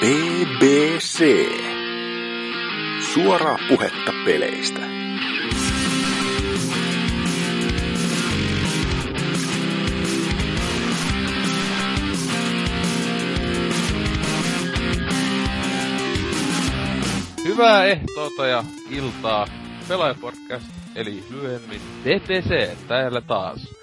BBC. Suoraa puhetta peleistä. Hyvää ehtoota ja iltaa. Pelaajapodcast, eli lyhyemmin BBC, täällä taas.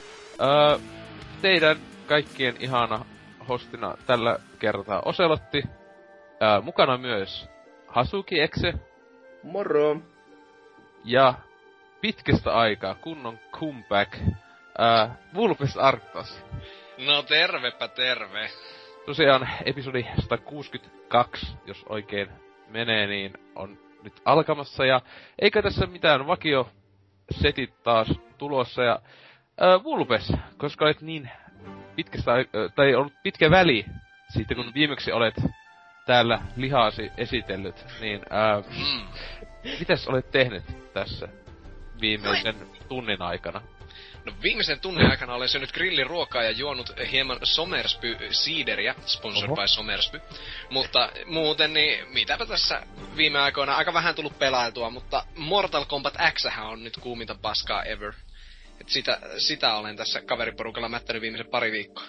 Teidän kaikkien ihana hostina tällä kertaa Oselotti. Mukana myös Hasuki Exe. Moro. Ja pitkästä aikaa kunnon comeback. Vulpes Arctos. No tervepä terve. Tosiaan episodi 162, jos oikein menee, niin on nyt alkamassa. Ja eikä tässä mitään vakio setit taas tulossa. Ja Vulpes, koska olet niin pitkästä tai ollut pitkä väli siitä, kun viimeksi olet täällä lihaasi esitellyt, niin mitäs olet tehnyt tässä viimeisen tunnin aikana? No viimeisen tunnin aikana olen syönyt grilliruokaa ja juonut hieman Somersby-siideriä, sponsored by Somersby. Mutta muuten niin, mitäpä tässä viime aikoina aika vähän tullut pelailtua, mutta Mortal Kombat X:hän on nyt kuuminta paskaa ever. Et sitä olen tässä kaveriporukalla mättänyt viimeisen pari viikkoa.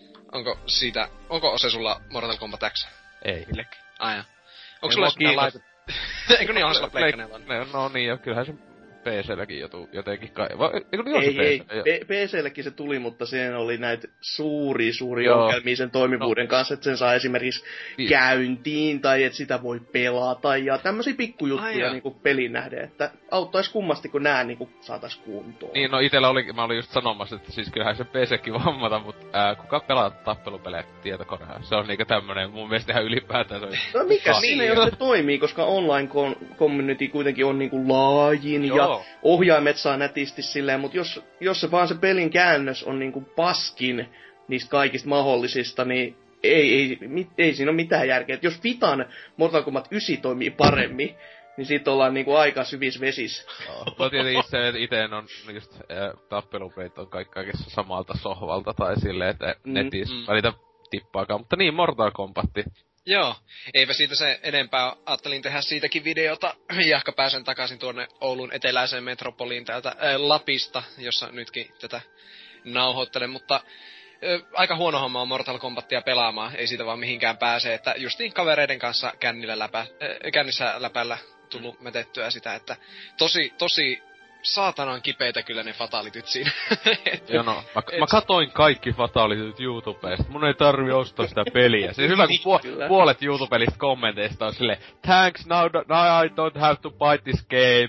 Onko Ose sulla Mortal Kombat X? Ei. Aja. Onko sulla sitä laitet? Eikö niin, on sulla pleikkaneella? No niin, jo, kyllähän se PC:lläkin jotenkin kai. Ei, PC:lläkin se tuli, mutta sen oli näitä suuria ongelmia sen toimivuuden kanssa, että sen saa esimerkiksi käyntiin, tai että sitä voi pelata, ja tämmösiä pikkujuttuja niinku pelin nähden, että auttais kummasti, kun nää niinku saatais kuntoon. Niin, no mä olin just sanomassa, että siis kyllähän se PC:kin vammata, mutta kuka pelaa tappelupelejä tietokoneella? Se on niinku tämmönen, mun mielestä ihan ylipäätään se on. No mikä siinä, jos se toimii, koska online community kuitenkin on niinku laajin, ja ohjaimet saa nätisti silleen, mutta jos se vaan se pelin käännös on niinku paskin niistä kaikista mahdollisista, niin ei siinä ole mitään järkeä. Et jos Vitan Mortal Kombat 9 toimii paremmin, niin sit ollaan niinku aika syvissä vesissä. No tietenkin iteen on just tappelupeit on kaikessa samalta sohvalta tai silleen, että netissä välitä tippaakaan. Mutta niin, Mortal Kombatti. Joo, eipä siitä se enempää. Ajattelin tehdä siitäkin videota, jahka pääsen takaisin tuonne Oulun eteläiseen metropoliin täältä Lapista, jossa nytkin tätä nauhoittelen, mutta aika huono homma on Mortal Kombatia pelaamaan, ei siitä vaan mihinkään pääse, että justiin kavereiden kanssa kännissä läpällä tullut metettyä sitä, että tosi saatanan kipeitä kyllä ne fatalityt siinä. Joo no, mä katoin kaikki fatalityt YouTubesta. Mun ei tarvi ostaa sitä peliä. Se hyvä, kun puolet YouTubelista kommenteista on silleen, thanks, now I don't have to buy this game.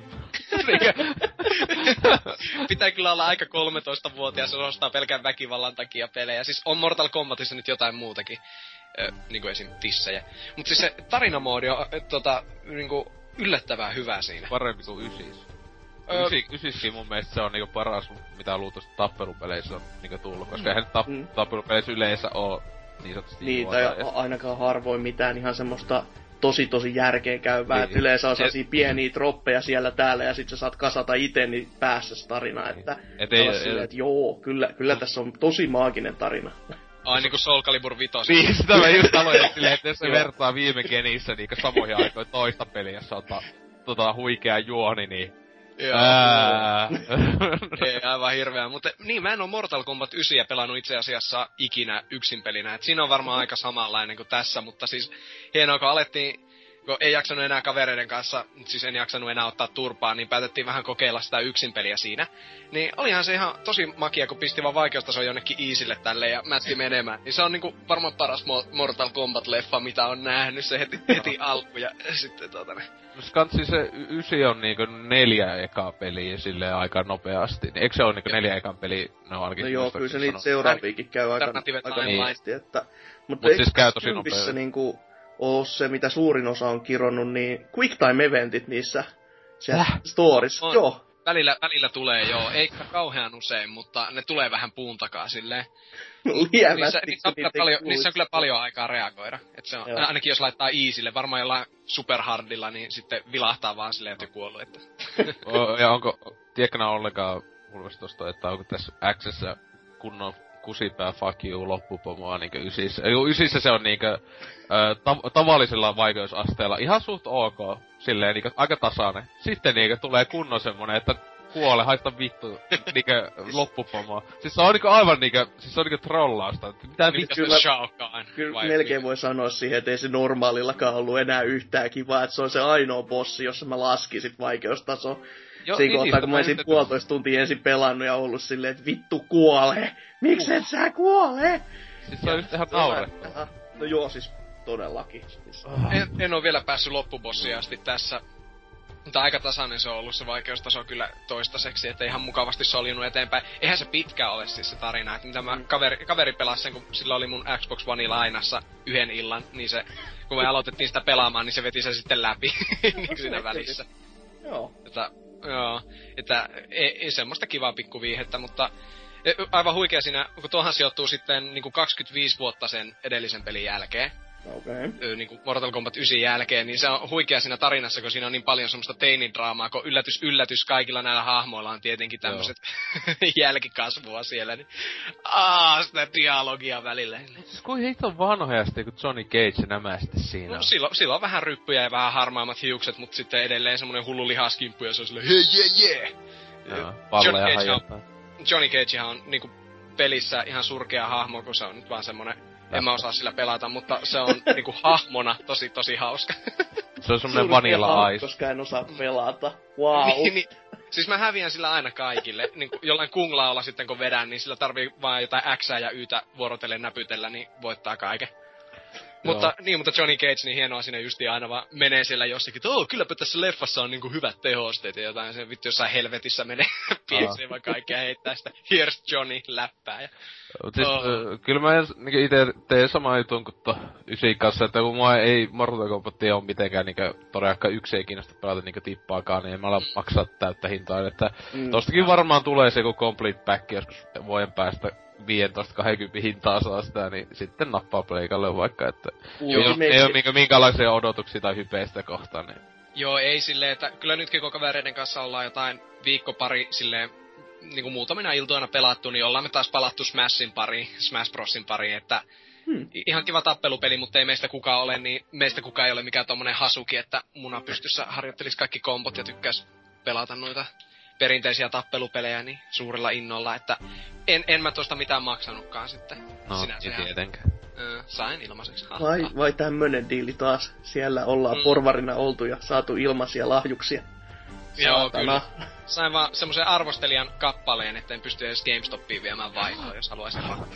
Pitää kyllä olla aika 13-vuotias, se ostaa pelkän väkivallan takia pelejä. Siis on Mortal Kombatissa nyt jotain muutakin. Niinku esim. Tissejä. Mut siis se tarinamoodi on niinku yllättävän hyvä siinä. Parempi kuin Ysis. Ysiskin mun mielestä se on niinku paras, mitä luultavasti tappelupeleissä on niinku tullut, koska eihän tappelupeleissä yleensä oo niin sanotusti niin, tai ainakaan harvoin mitään ihan semmoista tosi järkeä käyvää, niin. Yleensä on sellaisia pieniä troppeja siellä täällä, ja sit sä saat kasata ite niin päässä tarina, että joo, kyllä tässä on tosi maaginen tarina. Ai niinku Soul Calibur 5. Niin, sitä mä just aloin silleen, että jos se vertaa viime genissä niinku samoihin aikoihin toista peliä, jossa on huikea juoni, niin Ei, aivan hirveä, mutta niin, mä en oo Mortal Kombat 9 pelannut itse asiassa ikinä yksin pelinä, et siinä on varmaan aika samanlainen kuin tässä, mutta siis hienoa, kun alettiin, kun ei jaksanut enää kavereiden kanssa, siis en jaksanut enää ottaa turpaa, niin päätettiin vähän kokeilla sitä yksin peliä siinä. Niin olihan se ihan tosi makia, kun pisti vaan vaikeustason jonnekin easylle tälleen ja mätti menemään. Niin se on niinku varmaan paras Mortal Kombat-leffa, mitä on nähnyt, se heti alku ja sitten Skantsi se 9 on niinku 4 ekaa peliä silleen aika nopeasti. Eikö se oo niinku 4 ekan peliä? No joo, kyllä se niitä seuraaviikin käy aika nopeasti, että... Mutta siis käy tosi nopeasti. Niinku oo se, mitä suurin osa on kironnut, niin quick time eventit niissä stories. Joo. Välillä tulee joo, ei kauhean usein, mutta ne tulee vähän puun takaa silleen. Niissä on kyllä paljon aikaa reagoida. Et se on, ainakin jos laittaa easylle, varmaan jollain superhardilla, niin sitten vilahtaa vaan silleen, että kuollut. Että. Ja onko, tiedätkö ollenkaan Vulpes tosta, että onko tässä X:ssä kusipää fuck you loppupomoa niinkö ysissä. Ysissä se on niinkö tavallisella vaikeusasteella ihan suht ok. Silleen niinkö aika tasainen. Sitten niinkö tulee kunnon semmonen, että kuole, haista vittu niinkö loppupomoa. Siis se on niinkö aivan niinkö, siis se on niinkö trollausta. Mitä vittu? Kyllä melkein voi sanoa siihen, että ei se normaalillakaan ollut enää yhtään kivaa, että se on se ainoa bossi, jossa mä laskin sit vaikeustaso. Siinä kohtaa, kun mä olisin 1,5 tuntia ensin pelannut ja ollut silleen, että vittu kuole! Miksi et sä kuole? Siis se on just ihan naurettavaa. No joo, siis todellakin. En oo vielä päässyt loppubossiin asti tässä. Mutta aika tasainen se on ollut se vaikeustaso kyllä toistaiseksi, että ihan mukavasti soljunut eteenpäin. Eihän se pitkä ole siis se tarina, että mitä mä kaveri pelasi sen, kun sillä oli mun Xbox One lainassa yhden illan, niin se, kun me aloitettiin sitä pelaamaan, niin se veti se sitten läpi niin siinä välissä. Joo. Että ei semmoista kivaa pikkuviihettä, mutta aivan huikea siinä, kun tuohan sijoittuu sitten niin kuin 25 vuotta sen edellisen pelin jälkeen. Okay. Niin kuin Mortal Kombat 9 jälkeen, niin se on huikea siinä tarinassa, kun siinä on niin paljon semmoista teinidraamaa, kun yllätys kaikilla näillä hahmoilla on tietenkin tämmöiset jälkikasvua siellä, niin sitä dialogia välillä. Siis kuin hiton vanhoja kun Johnny Cage nämä sitten siinä on? No, sillä on vähän ryppyjä ja vähän harmaammat hiukset, mutta sitten edelleen semmonen hullu lihaskimppu ja se on silleen Joo, palleja hajottaa. Johnny Cagehan on niinku pelissä ihan surkea hahmo, kun se on nyt vaan semmonen. En mä osaa sillä pelata, mutta se on niinku hahmona tosi hauska. Se on semmonen Vanilla Ice. Koska en osaa pelata. Wow. niin, siis mä häviän sillä aina kaikille. Niinku jollain kunglaolla sitten kun vedän, niin sillä tarvii vaan jotain Xää ja Ytä vuorotellen näpytellä, niin voittaa kaiken. Mutta Johnny Cage, niin hienoa siinä justiin aina vaan menee siellä jossakin, että kylläpä tässä leffassa on niinku hyvät tehosteet ja jotain, se vittu jossain helvetissä menee piensii vaan kaikkea heittää sitä Here's Johnny läppää. Ja... Siis, kyllä mä niinku ite teen sama jutun kuin 9 kanssa, että kun mua ei Mortal Kombat ole mitenkään niinku todellakaan yksi ei kiinnosta pelata niinku tippaakaan, niin en mä ala maksaa täyttä hintaa, että tostakin varmaan tulee se kun complete pack joskus vuoden päästä 15-20 hintaa saa sitä, niin sitten nappaa pleikalle vaikka, että ei oo minkälaisia odotuksia tai hypeistä kohtaan, niin... Joo, ei silleen, että kyllä nytkin kun kavereiden kanssa ollaan jotain viikko pari silleen, niinku muutamina iltoina pelattu, niin ollaan me taas palattu Smash Brosin pariin, että ihan kiva tappelupeli, mutta ei meistä kukaan ole, niin meistä kukaan ei ole mikään tommonen hasuki, että muna pystyssä harjoittelis kaikki kombot ja tykkäis pelata noita perinteisiä tappelupelejä niin suurella innolla, että en mä tosta mitään maksanutkaan sitten. No, ei tietenkään. Sain ilmaiseksi. Vai tämmönen diili taas. Siellä ollaan porvarina oltu ja saatu ilmaisia lahjuksia. Joo, kyllä. Sain vaan semmosen arvostelijan kappaleen, että en pysty edes GameStopiin viemään vaihtoa, jos haluaisin rahaa.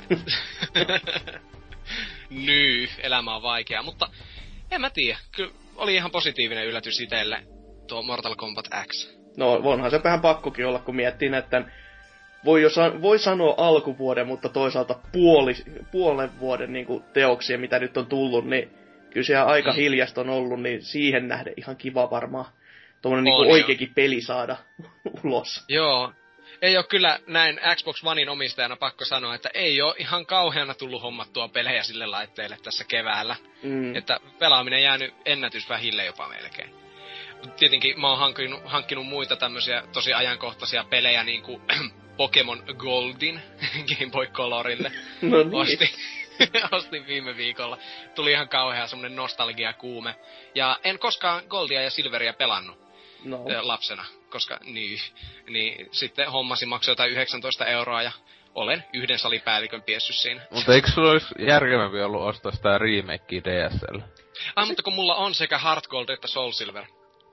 Elämä on vaikea, mutta en mä tiedä. Kyllä oli ihan positiivinen yllätys itelle tuo Mortal Kombat X. No, onhan se vähän pakkokin olla, kun miettii näitten, voi sanoa alkuvuoden, mutta toisaalta puolen vuoden niin teoksia, mitä nyt on tullut, niin kyllä se aika hiljasta on ollut, niin siihen nähden ihan kiva varmaan tuommoinen niin oikeakin peli saada ulos. Joo. Ei oo kyllä näin Xbox Onein omistajana pakko sanoa, että ei oo ihan kauheana tullut hommattua pelejä sille laitteelle tässä keväällä. Että pelaaminen jäänyt ennätysvähille jopa melkein. Tietenkin mä oon hankkinut muita tämmösiä tosi ajankohtaisia pelejä niinku Pokemon Goldin Game Boy Colorille. No niin. Ostin viime viikolla. Tuli ihan kauhea semmonen nostalgiakuume. Ja en koskaan Goldia ja Silveria pelannut lapsena, koska niin sitten hommasin maksoi jotain 19 € ja olen yhden salipäällikön piessyt siinä. Mutta eikö sulla olisi järkevämpi ollut ostaa sitä remakea DSL? Mutta kun mulla on sekä Heart Gold että Soul Silver.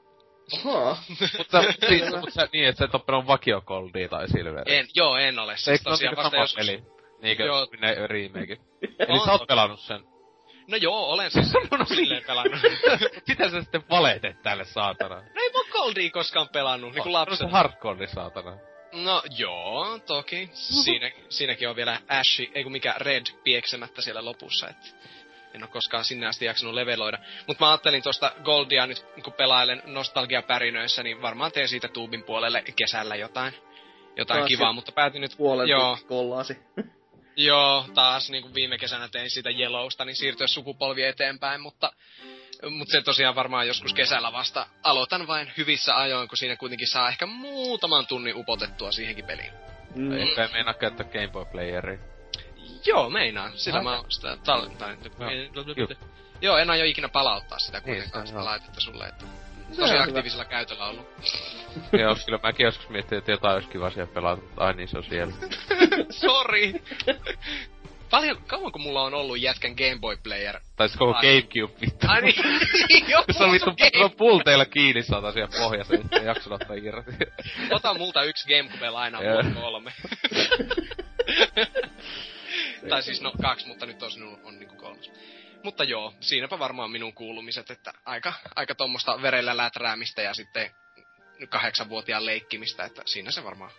mutta niin, että sä et oo pelannut vakio Goldia tai Silveria. En ole. Siis tosiaan vasta joskus. Peli? Niinkö ne remake? Eli sä oot pelannut sen? No joo, olen siis silleen pelannut. Mitä sä sitten valetet tälle saatana? No ei mä Goldia koskaan pelannut, niinku lapsena. No se Heart Goldi saatana. No joo, toki. Siinäkin on vielä Red pieksemättä siellä lopussa, että en oo koskaan sinne asti jaksanut leveloida. Mut mä ajattelin tosta Goldia nyt, kun pelailen nostalgiapärinöissä, niin varmaan teen siitä tuubin puolelle kesällä jotain kivaa, mutta päätin nyt... kollaasi. Joo, taas niinku viime kesänä tein siitä Yellowsta, niin siirtyä sukupolvi eteenpäin, mutta se tosiaan varmaan joskus kesällä vasta aloitan vain hyvissä ajoin, kun siinä kuitenkin saa ehkä muutaman tunnin upotettua siihenkin peliin. Ehkä ei meinaa käyttää Game Boy Playeria. Joo, meinaan. Sitä mä oon sitä tallentanut. Joo, en aio ikinä palauttaa sitä kuitenkaan sitä laitetta sulle, että tosi aktiivisella käytöllä ollut. Joo, kyllä mäkin joskus miettii, että jotain olisi kiva siellä pelata, ai niin se on siellä. Sori! Kauanko mulla on ollut jätkän Game Boy Player? Tai siis koko GameCube vittu. Ai niin, joo, se on vittu pulteilla kiinni saata siellä pohjassa, ettei jaksa ottaa irti. Ota multa yksi GameCube lainaa, mulla on 3. Tai siis 2, mutta nyt on niinku 3. Mutta joo, siinäpä varmaan minun kuulumiset, että aika tommoista verellä läträämistä ja sitten 8-vuotiaan leikkimistä, että siinä se varmaan.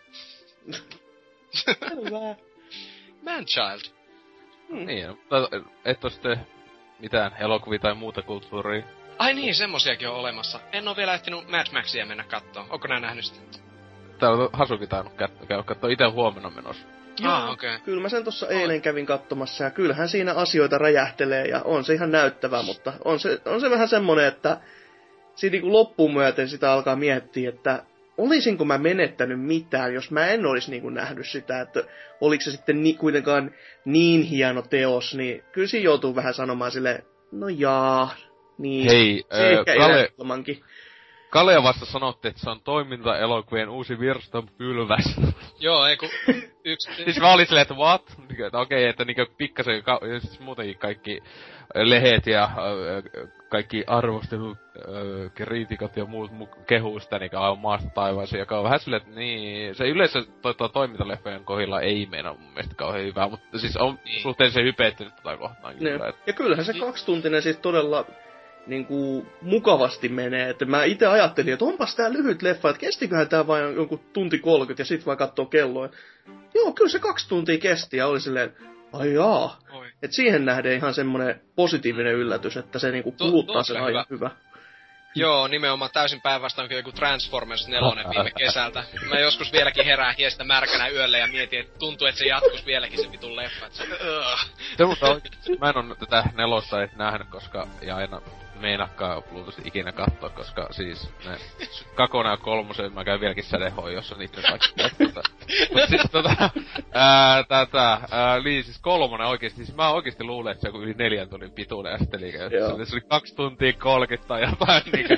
Hyvä. Man-child. Niin, et oo sitten mitään elokuvia tai muuta kulttuuria. Ai niin, semmosiakin on olemassa. En oo vielä ehtinyt Mad Maxia mennä kattoo. Onko nää nähnyt sitä? Täällä on Hasuki tainnut käydä kattoo. Ite huomenna menossa. Joo, okei. Kyllä mä sen tossa eilen kävin katsomassa ja kyllähän siinä asioita räjähtelee ja on se ihan näyttävää, mutta on se vähän semmonen, että siinä niinku loppuun myöten sitä alkaa miettiä, että olisinko mä menettänyt mitään, jos mä en olisi niinku nähnyt sitä, että oliko se sitten kuitenkaan niin hieno teos, niin kyllä siinä joutuu vähän sanomaan silleen, no jaa, niin. Hei, Kale vasta sanotti, että se on toimintaelokuvien uusi virstanpylväs. Joo, yksi... Siis mä olin silleen, että what? Okei, että niinku pikkasen, siis muutenkin kaikki lehet ja kaikki arvostelut, kriitikot ja muut kehuu sitä niinku aivan maasta taivaisiin, joka on vähän silleen, että niin, se yleensä toimintaleffojen kohdilla ei meinaa mun mielestä kauhean hyvää, mutta siis on suhteellisen hypeettynyt tota kohtaan kyllä. Ja kyllähän se 2-tuntinen siis todella niinku mukavasti menee, että mä itse ajattelin, että onpas tää lyhyt leffa, että kestiköhän tää vain jonkun tunti 30 ja sit vaan kattoo kelloa. Joo, kyllä se 2 tuntia kesti ja oli silleen, ai jaa. Et siihen nähden ihan semmonen positiivinen yllätys, että se niinku kuluttaa sen ajan hyvä. Joo, nimenomaan täysin päinvastoin kuin joku Transformers 4 viime kesältä. Mä joskus vieläkin herään hiestä märkänä yöllä ja mietin, että tuntuu, että se jatkus vieläkin se vitun leffa. Mä en oo tätä 4 nähnyt, koska ja aina meinakkaan luultavasti ikinä kattoo, koska siis ne 2 ja 3 mä käyn vieläkin sädehoidossa niitten takia. Mut siis niin siis 3 oikeesti, siis mä oikeesti luulen, että se on yli 4 tunnin pituinen ja sitten se oli 2 tuntia 30 tai jotain niinkö.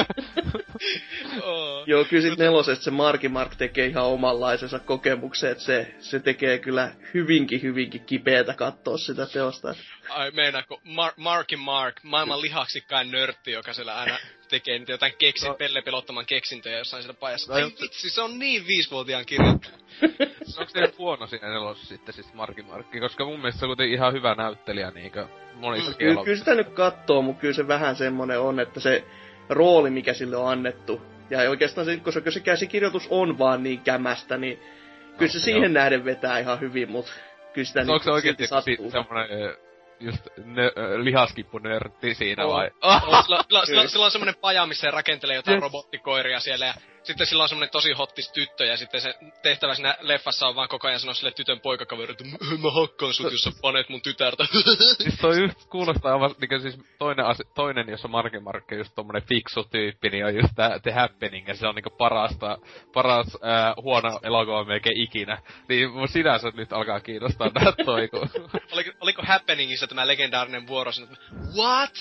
Joo, kyllä sit 4 se Mark tekee ihan omanlaisensa kokemuksen, että se tekee kyllä hyvinkin kipeätä kattoo sitä teosta. Ai meinaako Mark, maailman lihaksikkain nörtti, joka siellä aina tekee niitä jotain pellepelottoman keksintöjä jossain siellä pajassa. Ai vitsi, se on niin 5-vuotiaan kirjoittu. Onks teille huono siinä 4 sitten siis Markki? Koska mun mielestä se on kuitenkin ihan hyvä näyttelijä niinkö monissa kielokuvissa. Kyllä sitä nyt kattoo, mut kyllä se vähän semmonen on, että se rooli, mikä sille on annettu, ja oikeastaan se, koska se käsikirjoitus on vaan niin kämästä, niin kyllä se siihen nähden vetää ihan hyvin, mut kyllä sitä nyt silti sattuu. Semmonen just lihaskippunörtti siinä vai? Sillä on semmonen paja, missä se rakentelee jotain robottikoiria siellä ja sitten sillä on semmonen tosi hottis tyttö ja sitten se tehtävä siinä leffassa on vaan koko ajan sanoa sille tytön poikakaveri, että mä hakkaan sut, jos sä panet mun tytärtä. Siis toi just kuulostaa aivan, niinku siis toinen jossa Markki just tommonen fiksu tyyppi, niin on just The Happening, ja se on niinku paras huono elokuva melkein ikinä. Niin mun sinänsä nyt alkaa kiinnostaa nää toi, kun... Oliko Happeningissa tämä legendaarinen vuoro sen, että what?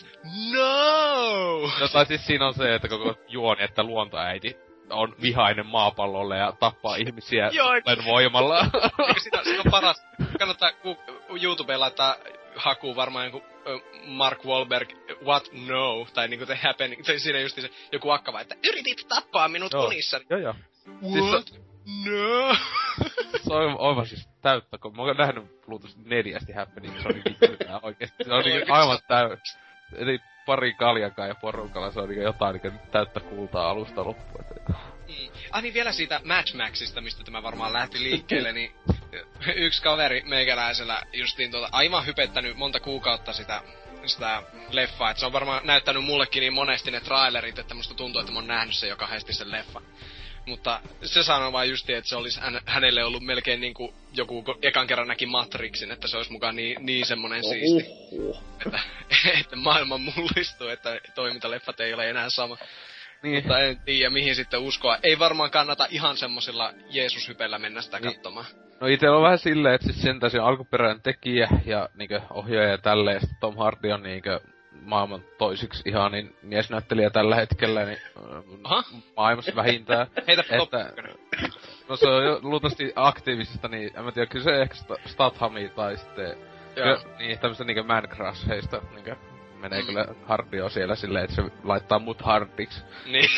No! No tai siis siinä on se, että koko juoni, että luontoäiti on vihainen maapallolle ja tappaa ihmisiä voimalla. Eikö sitä on paras? Kannattaa YouTubeen laittaa hakuun varmaan joku Mark Wahlberg, what no, tai niinku The Happening, tai siinä just se joku akkava, että yritit tappaa minut unissani. Joo. What? Siis no! Se on aivan siis täyttä, kun mä oon nähnyt luultavasti 4 Happening, se oli vittu oikeesti. Se on niinku aivan eli pari kaljakaa ja porukalla, se on niinku jotain niinku täyttä kultaa alusta loppuun. Niin vielä siitä Mad Maxista, mistä tämä varmaan lähti liikkeelle, niin yksi kaveri meikäläisellä justiin aivan hypettänyt monta kuukautta sitä leffaa, että se on varmaan näyttänyt mullekin niin monesti ne trailerit, että musta tuntuu, että mä oon nähnyt sen jo kahdesti sen leffa. Mutta se sanoi vaan justiin, että se olisi hänelle ollut melkein niinku joku ekan kerran näki Matrixin, että se olisi mukaan niin semmonen siisti. Että maailma mullistuu, että toimintaleffat ei ole enää sama. Niin. Mutta en tiedä mihin sitten uskoa. Ei varmaan kannata ihan semmosilla Jeesus-hypeillä mennä sitä katsomaan. No ite on vähän silleen, että siis sentäs on alkuperäinen tekijä ja niinkö ohjaaja ja tälleen, ja tomm Hardy on niinkö maailman toisiksi ihanin miesnäyttelijä tällä hetkellä, niin maailmassa vähintään. Heitäpä top No se on jo luultavasti aktiivisista, niin en mä tiedä, kyllä se ehkä Stathami tai sitten niin tämmöstä niinkö man crush heistä niinkö menee kyllä Hardio siellä silleen, että se laittaa mut hardiksi. Niin.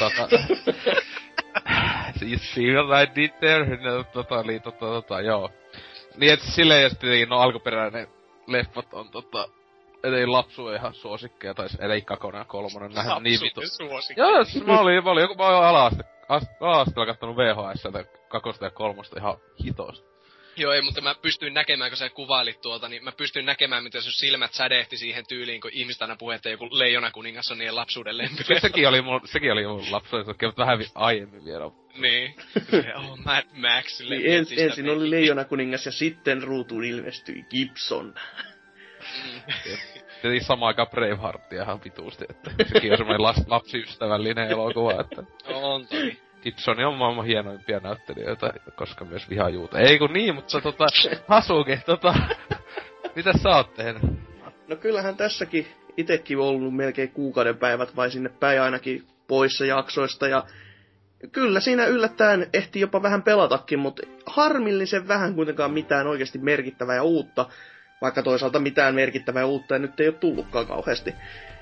You see what I did there? No, joo. Niin et silleen, ja sitten tietenkin no alkuperäinen leffat on ei lapsuuden ihan suosikkeja, tai ei kakona ja kolmonen nähdä niin vitu. Joo, siis mä olin joku ala-asteella kattonut VHS-ltä kakosta ja kolmosta ihan hitosta. Joo, ei, mutta mä pystyin näkemään, kun sä kuvailit tuolta, niin mä pystyin näkemään, miten sun silmät sädehti siihen tyyliin, kun ihmiset aina puhuu, että joku Leijona kuningas on niiden lapsuuden lempileffa. sekin oli mun lapsuuden, mutta vähän aiemmin vielä. Niin. Mad Max. Niin ensin oli Leijona kuningas ja sitten ruutuun ilmestyi Gibson. Tietenkin samaan aikaan Braveheartia ihan vituusti, että sekin on semmoinen lapsiystävällinen elokuva, että... On toi. Gibson on maailman hienoimpia näyttelijöitä, koska myös vihajuuta. Ei kun niin, mutta Hasuki, mitä sä oot tehnyt? No kyllähän tässäkin itekin on ollut melkein kuukauden päivät vai sinne päin ainakin poissa jaksoista ja kyllä siinä yllättäen ehti jopa vähän pelatakin, mutta harmillisen vähän kuitenkaan mitään oikeasti merkittävää ja uutta, vaikka toisaalta mitään merkittävää ja uutta ja nyt ei ole tullutkaan kauheasti.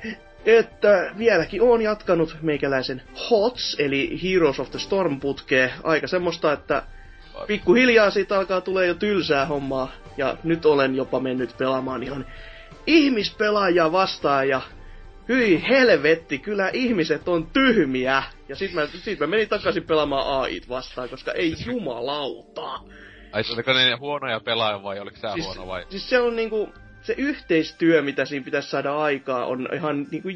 Että vieläkin oon jatkanut meikäläisen HOTS, eli Heroes of the Storm -putkea. Aika semmoista, että pikkuhiljaa siitä alkaa tulee jo tylsää hommaa. Ja nyt olen jopa mennyt pelaamaan ihan ihmispelaajia vastaan ja hyi helvetti, kyllä ihmiset on tyhmiä. Ja sit mä menin takaisin pelaamaan AIt vastaan, koska ei jumalauta. Ai se oliko ne huonoja pelaajia vai oliko sä huono vai? Siis se on niinku... Se yhteistyö, mitä siinä pitäisi saada aikaa, on ihan niinku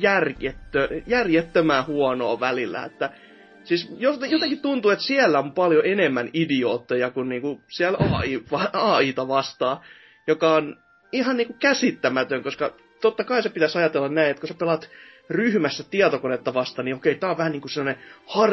järjettömän huonoa välillä. Että, siis jotenkin tuntuu, että siellä on paljon enemmän idiootteja kuin niinku siellä AIta vastaan, joka on ihan niinku käsittämätön, koska totta kai se pitäisi ajatella näin, että kun sä pelaat ryhmässä tietokonetta vastaan, niin okei, tää on vähän niinku sellainen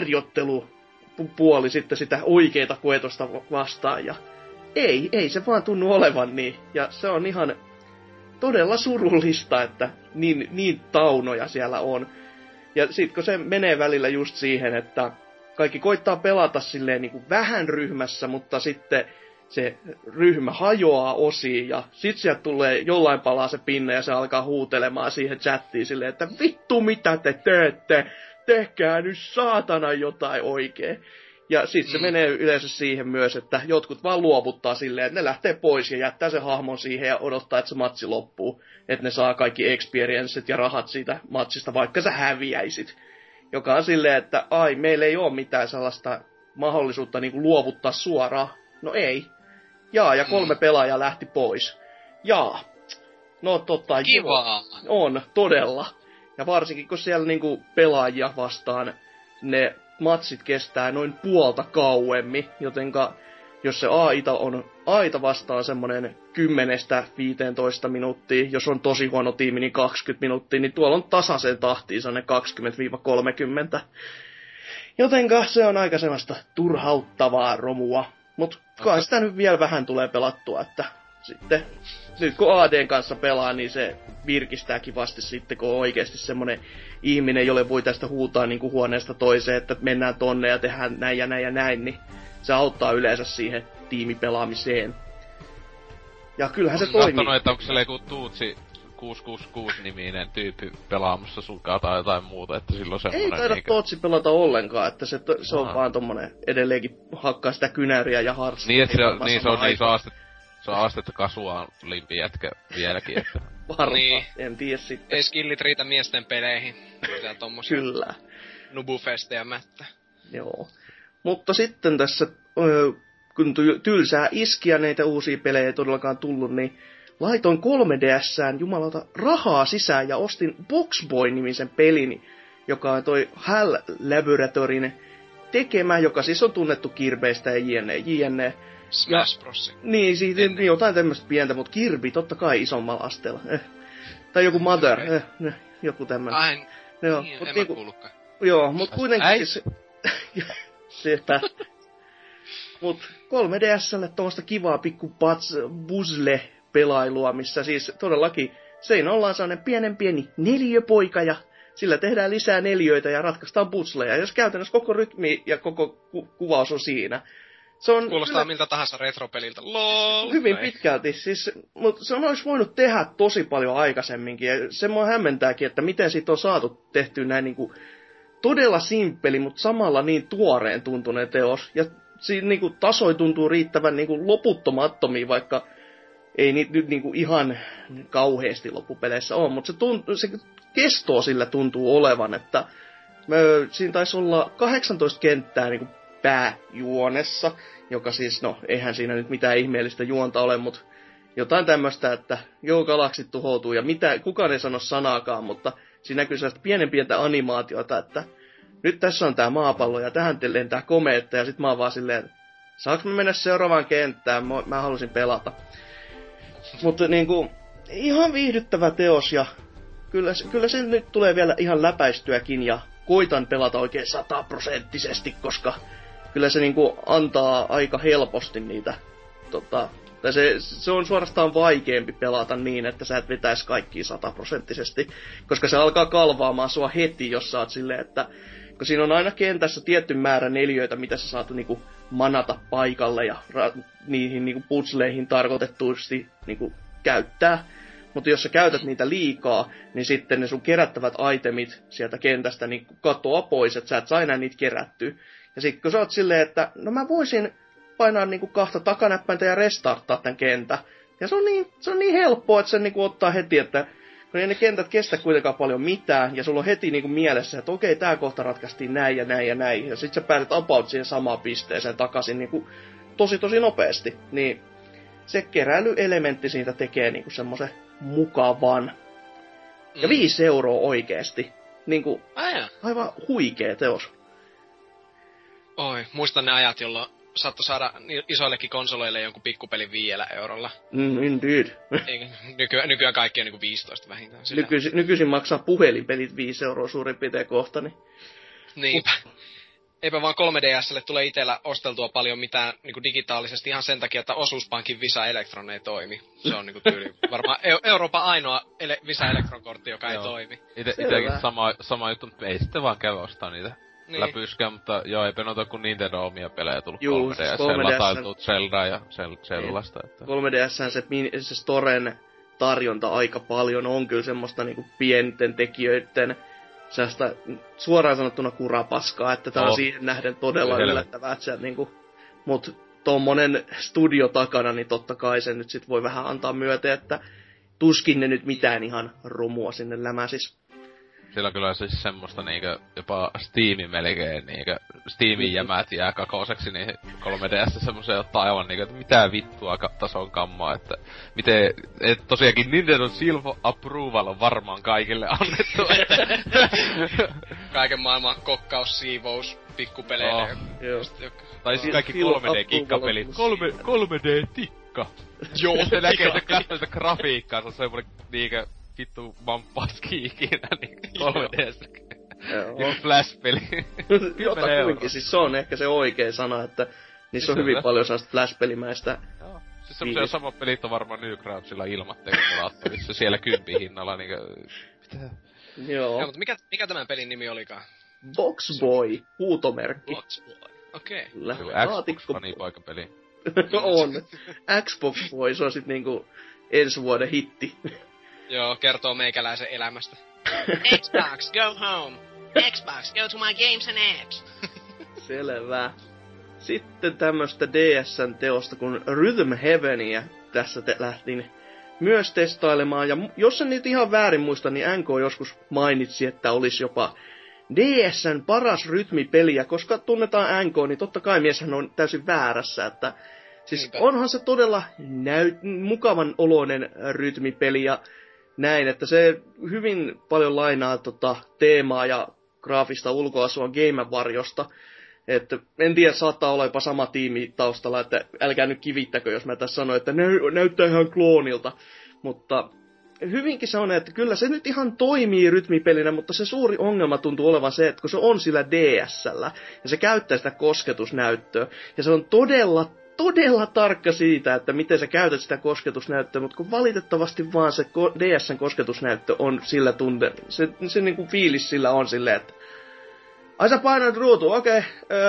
harjoittelupuoli sitten sitä oikeeta koetosta vastaan. Ja ei se vaan tunnu olevan niin. Ja se on ihan... todella surullista, että niin taunoja siellä on. Ja sit kun se menee välillä just siihen, että kaikki koittaa pelata silleen niin kuin vähän ryhmässä, mutta sitten se ryhmä hajoaa osiin ja sit sieltä tulee jollain palaa se pinne ja se alkaa huutelemaan siihen chattiin silleen, että vittu mitä te teette, tehkää nyt saatana jotain oikein. Ja sit se menee yleensä siihen myös, että jotkut vaan luovuttaa silleen, että ne lähtee pois ja jättää sen hahmon siihen ja odottaa, että se matsi loppuu. Että ne saa kaikki experiencet ja rahat siitä matsista, vaikka sä häviäisit. Joka on silleen, että meillä ei ole mitään sellaista mahdollisuutta niinku luovuttaa suoraan. No ei. Ja 3 pelaajaa lähti pois. No kivaa. On, todella. Ja varsinkin kun siellä niinku pelaajia vastaan ne... matsit kestää noin puolta kauemmin, jotenka jos se AIta vastaan semmonen 10-15 minuuttia, jos on tosi huono tiimi, niin 20 minuuttia, niin tuolla on tasaisen tahtiin semmonen 20-30. Jotenka se on aika semmoista turhauttavaa romua, mut kai sitä nyt vielä vähän tulee pelattua, että sitten nyt kun ADn kanssa pelaa, niin se virkistää kivasti sitten, kun on oikeesti semmonen ihminen, jolle voi tästä huutaa niin kuin huoneesta toiseen, että mennään tonne ja tehdään näin ja näin ja näin, niin se auttaa yleensä siihen tiimipelaamiseen. Ja kyllähän se toimii. Kattonut, että onko siellä joku Tuutsi 666-niminen tyyppi pelaamassa sulkaa tai jotain muuta, että silloin semmonen... Ei taida Tootsi pelata ollenkaan, että se on vaan tommonen edelleenkin hakkaa sitä kynäriä ja harstaa. Niin, että se on astetta kasuaalimpi jätkä vieläkin, että... Varmaan, niin. En tiedä sitten. Ei skillit riitä miesten peleihin. Kyllä. Nubufestejä mättä. Joo. Mutta sitten tässä, kun tylsää iskiä näitä uusia pelejä ei todellakaan tullut, niin laitoin 3DS:ään jumalauta rahaa sisään ja ostin Boxboy-nimisen pelin, joka on toi HAL Laboratorin tekemä, joka siis on tunnettu Kirbeistä ja jne. Smash Bros. Niin, siitä jotain tämmöistä pientä, mutta Kirby totta kai isommalla asteella. Tai joku Mother, joku tämmönen. Joo, niin, en mä kuullutkaan. Joo, mut kuitenkin sepä. Mut 3DS:lle tommoista kivaa pikku puzzle-pelailua, missä siis todellakin siinä ollaan sellainen pieni neliöpoika ja sillä tehdään lisää neliöitä ja ratkaistaan puzzleja. Jos käytännössä koko rytmi ja koko kuvaus on siinä. Se on kuulostaa miltä tahansa retropeliltä. LOL! Hyvin pitkälti, siis, mutta se olisi voinut tehdä tosi paljon aikaisemminkin. Ja se mua hämmentääkin, että miten siitä on saatu tehty näin niinku todella simppeli, mutta samalla niin tuoreen tuntuneen teos. Ja siinä niinku tasoi tuntuu riittävän niinku loputtomattomiin, vaikka ei niitä nyt niinku ihan kauheasti loppupeleissä ole. Mutta se kestoa sillä tuntuu olevan, että siinä taisi olla 18 kenttää niinku pääjuonessa, joka siis, no, eihän siinä nyt mitään ihmeellistä juonta ole, mutta jotain tämmöistä, että galaksit tuhoutuu ja kukaan ei sano sanaakaan, mutta siinä näkyy sellaista pientä animaatiota, että nyt tässä on tää maapallo ja tähän lentää komeetta ja sit mä oon vaan silleen, saanko mä mennä seuraavaan kenttään, mä halusin pelata. Mutta niinku, ihan viihdyttävä teos ja kyllä se nyt tulee vielä ihan läpäistyäkin ja koitan pelata oikein 100%, koska kyllä se niinku antaa aika helposti niitä, tai se on suorastaan vaikeampi pelata niin, että sä et vetäis kaikkia 100%, koska se alkaa kalvaamaan sua heti, jos sä oot silleen, että kun siinä on aina kentässä tietty määrä neliöitä, mitä sä saat niinku manata paikalle ja niihin niinku puzzleihin tarkoitettuisesti niinku käyttää. Mutta jos sä käytät niitä liikaa, niin sitten ne sun kerättävät itemit sieltä kentästä niin katoaa pois, että sä et saa enää niitä kerättyä. Ja sit kun sä oot silleen, että no mä voisin painaa niinku 2 takanäppäintä ja restarttaa tän kentän. Ja se on niin helppoa, että sen niinku ottaa heti, että kun ei ne kentät kestä kuitenkaan paljon mitään, ja sulla on heti niinku mielessä, että okei, tää kohta ratkaistiin näin ja näin ja näin. Ja sit sä pääset about siihen samaan pisteeseen takaisin niinku tosi nopeasti. Niin se keräilyelementti siitä tekee niinku semmosen mukavan. Ja 5 € oikeesti. Niinku aivan huikee teos. Oi, muistan ne ajat, jolloin saattoi saada isoillekin konsoleille jonkun pikkupelin 5 €. Indeed. Nykyään kaikki on niinku 15 vähintään. Nykyisin maksaa puhelinpelit 5 € suurin piirtein kohta, niin. Niinpä. Eipä vaan 3DS:lle tulee itellä osteltua paljon mitään niinku digitaalisesti ihan sen takia, että osuuspankin Visa Electron ei toimi. Se on niinku tyyli varmaan Euroopan ainoa Visa Electron-kortti, joka ei toimi. Itekin sama juttu, mutta ei sitten vaan käy ostaa niitä läpyskää, mutta joo, eipä noita kuin Nintendo omia pelejä tullut 3DS:lle latailtuu Zeldaa ja sellaista. 3DS:hän se Storen tarjonta aika paljon on kyllä semmoista niinku pienten tekijöiden sellaista suoraan sanottuna kurapaskaa, että tää on siihen nähden todella yllättävää, että sieltä niinku, mut tommonen studio takana, niin totta kai se nyt sit voi vähän antaa myöten, että tuskin ne nyt mitään ihan rumua sinne lämäsis. Sillä on kyllä siis semmoista niinkö jopa Steamin melkein niinkö Steamin jämät jää kakoseksi niin 3DS semmoisen ottaa aivan niinkö, että mitä vittua tason kammaa, että miten, et tosiaankin Nintendo Seal of Approval on varmaan kaikille annettu, että kaiken maailman kokkaus, siivous, pikkupeleille. Tai siis kaikki 3D-kikkapelit. 3D-tikka! Joo, se näkee se katsoista grafiikkaa, se on semmonen niinkö vittu paski ikinä, niin 3DS. Joku Flash-peli. Jotakuinkin, siis se on ehkä se oikea sana, että niissä on hyvin paljon sellaista Flash-pelimäistä. Joo. Siis semmosia samat pelit on varmaan Newgroundsilla ilmatteeksi pelattavissa siellä 10 hinnalla, niinkö. Mitä? Joo. Mutta mikä tämän pelin nimi olikaan? Boxboy, huutomerkki. Boxboy, okei. Xbox-fanipoikapeli. On. Xbox Boy, se on sit niinku ensi vuoden hitti. Joo, kertoo meikäläisen elämästä. Xbox, go home. Xbox, go to my games and apps. Selvä. Sitten tämmöstä DS:n teosta kuin Rhythm Heavenia tässä lähtin myös testailemaan. Ja jos en nyt ihan väärin muista, niin NK joskus mainitsi, että olisi jopa DS:n paras rytmipeli. Ja koska tunnetaan NK, niin totta kai mieshän on täysin väärässä, että siis onhan se todella mukavan oloinen rytmipeli ja näin, että se hyvin paljon lainaa teemaa ja graafista ulkoasua Game Wariosta. Että en tiedä, saattaa olla jopa sama tiimi taustalla, että älkää nyt kivittäkö, jos mä tässä sanon, että näyttää ihan kloonilta. Mutta hyvinkin se on, että kyllä se nyt ihan toimii rytmipelinä, mutta se suuri ongelma tuntuu olevan se, että kun se on sillä DS:llä ja se käyttää sitä kosketusnäyttöä, ja se on todella tarkka siitä, että miten sä käytät sitä kosketusnäyttöä, mutta kun valitettavasti vaan se DS:n kosketusnäyttö on sillä se niinku fiilis sillä on silleen, että ai sä painoit ruutuun, okei,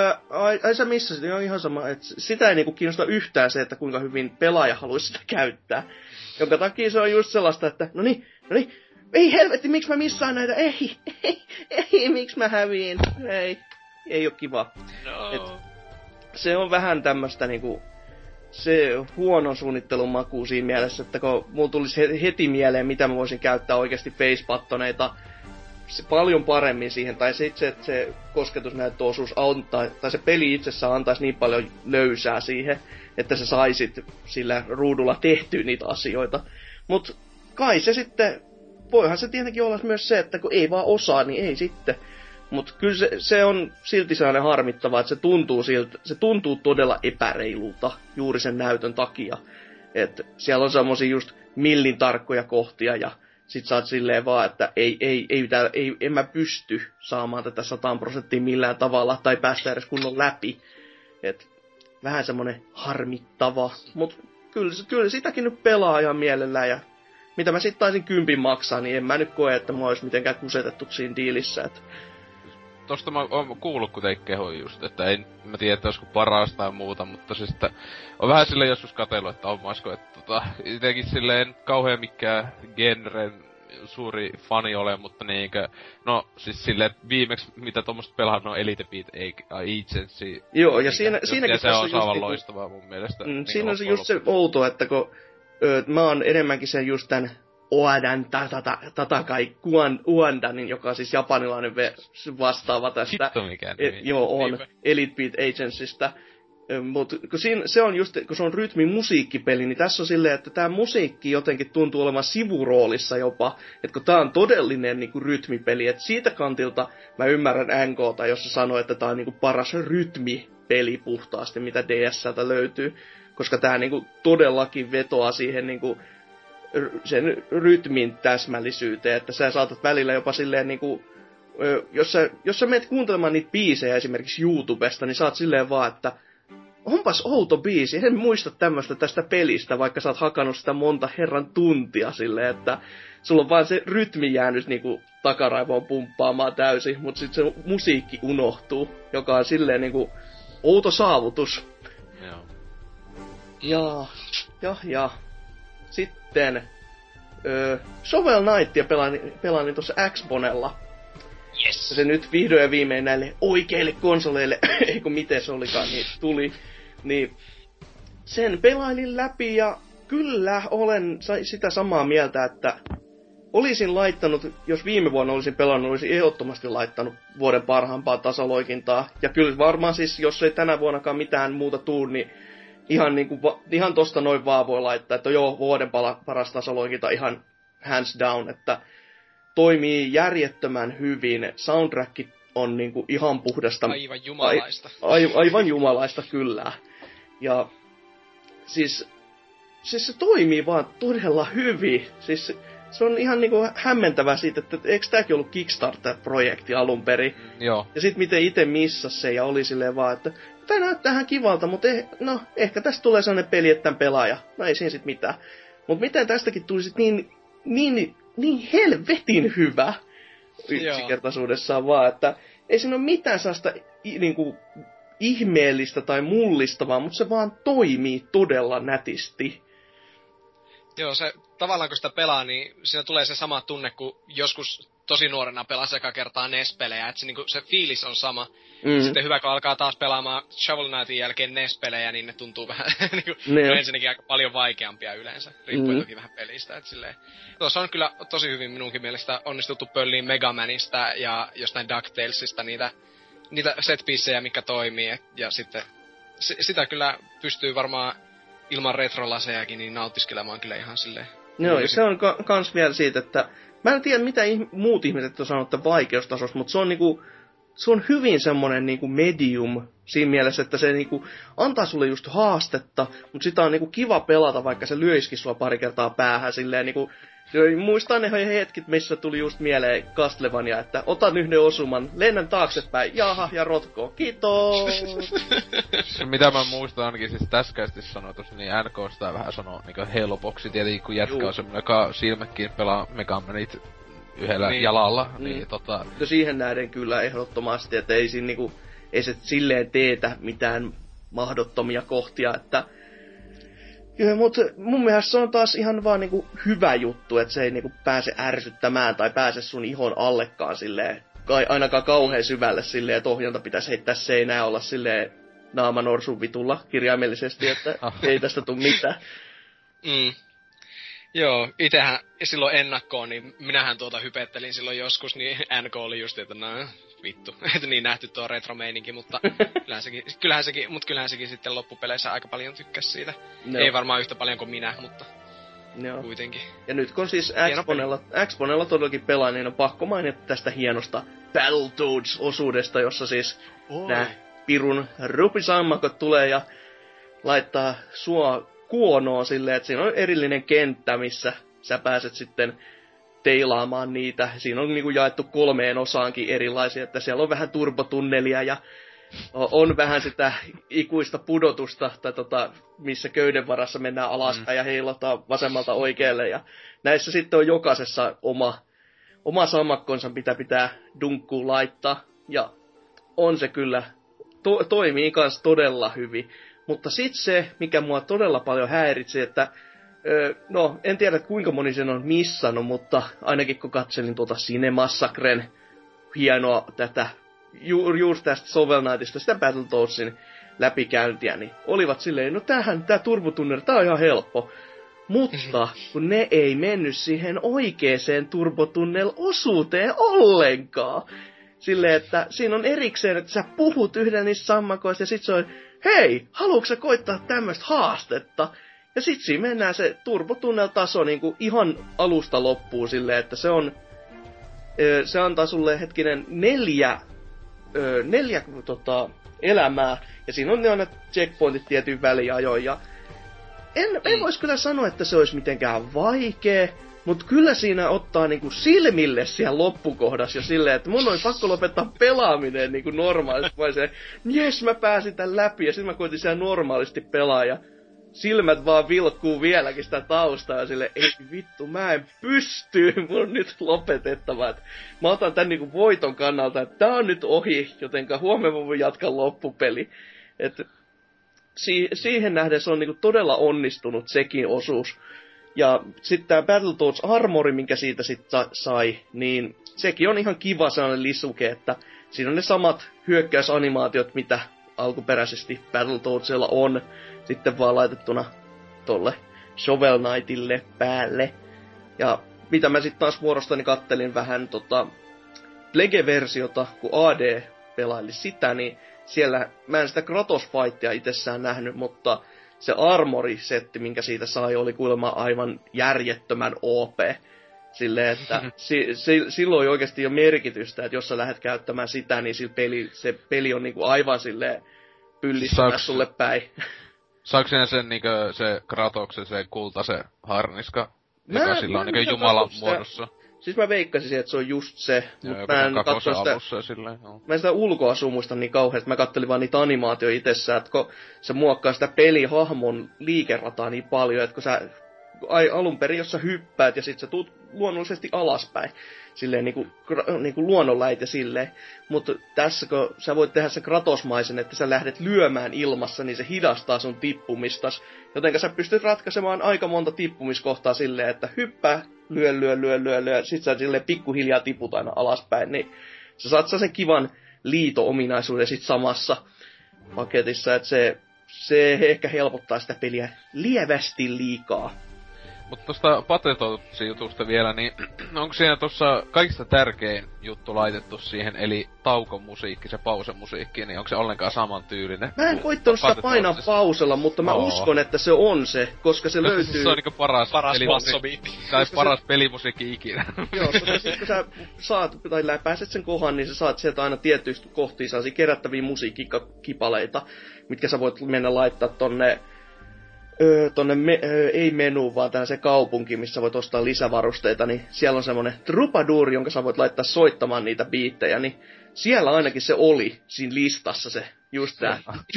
ai sä missasit, on ihan sama, että sitä ei niinku kiinnosta yhtään se, että kuinka hyvin pelaaja haluaisi sitä käyttää. Jonka takia se on just sellaista, että no niin, ei helvetti, miksi mä missaan näitä, ei, miksi mä häviin, ei oo kiva. No. Et se on vähän tämmöstä niinku, se huono suunnittelun maku siinä mielessä, että kun mulla tulisi heti mieleen, mitä mä voisin käyttää oikeasti face-buttoneita se paljon paremmin siihen, tai sit se, että se kosketusnäyttöosuus antaa, tai se peli itsessään antaisi niin paljon löysää siihen, että sä saisit sillä ruudulla tehtyä niitä asioita. Mut kai se sitten, voihan se tietenkin olla myös se, että kun ei vaan osaa, niin ei sitten. Mut kyllä se on silti sellainen harmittava, että se tuntuu todella epäreilulta juuri sen näytön takia. Että siellä on semmosia just millin tarkkoja kohtia ja sit sä oot silleen vaan, että en mä pysty saamaan tätä 100% millään tavalla tai päästä edes kunnon läpi. Et vähän semmonen harmittava, mut kyllä sitäkin nyt pelaa ihan mielellään ja mitä mä sit taisin 10 maksaa, niin en mä nyt koe, että mä ois mitenkään kusetettu siinä diilissä. Et tosta mä oon kuullut kuitenkin kehoin just, että en mä tiedä, että olisiko parasta tai muuta, mutta siis että on vähän silleen joskus katsellut, että omaisiko, että itekin silleen kauhean mikään genren suuri fani ole, mutta niinkö, no siis silleen viimeksi mitä tommoista pelannut on Elite Beat Agency. Joo, ja siinäkin se on aivan loistavaa mun mielestä. Siinä on se just se outo, että kun mä oon enemmänkin sen just tän Oadan Tatakai Uandanin, joka on siis japanilainen vastaava tästä. Hitto mikään. Joo, on. Elite Beat Agencystä. Mutta se on just, kun se on rytmimusiikkipeli, niin tässä on silleen, että tämä musiikki jotenkin tuntuu olevan sivuroolissa jopa. Että kun tää on todellinen niinku rytmipeli, että siitä kantilta mä ymmärrän NK:ta, jos se sanoo, että tää on niinku paras rytmipeli puhtaasti, mitä DS:ltä löytyy. Koska tää niinku todellakin vetoaa siihen niinku sen rytmin täsmällisyyteen, että sä saatat välillä jopa silleen niinku, jos sä menet kuuntelemaan niitä biisejä esimerkiksi YouTubesta, niin saat silleen vaan, että onpas outo biisi, en muista tämmöstä tästä pelistä, vaikka sä oot hakannut sitä monta herran tuntia silleen, että sulla on vaan se rytmi jäänyt niinku takaraivoon pumppaamaan täysin, mutta sit se musiikki unohtuu, joka on silleen niinku outo saavutus. Joo. Ja. Sitten Shovel Knightia pelasin tuossa Xbonella. Yes. Se nyt vihdoin ja viimein näille oikeille konsoleille, eikö miten se olikaan, niin tuli. Niin sen pelailin läpi ja kyllä olen sitä samaa mieltä, että olisin laittanut, jos viime vuonna olisin pelannut, olisin ehdottomasti laittanut vuoden parhaampaa tasoloikintaa. Ja kyllä varmaan siis, jos ei tänä vuonnakaan mitään muuta tuu, niin ihan tosta noin vaan voi laittaa, että joo, vuoden paras tasoloikinta ihan hands down, että toimii järjettömän hyvin. Soundtrack on niinku ihan puhdasta. Aivan jumalaista. Aivan jumalaista, kyllä. Ja siis se toimii vaan todella hyvin. Siis se on ihan niinku hämmentävää siitä, että eikö tääkin ollut Kickstarter-projekti alun perin. Joo. Ja sit miten ite missasi se ja oli silleen vaan, että tää näyttää ihan kivalta, mutta ehkä tästä tulee sellainen peli, että tän pelaaja. No ei siinä sit mitään. Mut miten tästäkin tuli sit niin helvetin hyvä yksinkertaisuudessaan vaan, että ei siinä ole mitään sellaista niinku ihmeellistä tai mullistavaa, mutta se vaan toimii todella nätisti. Joo, se tavallaan kun sitä pelaa, niin siinä tulee se sama tunne, kuin joskus tosi nuorena pelasi eka kertaa NES-pelejä, että se fiilis on sama. Sitten hyvä, kun alkaa taas pelaamaan Shovel Knightin jälkeen NES-pelejä, niin ne tuntuu vähän ensinnäkin aika paljon vaikeampia yleensä, riippuen toki vähän pelistä. Et silleen. Tuossa on kyllä tosi hyvin minunkin mielestä onnistuttu pölliin Mega Manista ja jostain DuckTalesista niitä set-piecejä, mikä toimii, ja sitten sitä kyllä pystyy varmaan ilman retrolasejakin niin nautiskelemaan kyllä ihan silleen. Joo, ja se on kans vielä siitä, että mä en tiedä mitä muut ihmiset on sanonut vaikeustasosta, mutta se on hyvin semmonen niinku medium siinä mielessä, että se niinku antaa sulle just haastetta, mutta sitä on niinku kiva pelata, vaikka se lyöisikin sua pari kertaa päähän silleen niinku. Muistan ne hetkit, missä tuli just mieleen Castlevania, että otan yhden osuman, lennän taaksepäin, jaha, ja rotkoo, kiitos! Mitä mä muistan ainakin siis täskäisesti sanotus, niin NK sitä vähän sanoo niinku helpoksi, tietenkin kun jätkä on semmonen, joka silmäkin pelaa Megamanit yhdellä jalalla, niin No siihen nähden kyllä ehdottomasti, että ei siinä niinku, ei se silleen teetä mitään mahdottomia kohtia, että kyllä, mutta mun mielestä se on taas ihan vaan niinku hyvä juttu, että se ei niinku pääse ärsyttämään tai pääse sun ihon allekaan silleen, ainakaan kauhean syvälle silleen, että ohjelta pitäisi heittää seinää olla silleen naamanorsun vitulla kirjaimellisesti, että ei tästä tule mitään. Joo, itehän silloin ennakkoon, niin minähän hypettelin silloin joskus, niin NK oli just, että no vittu, että niin nähty tuo retromeininki, mutta kyllähän sekin sitten loppupeleissä aika paljon tykkäs siitä. No. Ei varmaan yhtä paljon kuin minä, mutta kuitenkin. Ja nyt kun siis Xponella todellakin pelaa, niin on pakko mainita tästä hienosta Battletoads-osuudesta, jossa siis nämä pirun rupisammakot tulee ja laittaa sua kuonoa silleen, että siinä on erillinen kenttä, missä sä pääset sitten teilaamaan niitä. Siinä on niinku jaettu 3 osaankin erilaisia, että siellä on vähän turbotunnelia ja on vähän sitä ikuista pudotusta, tai missä köyden varassa mennään alaspäin ja heilataan vasemmalta oikealle. Ja näissä sitten on jokaisessa oma sammakkonsa, mitä pitää dunkkuun laittaa. Ja on se kyllä, toimii kans todella hyvin. Mutta sitten se, mikä mua todella paljon häiritsee, että no, en tiedä kuinka moni sen on missannut, mutta ainakin kun katselin Cinemassacren hienoa tätä, juuri tästä Shovel Knightista, sitä Battletoadsin läpikäyntiä, niin olivat silleen, no tää turbotunner, tää on ihan helppo. Mutta kun ne ei mennyt siihen oikeeseen turbotunnel-osuuteen ollenkaan. Silleen, että siinä on erikseen, että sä puhut yhden niistä sammakoista ja sit se on, hei, haluatko sä koittaa tämmöistä haastetta? Ja sit siinä mennään se turbotunnel-taso niinku ihan alusta loppuun silleen, että se antaa sulle neljä elämää. Ja siinä on ne aina checkpointit tietyin väliajoin. Ja en vois kyllä sanoa, että se olisi mitenkään vaikea. Mut kyllä siinä ottaa niinku silmille siellä loppukohdassa jo silleen, että mun oli pakko lopettaa pelaaminen niinku normaalisti. Vai se, jes mä pääsin tän läpi ja sit mä koitin siellä normaalisti pelaa ja silmät vaan vilkkuu vieläkin sitä taustaa ja silleen, ei vittu mä en pysty, mun on nyt lopetettava. Et mä otan tän niinku voiton kannalta, että tää on nyt ohi, jotenka huomenna mä voin jatkaa loppupeli. Et siihen nähden se on niinku todella onnistunut sekin osuus. Ja sitten tää Battletoads Armori, minkä siitä sitten sai, niin sekin on ihan kiva sellainen lisuke, että siinä on ne samat hyökkäysanimaatiot, mitä alkuperäisesti Battletoadsilla on, sitten vaan laitettuna tolle Shovel Knightille päälle. Ja mitä mä sitten taas vuorostani kattelin vähän Lege-versiota, kun AD pelaili sitä, niin siellä mä en sitä Kratos-fightia itsessään nähnyt, mutta se armori-setti, minkä siitä sai, oli kuulemma aivan järjettömän OP. Silleen, että silloin oikeasti jo merkitystä, että jos sä lähdet käyttämään sitä, niin se peli on niinku aivan silleen pyllistämä sulle päin. Saako siinä sen niinkö se Kratoksen se kultaisen harniska, joka sillä on niinkö Jumalan muodossa? Siis mä veikkasin, että se on just se, mutta mä en katso sitä, silleen, mä en sitä ulkoasua muista niin kauheasti, mä kattelin vaan niitä animaatioita itsessään, että kun se muokkaa sitä pelihahmon liikerataa niin paljon, että kun sä alun perin, jos sä hyppäät ja sit sä tuut luonnollisesti alaspäin, silleen niinku luonnonläitä silleen, mutta tässä kun sä voit tehdä se kratosmaisen, että sä lähdet lyömään ilmassa, niin se hidastaa sun tippumistas, jotenka sä pystyt ratkaisemaan aika monta tippumiskohtaa silleen, että hyppää, lyö, sit sä silleen pikkuhiljaa tiput aina alaspäin, niin sä saat sen kivan liito-ominaisuuden sit samassa paketissa, että se ehkä helpottaa sitä peliä lievästi liikaa. Mutta tosta patetointi-jutusta vielä, niin onko siinä tossa kaikista tärkein juttu laitettu siihen, eli taukomusiikki, se pausemusiikki, niin onko se ollenkaan saman tyylinen? Mä en koittanut sitä painaa pausella, mutta mä uskon, että se on se, koska se löytyy... Se on niinku paras bassobiitti. Tai paras pelimusiikki ikinä. Joo, koska sit kun sä saat, tai pääset sen kohan, niin sä saat sieltä aina tietyistä kohtiin sellaisia kerättäviä musiikkikipaleita, mitkä sä voit mennä laittaa tonne ei menu, vaan tähän se kaupunki, missä voit ostaa lisävarusteita, niin siellä on semmonen trupaduuri, jonka sä voit laittaa soittamaan niitä biittejä, niin siellä ainakin se oli siinä listassa se, just tää.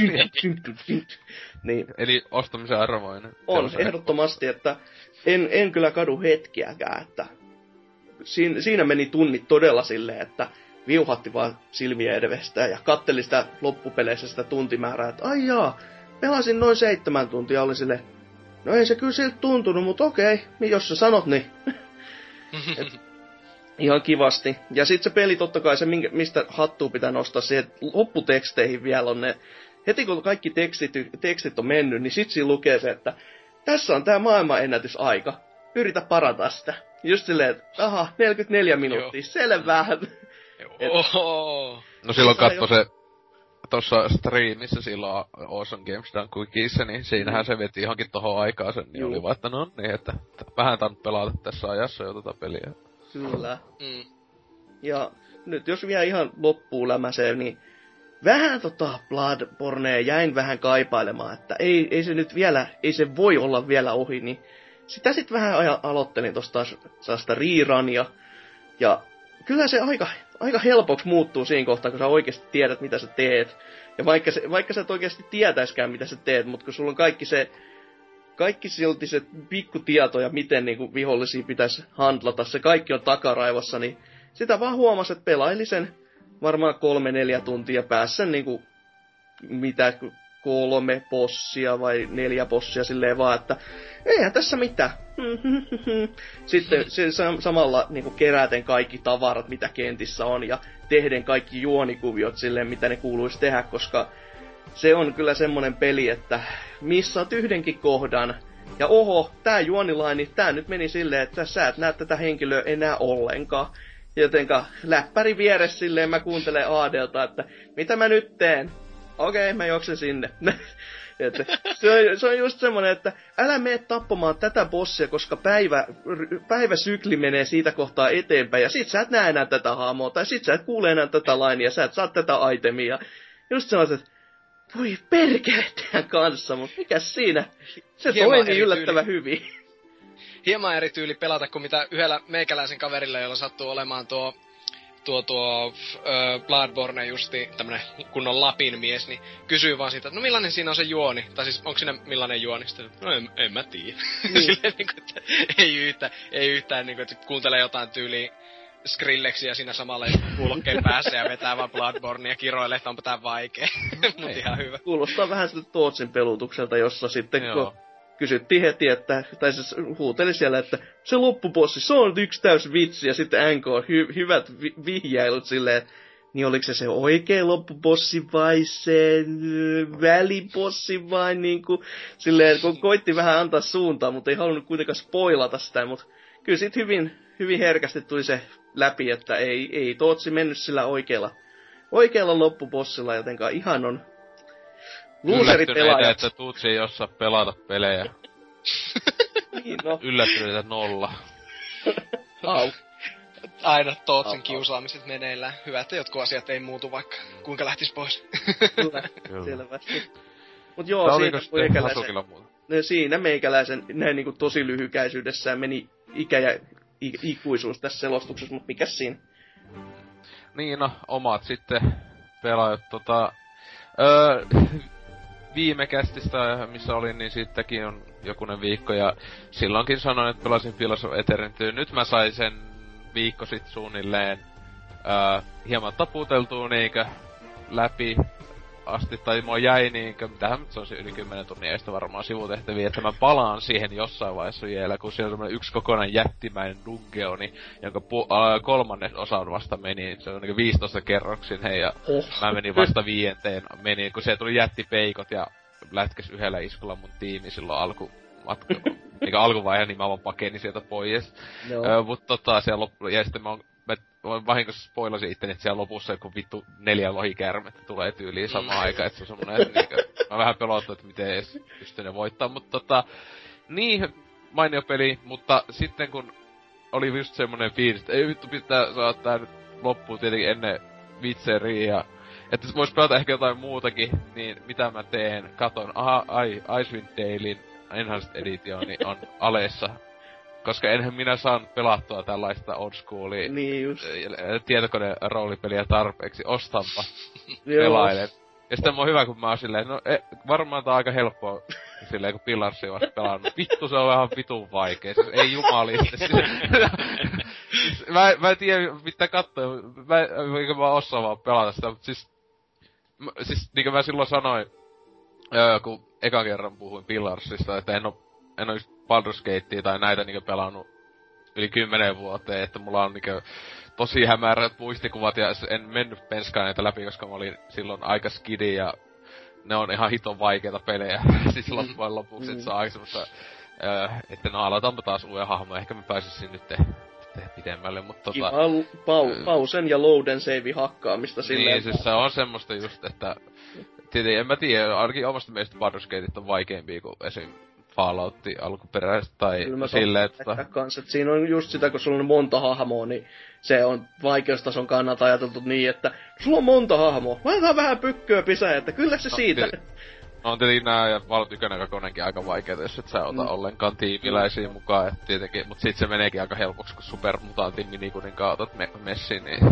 Niin. Eli ostamisen arvoinen. On, ehdottomasti, että en kyllä kadu hetkiäkään, että siinä meni tunnit todella silleen, että viuhatti vaan silmiä edestä ja katteli sitä loppupeleissä sitä tuntimäärää, että ai jaa, pelasin noin 7 tuntia, oli silleen, no ei se kyllä siltä tuntunut, mutta okei, niin jos sä sanot, niin ihan kivasti. Ja sit se peli totta kai, se mistä hattua pitää nostaa, se, että lopputeksteihin vielä on ne, heti kun kaikki tekstit on mennyt, niin sit siinä lukee se, että tässä on tää maailmanennätysaika, yritä parantaa sitä. Just silleen, että aha, 44 minuuttia, selvä. No silloin katso se tossa striimissä silloin Awesome Games Done Quickissa, niin siinähän se veti johonkin tohon aikaan sen, niin oli vaan, että no niin, että vähän tainnut pelata tässä ajassa jo tota peliä. Kyllä. Ja nyt jos vielä ihan loppuun lämäsee, niin vähän Bloodbornea jäin vähän kaipailemaan, että ei se nyt vielä, ei se voi olla vielä ohi, niin sitä sit vähän aloittelin tosta sellaista rerunia, ja kyllä se aika helpoksi muuttuu siinä kohtaa, kun sä oikeasti tiedät, mitä sä teet. Ja vaikka sä et oikeasti tietäiskään, mitä sä teet, mutta kun sulla on kaikki silti se pikkutieto ja miten niinku vihollisia pitäisi handlata, se kaikki on takaraivossa, niin sitä vaan huomasi, että pelaili sen varmaan 3-4 tuntia päässä niinku mitä 3 bossia vai 4 bossia silleen vaan, että eihän tässä mitään. Sitten se samalla niinku keräten kaikki tavarat, mitä kentissä on, ja tehden kaikki juonikuviot silleen, mitä ne kuuluisi tehdä, koska se on kyllä semmonen peli, että missaat yhdenkin kohdan, ja oho, tää juonilaini, tää nyt meni silleen, että sä et näe tätä henkilöä enää ollenkaan. Jotenka läppäri vieressä silleen mä kuuntelen Aadelta, että mitä mä nyt teen? Okei, mä juoksen sinne. Se on just semmonen, että älä mene tappamaan tätä bossia, koska päiväsykli menee siitä kohtaa eteenpäin, ja sit sä et näe enää tätä hahmoa, tai sit sä et kuule enää tätä lainia, sä et saa tätä itemia. Just sellaiset, että voi perkele teidän kanssa, mutta mikäs siinä? Se toimii yllättävän hyvin. Hieman eri tyyli pelata kuin mitä yhdellä meikäläisen kaverilla, jolla sattuu olemaan tuo Bloodborne justi tämmönen kunnon Lapin mies, niin kysyy vaan siitä, että no millainen siinä on se juoni? Tai siis onko siinä millainen juoni? Sitten, no en mä tiedä. Silleen niinku, että ei yhtään niinku, että kuuntelee jotain tyyliä Skrillexia siinä samalla kuulokkeen päässä ja vetää vaan Bloodborne ja kiroilee, että onpa tää vaikee. Mut ihan hyvä. Kuulostaa vähän sitä Tootsin pelutukselta, jossa sitten kun kysyttiin heti, että, tai se huuteli siellä, että se loppubossi, se on yksi täys vitsi, ja sitten NK on hyvät vihjailut silleen, niin oliko se oikea loppubossi vai se välibossi vai niinku, silleen, kun koitti vähän antaa suuntaa, mutta ei halunnut kuitenkaan spoilata sitä, mutta kyllä sit hyvin herkästi tuli se läpi, että ei Tootsi mennyt sillä oikealla loppubossilla, jotenkaan ihan on yllättyneitä, että Tutsi ei osaa pelata pelejä. Niin, no. Yllättyneitä 0. Au. Aina Tootsin kiusaamiset meneillään. Hyvä, että jotkut asiat ei muutu, vaikka kuinka lähtis pois. Kyllä, selvästi. Mut joo, siinä meikäläisen näin niinku tosi lyhykäisyydessään meni ikä ja ikuisuus tässä selostuksessa, mut mikäs siinä? Niin, no, omat sitten pelaajat viime kästistä, missä olin, niin sittenkin on jokunen viikko, ja silloinkin sanoin, että pelasin Philosophy Eternityn. Nyt mä sain sen viikko sit suunnilleen hieman taputeltua niinkö läpi asti, tai mua jäi niinkö, mitähän se on se yli 10 tunnin eestä varmaan sivutehtäviä, että mä palaan siihen jossain vaiheessa vielä, kun siellä on semmonen yksi kokonainen jättimäinen dungeoni, jonka 3. osan vasta meni, se on niinku 15 kerroksin, hei, ja mä menin vasta 5. kun se tuli jättipeikot ja lätkäs yhdellä iskulla mun tiimi silloin niinku alkuvaihe, niin mä vaan pakenin sieltä pois. Mut siellä ja sitten mä vahingossa spoilasin itteni, että siellä lopussa joku vittu 4 lohikäärmettä tulee tyyliin samaan aikaan, että se on semmonen, että niinku, mä vähän pelottu, että miten edes pystyy ne voittaa, mutta niin, mainio peli, mutta sitten kun oli just semmonen fiilis, että ei vittu pitää saada tää nyt loppuun tietenkin ennen Witcheria, ja että vois pelata ehkä jotain muutakin, niin mitä mä teen, katon, Icewind Dalein Enhanced Editioni on aleessa. Koska enhän minä saanut pelattua tällaista old schoolia tietokoneroolipeliä tarpeeksi. Ostanpa. Pelailen. Ja sitten on hyvä, kun mä oon silleen, no varmaan tää on aika helppoa silleen, kun Pillarsia vasta pelannut. Vittu, se on vähän vitun vaikee. Siis ei jumalista. Siis, mä en tiedä, mitä katsoa. Mä osaan vaan pelata sitä, mutta siis niin kuin mä silloin sanoin, kun ekan kerran puhuin Pillarsista, että en oo just Baldur's Gatea tai näitä niinku pelannut yli 10 vuoteen, että mulla on niinku tosi hämärät muistikuvat ja en mennyt penskaan näitä läpi, koska mä olin silloin aika skidi ja ne on ihan hiton vaikeita pelejä. Siis loppujen lopuksi, et saa semmoista, että no aloitanpa taas uuden hahmon, ehkä mä pääsisin nyt pidemmälle, mutta pausen ja loaden save hakkaamista silleen. Niin, siis se on semmoista just, että tietenkin en mä tiedä, ainakin omasta mielestä Baldur's Gate on vaikeampia kuin esim. Falloutti alkuperäistä tai silleen, että siinä on just sitä, kun sulla on monta hahmoa, niin se on vaikeustason kannalta ajateltu niin, että sulla on monta hahmoa, laitetaan vähän pykköä pisää, että kyllä se siitä. No on tietenkin nää ja Fallout 1 ja 2 aika vaikeeta, jos et sä ota ollenkaan tiimiläisiä mukaan, et tietenkin, mut sit se meneekin aika helpoksi, kun supermutantin minikuninkaan otat messiin, niin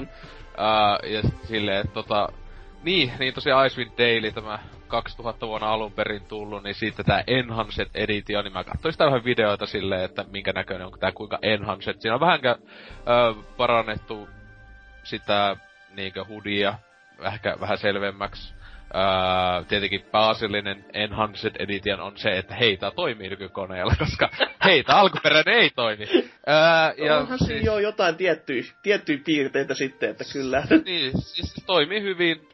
ja silleen, että niin tosiaan Icewind Dale, tämä 2000 vuonna alun perin tullut, niin siitä tää Enhanced Edition, niin mä katsoin sitä vähän videoita silleen, että minkä näköinen onko tää kuinka Enhanced. Siinä on parannettu sitä niinkö hudia vähän selvemmäksi. Tietenkin pääasiallinen Enhanced Edition on se, että hei, tää toimii nykykoneella, koska hei, tää alkuperäinen ei toimi. Onhan siinä jo jotain tiettyjä piirteitä sitten, että kyllä. Niin, siis toimii hyvin.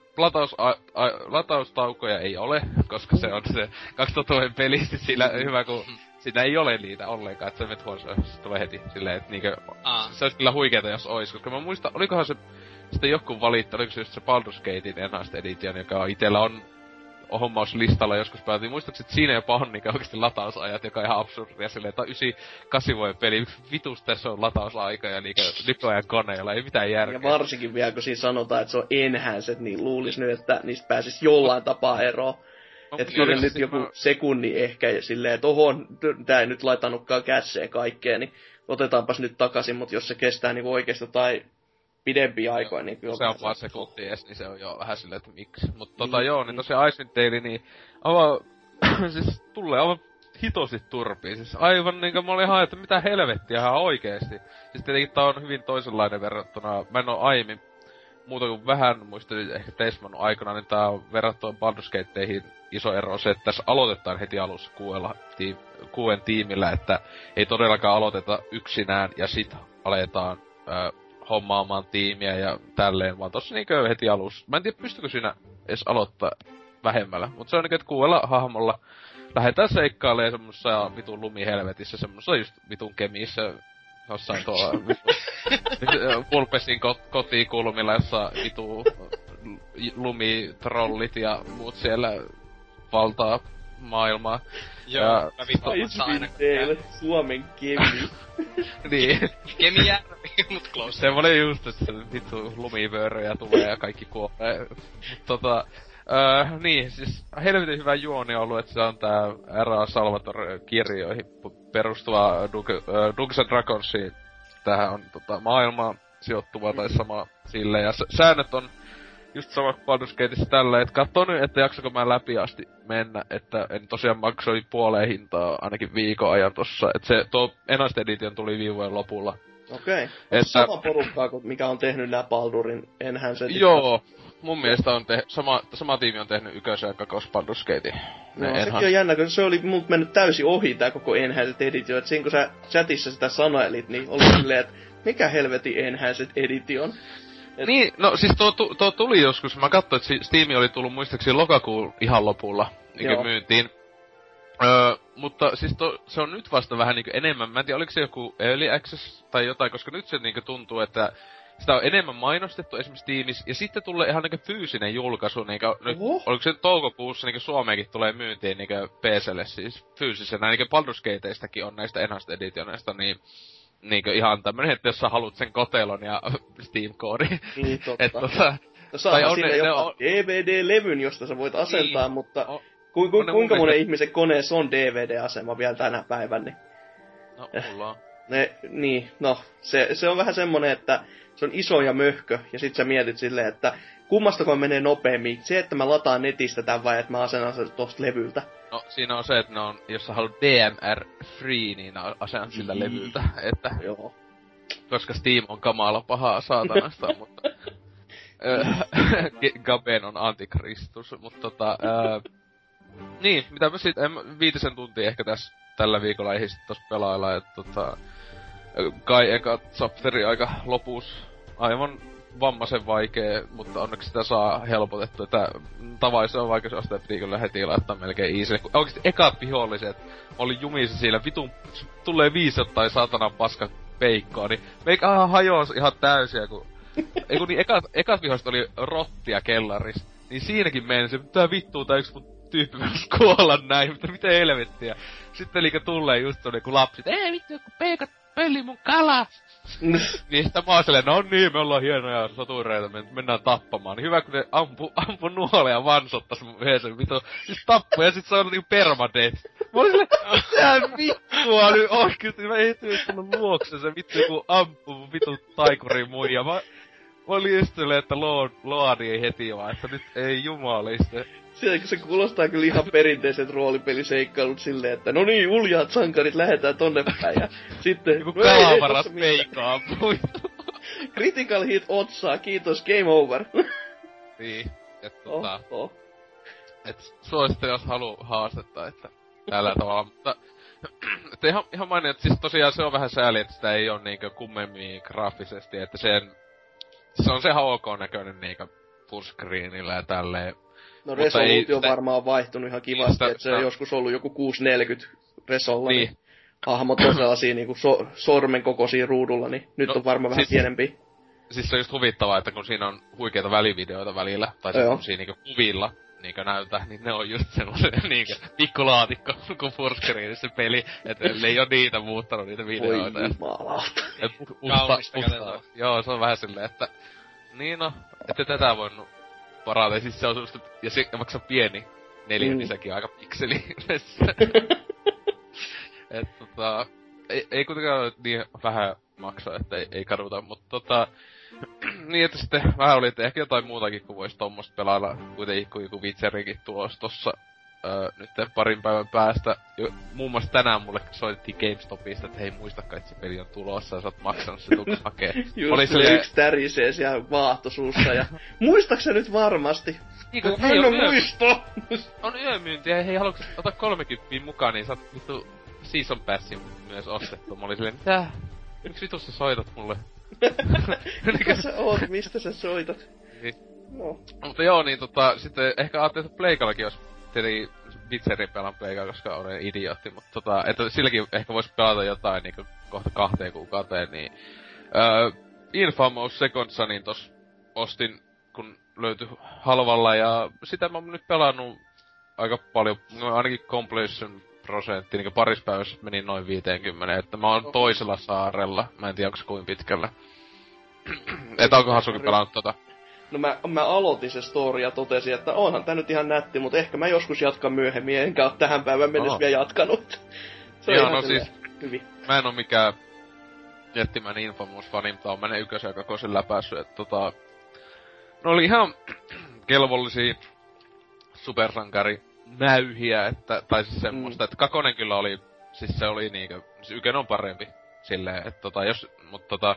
Lataustaukoja ei ole, koska se on se 2000 peli, sillä hyvä kun siinä ei ole niitä ollenkaan, että se Methuolessa tulee heti silleen, että niinkö, se olisi kyllä huikeeta jos ois, koska mä muistan, olikohan se sitten joku valitti, oliko se just se Baldur's Gatein Enhanced Edition, joka itellä on hommauslistalla joskus päätin. Muistaakseni, että siinä jopa on niinkö oikeesti latausajat, joka on ihan absurdia silleen, että 9-8 vuoden peli, vitus tässä on latausaika ja niinkö nykyajan koneella, ei mitään järkeä. Ja varsinkin vielä, kun siinä sanotaan, että se on Enhanced, niin luulis nyt, että niistä pääsis jollain tapaa eroon. Että kyllä nyt joku sekunni ehkä silleen, että tää ei nyt laitanutkaan kässeen kaikkeen, niin otetaanpas nyt takaisin, mutta jos se kestää niinku oikeesti tai pidempiä aikoja, niin kyllä. Se on vaan sekunti edes, niin se on jo vähän silleen, että miksi. Mutta joo, niin tosiaan Icewind Dale, niin aivan, siis tulee aivan hitosti turpiin. Siis aivan niinkö mä olin ihan, että mitä helvettiä ihan oikeesti. Siis tietenkin tää on hyvin toisenlainen verrattuna, mä en oo aiemmin muuta kuin vähän muistelin ehkä Teismannut aikana, niin tää on verrattuna Baldur's Gateihin iso ero on se, että tässä aloitetaan heti alussa 6 tiimillä, että ei todellakaan aloiteta yksinään ja sit aletaan hommaamaan tiimiä ja tälleen, vaan tossa niinkö heti alussa. Mä en tiedä, pystykö siinä edes aloittaa vähemmällä, mutta se on niinkö, että 6 hahmolla lähdetään seikkailemaan semmosessa vitun lumihelvetissä, semmosessa just vitun kemissä, jossain tuolla Pulpesin kotikulmilla, jossa vitu lumitrollit ja muut siellä valtaa maailmaa. Joo, mä vittuamassa aina. Suomen kemi. Niin. Kemijärvi, mut close. Semmoinen just, että vittu lumivööröjä tulee ja kaikki kuolee. Niin, siis helvetin hyvä juoni on ollut, että se on tää R.A. Salvatore-kirjoihin perustuva Dungeons & Dragonsiin. Tämähän on maailmaan sijoittuva tai sama silleen. Ja säännöt on just sama kuin Baldur's Gateissa tällä, että katso nyt, että jaksako mä läpi asti mennä, että en tosiaan maksoi puoleen hintaa ainakin viikon ajan tossa. Että se tuo Enhanced Edition tuli viime vuoden lopulla. Okei. Että sama porukkaa, mikä on tehnyt nää Baldurin Enhanced Edition. Joo. Mun mielestä on sama tiimi on tehnyt ykkösen ja kakos Baldur's Gatein. No sekin on jännä, kun se oli mut mennyt täysin ohi tää koko Enhanced Edition. Et siinä kun sä chatissa sitä sanoilit, niin oli silleen, että mikä helvetin Enhanced Edition? Niin, no siis tuo tuli joskus. Mä katsoin, että Steam oli tullut muistaakseni lokakuun ihan lopulla niin myyntiin. Mutta siis se on nyt vasta vähän niinku enemmän, mä en tiedä oliko se joku Early Access tai jotain, koska nyt se niinku tuntuu, että sitä on enemmän mainostettu esimerkiksi Steamissa, ja sitten tulee ihan niinku fyysinen julkaisu, niinku nyt, oliko se toukokuussa niinku Suomeenkin tulee myyntiin niinku PC:lle siis fyysisenä, niinku Baldur's Gateistäkin on näistä Enhanced Editionista, niin niinku ihan tämmönen, että jos sä haluat sen kotelon ja Steam-koodin. Niin, totta. No tai sinne jopa DVD-levyn, josta sä voit asentaa, niin, mutta kuinka monen ihmisen koneessa on DVD-asema vielä tänä päivänä? Niin... No, mulla on. Se on vähän semmonen, että se on iso ja möhkö, ja sit sä mietit silleen, että kummastako menee nopeammin, se, että mä lataan netistä tän vai, että mä asennan sen tosta levyltä. No, siinä on se, että ne on, jos sä haluat DMR-free, niin asennan sillä levyltä, että... Joo. Koska Steam on kamala pahaa saatanasta, mutta... Gaben on antikristus, mutta niin, mitä mä sit, 5 tuntia ehkä tällä viikolla ei sit tos pelailla, että kai eka chapteri aika lopus, aivan vammaisen vaikee, mutta onneksi sitä saa helpotettu, että tavallisen vaikeusasteet piti kyllä heti laittaa melkein easy. Oikeesti ekat viholliset oli jumissa siellä, vitun tulee 5 jotain saatanan paska peikkoa, niin meikä hajoas ihan täysiä, kun eiku niin ekat viholliset oli rottia kellaris, niin siinäkin meni se, mitä vittuu tää yks mun tyyppi myös kuolla näin, mutta mitä helvettiä. Sitten liikä tulee just semmonen kun lapsit, ei vittu joku peikat peli mun kala! Niin sitä mä oon silleen, no niin, me ollaan hienoja sotureita, me mennään tappamaan. Niin hyvä kun ne ampu nuoleja ja vansottas mun yhdessä, vittu, siis tappui ja sit se on niinku permadeath. Mä olin silleen, mitä vittua nyt oikeesti, mä ehtin tullut luokse se vittu joku ampuu mun vittu taikurin muija. Mä olin just silleen, että Loadi ei heti vaan, että nyt ei jumaliste. Se kuulostaa kyllä ihan perinteiset roolipeliseikkailut silleen, että no niin, uljaat sankarit, lähetään tonne päin. Ja sitten... Joku kalavaras peikkaa puitu. Critical hit otsaa, kiitos, game over. Niin, et suosittelen, jos haluu haastetta, että tällä tavalla, mutta... Että ihan mainin, että siis tosiaan se on vähän sääli, että sitä ei oo niinkö kummemmin graafisesti, että se on se ihan ok näköinen niinkö fullscreenillä ja tälleen. No resoluutio on varmaan vaihtunut ihan kivasti, että se on joskus ollut joku 640 resolla, niin hahmot on sellaisia niinku sormen kokoisia ruudulla, niin nyt on varmaan vähän pienempi. Siis se on just huvittavaa, että kun siinä on huikeita välivideoita välillä, tai semmosia niinku kuvilla niinkö näytä, niin ne on just semmosen niinkö pikkulaatikko, kun fullscreenissä se peli, että ne ei oo niitä muuttanut niitä videoita. Oi jumalauta. Kaunista katsotaan. Joo, se on vähän silleen, että niin no, ette tätä voinut parata, siis se on semmoista, ja se vaikka se on pieni 4, niin sekin on aika pikseli. Et ei kuitenkaan niin vähän maksaa, että ei kaduta, mutta niin että sitten vähän oli, että ehkä jotain muutakin, kun vois tommoista pelailla, kuitenkin kun joku Witcherikin tulos tossa nyt parin päivän päästä. Muun muassa tänään mulle soitettiin GameStopista, että hei muistakaa, että se peli on tulossa ja sä oot maksanut se tuks hakee. Just se yksi tärisee siellä vaahtosuussa ja muistaksä nyt varmasti? Muisto! On yömyyntiä, hei haluatko ota 30 mukaan, niin saat vittu Season Passin myös ostettu. Mä olin silleen, mitä? Miksi vitus sä soitat mulle? Mikä sä oot? Mistä sä soitat? Niin. No. Mutta joo, niin sitten ehkä ajattelin, että Pleikallakin olisi tietenkin Witcherin pelan Pleikalla, koska olen idiootti, mutta että silläkin ehkä vois pelata jotain niinku kohta 2 kuukauteen, niin Infamous Second Sonin tos ostin, kun löytyi halvalla, ja sitä mä oon nyt pelannut aika paljon, ainakin completion prosentti, niinku parissa päivässä meni noin 50, että mä oon toisella saarella, mä en tiedä onko kuinka pitkällä. Et onkohan sunkin pelannut tota? No mä aloitin se story ja totesin, että onhan tää nyt ihan nätti, mutta ehkä mä joskus jatkan myöhemmin, enkä oo tähän päivän mennessä vielä jatkanut. Se on joo, ihan no siis, hyvin. Mä en oo mikään jättimäinen Infamous-fani, mutta oon mennyt ykkösen ja kakosen läpässyt, että no oli ihan kelvollisia supersankari-näyhiä, että, tai siis semmoista, että kakonen kyllä oli, siis se oli niinkö, siis ykönen on parempi silleen, että mutta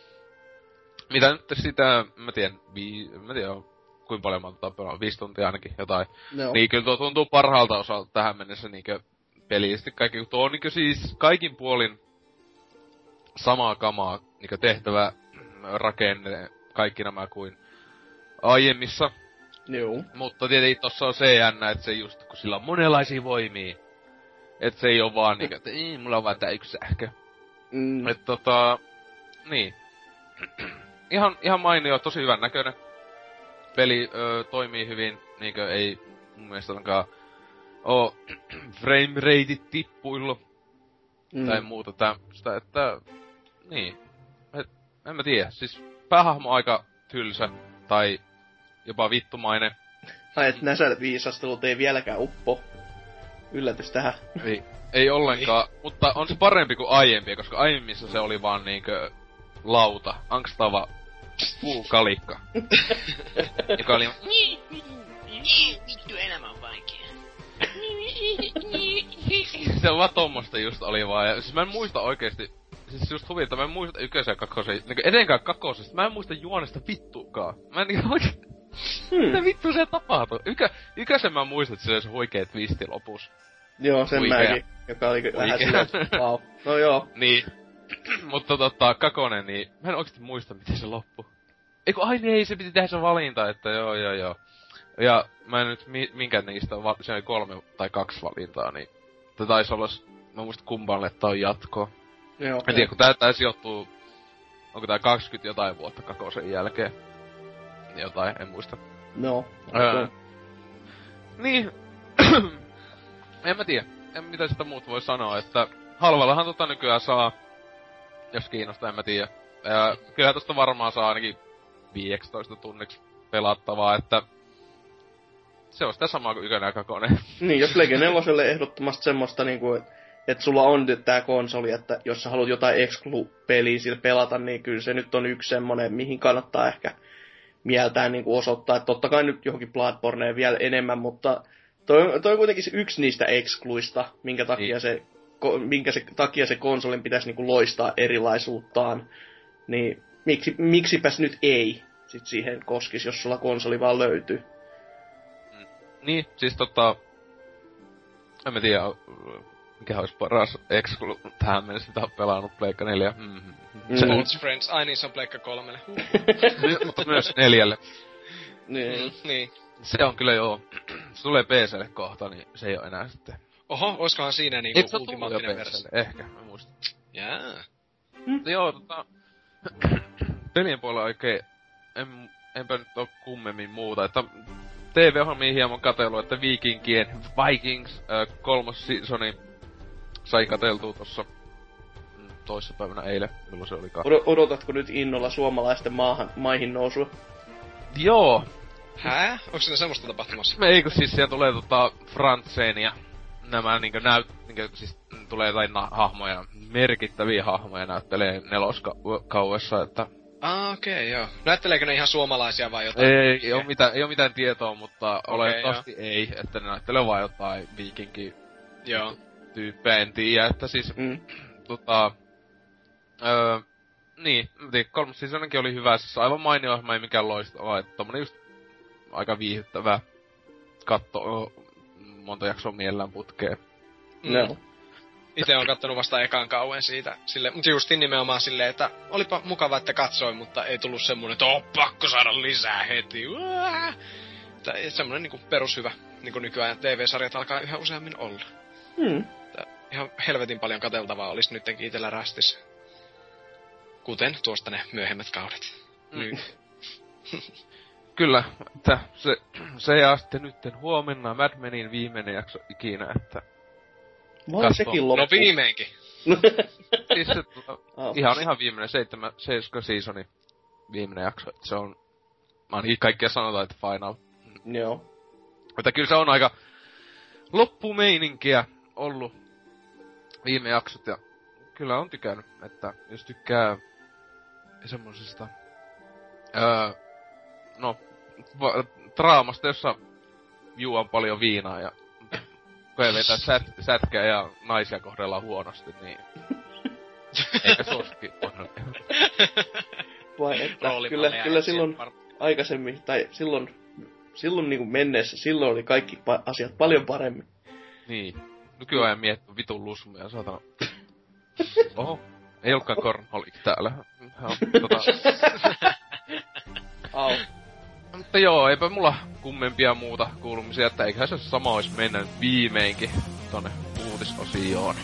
mitä nyt sitä, mä tiedän kuinka paljon mä oon pelannut, 5 tuntia ainakin jotain. No. Niin kyllä tuo tuntuu parhaalta osalta tähän mennessä niinkö peliisesti kaikki, tuo on niinkö siis kaikin puolin samaa kamaa, niinkö tehtävä rakenne, kaikki nämä kuin aiemmissa. Joo. Mutta tietenkin tossa on se jännä, että se just, kun sillä on monenlaisia voimia. Et se ei oo vaan niinku, että mulla on vaan tää yksi sähkö. Et niin. ihan mainio, tosi hyvän näköinen. Peli toimii hyvin, niinkö ei mun mielestä ollenkaan oo frame rateit tippuillu. Tai muuta tämmöstä, että niin. En mä tiedä, siis päähahmo aika tylsä, tai jopa vittumainen. Ai et näsäviisastelut ei vieläkään uppo. Yllätys tähän. Ei ollenkaan, mutta on se parempi kuin aiempia, koska aiemmissa se oli vaan niinkö lauta, angstava puukalikka. Joka oli Vittu, elämä on vaikea. se on vaan tommosta just oli vaan, ja siis mä en muista oikeesti, siis just huvittaa, mä en muista ykkösen ja kakkosen, niinku etenkään kakkosesta, mä en muista juonesta vittukaan. Mä en niinku oikeesti, mitä vittu se tapahtui? Ykösen mä muistan, että se olisi huikee twisti lopus. Joo, sen mäkin, joka oli vähän silleen, wow. No joo. Niin. Mutta kakonen, niin mä en oikeesti muista, miten se loppui. Ei, se piti tehdä se valinta, että joo. Ja mä en nyt minkään niistä, se oli 3 tai 2 valintaa, niin taisi olla, mä muistan kumpaalle, että on jatkoa. Joo. En tiedä, kun tää sijoittuu, onko tää 20 jotain vuotta kakosen jälkeen. Jotain, en muista. No. Niin. En mä tiedä. Mitä sitä muut voi sanoa, että halvallahan nykyään saa, jos kiinnostaa, en mä tiedä. Kyllähän tosta varmaan saa ainakin 15 tunniksi pelattavaa, että se on sitä samaa kuin ykönen ja kakonen. Niin, jos Plege 4 ehdottomasti semmoista niinku, että sulla on tää konsoli, että jos sä haluat jotain exclu-peliä sillä pelata, niin kyllä se nyt on yksi semmonen, mihin kannattaa ehkä mieltään niinku osoittaa. Että totta kai nyt johonkin Bloodborneen vielä enemmän, mutta toi on kuitenkin se yksi niistä excluista, minkä takia se konsolin pitäisi niinku loistaa erilaisuuttaan. Niin miksipäs nyt ei sit siihen koskisi, jos sulla konsoli vaan löytyy. Niin, siis en mä tiedä, mikä olisi paras exclu tähän mennessä, mitä on pelannut Pleikka 4. Sports Friends, ai niin, se on Pleikka 3. Mutta myös 4. Niin. Se on kyllä joo. Se tulee PC:lle kohta, niin se ei oo enää sitten. Oho, oiskohan siinä niinku ultimaattinen versio? Ehkä, mä muistan. Jaa. Joo, pelien puolella oikein enpä nyt oo kummemmin muuta, että TV-ohjelmiin hieman katsellut, että Vikings 3. seasoni sai katseltua tossa toissapäivänä eilen, milloin se olikaan. Odotatko nyt innolla suomalaisten maihin nousua? Joo. Hää? Onks siinä semmoista tapahtumassa? Ei, kun siis siellä tulee Frantzen ja nämä siis tulee jotain hahmoja, merkittäviä hahmoja näyttelee neloskauessa, että okei, joo. Näytteleekö ne ihan suomalaisia vai jotain? Ei oo mitään tietoa, mutta olettavasti ei, että ne näyttelee vaan jotain viikinki tyyppejä, en tiedä, että siis niin, 3. seasonenkin oli hyvä, siis aivan mainio ohjelma, ei mikään loistava, että tommonen just aika viihyttävää katto monta jaksoa mielellään putkeen. No. Ite on kattonut vasta ekan kauen siitä, mutta justiin nimenomaan silleen, että olipa mukava, että katsoin, mutta ei tullut semmonen, että pakko saada lisää heti. Semmonen niinku perushyvä, niinku nykyään TV-sarjat alkaa yhä useammin olla. Ihan helvetin paljon katseltavaa olisi nyttenkin itellä rästissä. Kuten tuosta ne myöhemmät kaudet. Kyllä, että se ja sitten nytten huomenna Mad Menin viimeinen jakso ikinä, että sekin loppu. No viimeinkin. Siis se ihan viimeinen 7 seasoni viimeinen jakso, että se on ainakin kaikkia sanotaan, että final. Joo. Mutta kyllä se on aika loppumeininkiä ollut viime jaksot ja kyllä on tykännyt, että jos tykkää semmosesta draamasta, jossa juon paljon viinaa ja kun vetää sätkää ja naisia kohdellaan huonosti, niin eikä suosikin on. Vai että, kyllä silloin aikaisemmin, tai silloin niinku menneessä, silloin oli kaikki asiat paljon paremmin. Niin. Nykyajan miettii vitun lusmia, saatana. Oho, ei ollutkaan Cornholik täällä. Au. Mutta joo, eipä mulla kummempia muuta kuulumisia, että eiköhän se sama ois mennä nyt viimeinkin tonne uutisosioon.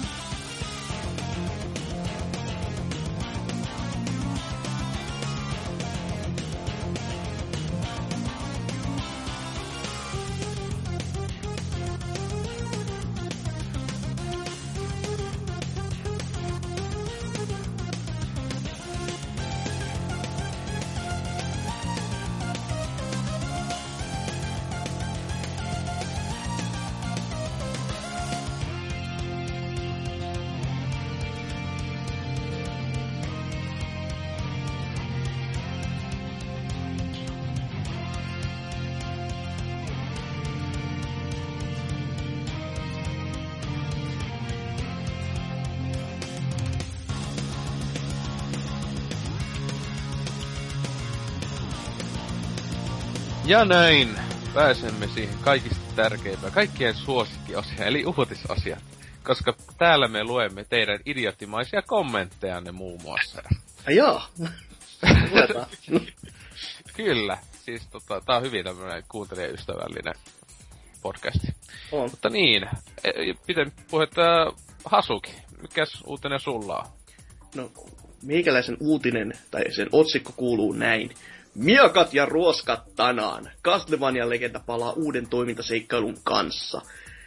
Ja näin pääsemme siihen kaikista tärkeimpään, kaikkien suosikkiasia, eli uutisasiat. Koska täällä me luemme teidän idioottimaisia kommenttejanne muun muassa. Jaa, luetaan. Kyllä, siis tää on hyvin tämmönen kuuntelijaystävällinen podcasti. On. Mutta niin, piten puhetta Hasuki, mikäs uutinen sulla on? No, meikäläisen uutinen, tai sen otsikko kuuluu näin. Miakat ja ruoskat tänään. Castlevania-legenda palaa uuden toimintaseikkailun kanssa.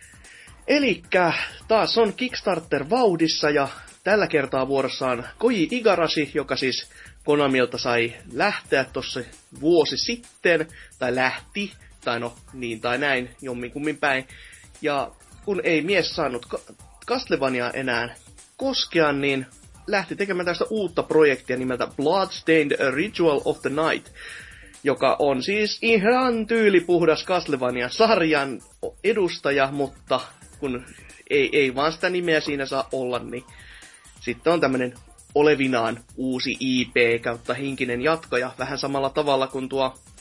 Elikkä taas on Kickstarter-vauhdissa ja tällä kertaa vuorossaan Koji Igarashi, joka siis Konamilta sai lähteä tossa vuosi sitten, tai lähti, tai no niin tai näin, jomminkummin päin. Ja kun ei mies saanut Castlevania enää koskea, niin lähti tekemään tästä uutta projektia nimeltä Bloodstained A Ritual of the Night, joka on siis ihan tyylipuhdas Castlevania-sarjan edustaja, mutta kun ei vaan sitä nimeä siinä saa olla, niin sitten on tämmönen olevinaan uusi IP kautta henkinen jatko, ja vähän samalla tavalla kuin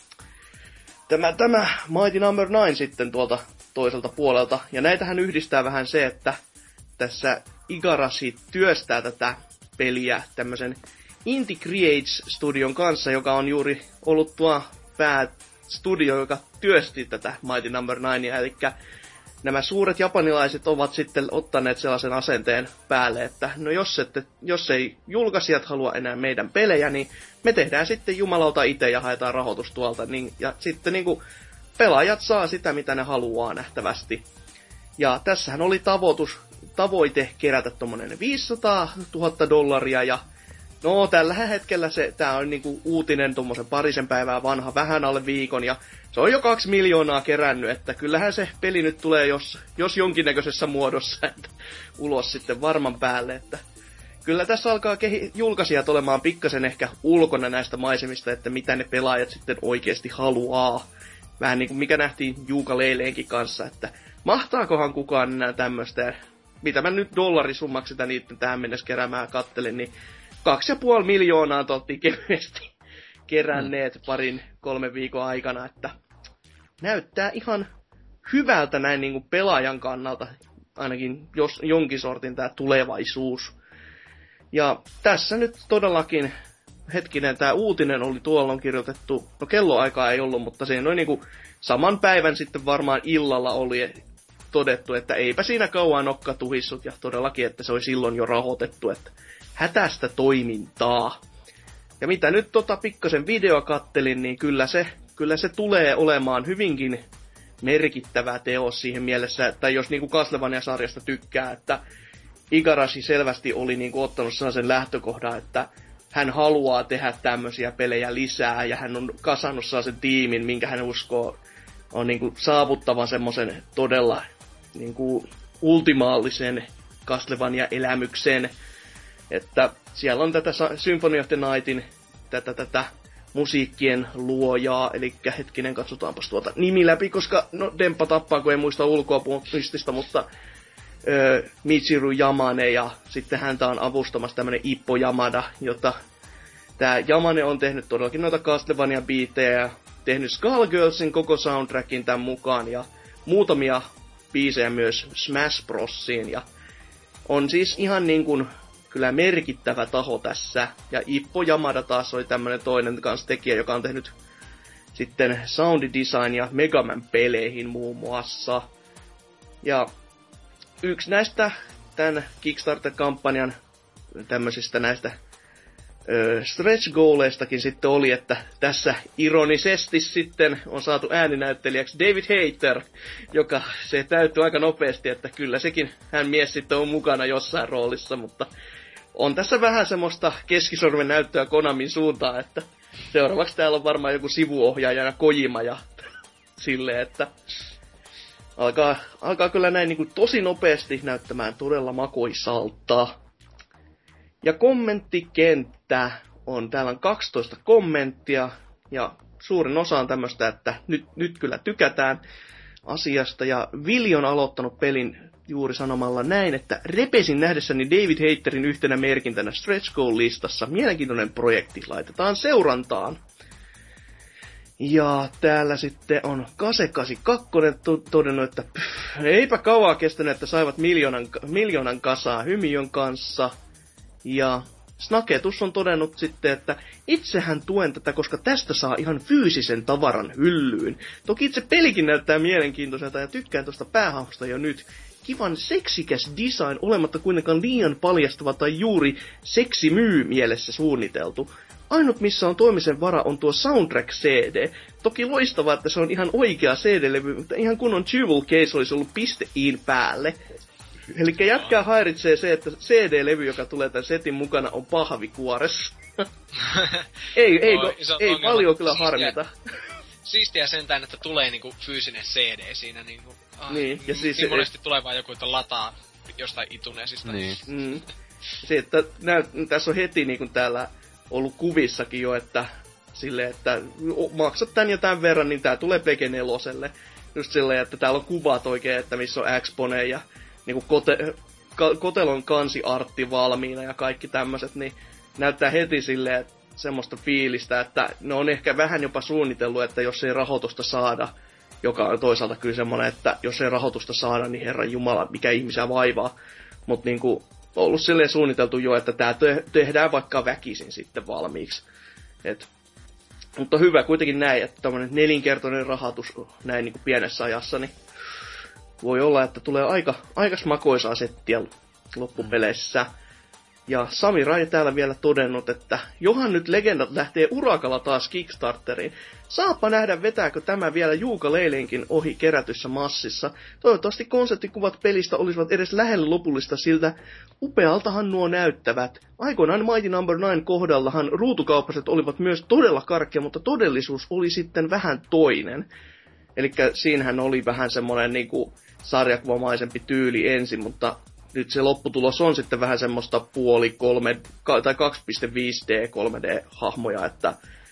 tämä Mighty Number 9 sitten tuolta toiselta puolelta. Ja näitähän yhdistää vähän se, että tässä Igarashi työstää tätä peliä tämmösen Inti Creates-studion kanssa, joka on juuri ollut tuo päästudio, joka työsti tätä Mighty Number 9, eli nämä suuret japanilaiset ovat sitten ottaneet sellaisen asenteen päälle, että no jos ei julkaisijat halua enää meidän pelejä, niin me tehdään sitten jumalauta itse ja haetaan rahoitus tuolta, niin, ja sitten niinku pelaajat saa sitä, mitä ne haluaa nähtävästi. Ja tässähän oli tavoite kerätä tommonen $500,000, ja no tällä hetkellä tää on niinku uutinen tommosen parisen päivää vanha, vähän alle viikon, ja se on jo 2 miljoonaa kerännyt, että kyllähän se peli nyt tulee jos jonkinnäköisessä muodossa että ulos sitten varman päälle, että kyllä tässä alkaa julkaisijat olemaan pikkasen ehkä ulkona näistä maisemista, että mitä ne pelaajat sitten oikeasti haluaa. Vähän niinku mikä nähtiin Juuka-Leileenkin kanssa, että mahtaakohan kukaan enää tämmöstä, mitä mä nyt dollarisummaksi sitä niitten tähän mennessä keräämään kattelin, niin 2,5 miljoonaa toltiin kevyesti keränneet 2-3 viikon aikana, että näyttää ihan hyvältä näin niinku pelaajan kannalta, ainakin jos jonkin sortin tää tulevaisuus. Ja tässä nyt todellakin, hetkinen, tää uutinen oli tuolloin kirjoitettu, no kelloaikaa ei ollut, mutta se noin niinku saman päivän sitten varmaan illalla oli todettu, että eipä siinä kauan nokka tuhissut, ja todellakin, että se oli silloin jo rahoitettu, että hätästä toimintaa. Ja mitä nyt pikkasen video kattelin, niin kyllä se tulee olemaan hyvinkin merkittävä teos siihen mielessä, että jos niinku Castlevania-sarjasta tykkää, että Igarashi selvästi oli niinku ottanut sellaisen lähtökohdan, että hän haluaa tehdä tämmöisiä pelejä lisää, ja hän on kasannut sellaisen tiimin, minkä hän uskoo on niinku saavuttavan semmoisen todella niinku ultimaalisen Castlevania-elämyksen. Että siellä on tätä Symphony of the Nightin, tätä musiikkien luojaa, eli hetkinen, katsotaanpas tuota nimi läpi, koska no Demppa tappaa, kun ei muista ulkoa muistista, mutta Michiru Yamane, ja sitten häntä on avustamassa tämmönen Ippo Yamada, jota tää Yamane on tehnyt todellakin noita Castlevania-biitejä, ja tehnyt Skullgirlsin koko soundtrackin tämän mukaan, ja muutamia biisejä myös Smash Brosiin, ja on siis ihan niin kuin kyllä merkittävä taho tässä. Ja Ippo Yamada taas oli tämmönen toinen kanssa tekijä, joka on tehnyt sitten sound design ja Mega Man peleihin muun muassa. Ja yksi näistä tämän Kickstarter-kampanjan tämmöisistä näistä stretch goaleistakin sitten oli, että tässä ironisesti sitten on saatu ääninäyttelijäksi David Hayter, joka se täytyy aika nopeasti, että kyllä sekin hän mies sitten on mukana jossain roolissa, mutta on tässä vähän semmoista keskisormen näyttöä Konamin suuntaan, että seuraavaksi täällä on varmaan joku sivuohjaajana Kojima ja silleen, että alkaa kyllä näin niin kuin tosi nopeasti näyttämään todella makoisalta. Ja kommenttikenttä on, täällä on 12 kommenttia, ja suurin osa on tämmöistä, että nyt kyllä tykätään asiasta, ja Vili on aloittanut pelin juuri sanomalla näin, että repesin nähdessäni David Hayterin yhtenä merkintänä Stretch Goal-listassa. Mielenkiintoinen projekti, laitetaan seurantaan. Ja täällä sitten on Kase82 todennut, että eipä kauaa kestänyt, että saivat miljoonan kasaa Hymiön kanssa. Ja Snaketus on todennut sitten, että itsehän tuen tätä, koska tästä saa ihan fyysisen tavaran hyllyyn. Toki itse pelikin näyttää mielenkiintoiselta ja tykkään tuosta päähahmosta jo nyt. Kivan seksikäs design, olematta kuitenkaan liian paljastava tai juuri seksimyy mielessä suunniteltu. Ainut missä on toimisen vara on tuo Soundtrack CD. Toki loistavaa, että se on ihan oikea CD-levy, mutta ihan kunnon Jewel Case olisi ollut .in päälle. Elikkä jätkää häiritsee se, että CD-levy, joka tulee tämän setin mukana, on pahvikuoressa. ei paljon kyllä harmita. Siistiä sentään, että tulee niinku fyysinen CD siinä niinku. Niin, ja siis niin monesti tulee vaan joku, että lataa jostain itunesista. Niin. Se, että tässä on heti niinku täällä ollut kuvissakin jo, että silleen, että maksat tän ja tän verran, niin tää tulee Pege 4:lle. Just silleen, että täällä on kuvat oikein, että missä on Xpone ja niinku kotelon kansiartti valmiina ja kaikki tämmöset, niin näyttää heti silleen, että semmoista fiilistä, että ne on ehkä vähän jopa suunnitellut, että jos ei rahoitusta saada, joka on toisaalta kyllä semmoinen, että jos ei rahoitusta saada, niin herran jumala, mikä ihmisiä vaivaa. Mutta niinku on ollut silleen suunniteltu jo, että tää tehdään vaikka väkisin sitten valmiiksi. Mutta hyvä kuitenkin näin, että tämmönen 4-kertainen rahoitus näin niinku pienessä ajassa, niin voi olla, että tulee aika makoisaa settiä loppupeleissä. Ja Sami Rai täällä vielä todennut, että johan nyt legendat lähtee urakalla taas Kickstarteriin. Saapa nähdä, vetääkö tämä vielä Juuka Leileenkin ohi kerätyssä massissa. Toivottavasti konseptikuvat pelistä olisivat edes lähellä lopullista, siltä upealtahan nuo näyttävät. Aikoinaan Mighty No. 9 kohdallahan ruutukauppaset olivat myös todella karkkia, mutta todellisuus oli sitten vähän toinen. Elikkä siinähän oli vähän semmoinen niinku sarjakuvamaisempi tyyli ensin, mutta nyt se lopputulos on sitten vähän semmoista puoli 3 tai 2.5D 3D-hahmoja, että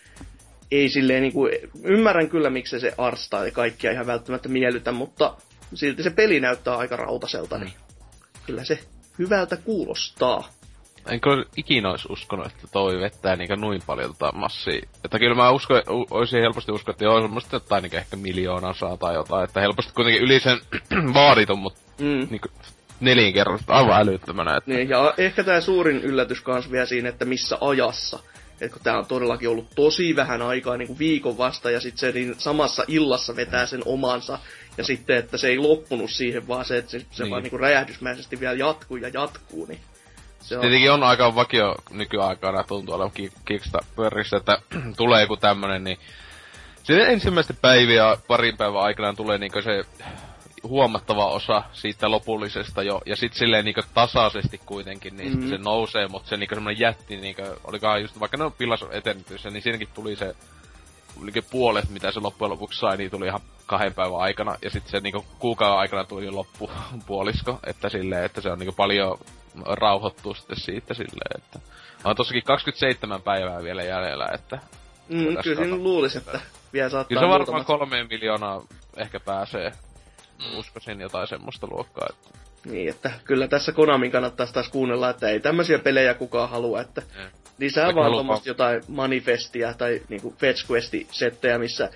ei silleen niinku, ymmärrän kyllä miksi se arstaa ja kaikkia ihan välttämättä miellytä, mutta silti se peli näyttää aika rautaselta, niin kyllä se hyvältä kuulostaa. En kyllä ikinä olisi uskonut, että toi vettää niinkö noin paljon massia. Että kyllä mä olisin helposti uskonut, että joo, semmoista jotain niinkö ehkä 1 miljoonaa saa tai jotain. Että helposti kuitenkin yli sen vaaditun, mutta niinkö 4 kerrasta aivan älyttömänä. Että niin, ja ehkä tää suurin yllätys kans vielä siinä, että missä ajassa. Että kun tää on todellakin ollut tosi vähän aikaa, niinku viikon vasta, ja sit se niin samassa illassa vetää sen omansa. Ja sitten, että se ei loppunut siihen, vaan se, että se niin vaan niinku räjähdysmäisesti vielä jatkuu, niin se on. Tietenkin on aika vakio nykyaikana, tuntuu olevan Kickstarterissa, että tulee joku tämmönen, niin sitten ensimmäisten päiviä parin päivän aikana tulee niinku se huomattava osa siitä lopullisesta jo, ja sit silleen niinku tasaisesti kuitenkin, niin se nousee, mutta se niinku semmonen jätti, niinku, olikohan just, vaikka ne on Pillars Eternityssä, niin siinäkin tuli se, puolet, mitä se loppujen lopuksi sai, niin tuli ihan 2 päivän aikana, ja sit se niinku kuukauden aikana tuli loppupuolisko, että silleen, että se on niinku paljon rauhoittuu sitten siitä silleen, että on tossakin 27 päivää vielä jäljellä, että kyllä siinä luulisi, että vielä saattaa kyllä se varmaan 3 miljoonaa ehkä pääsee. Uskoisin jotain semmoista luokkaa, että niin, että kyllä tässä Konamin kannattaisi taas kuunnella, että ei tämmösiä pelejä kukaan halua, että lisää vaan tommoista jotain manifestia tai niinku Fetch Quest-settejä, missä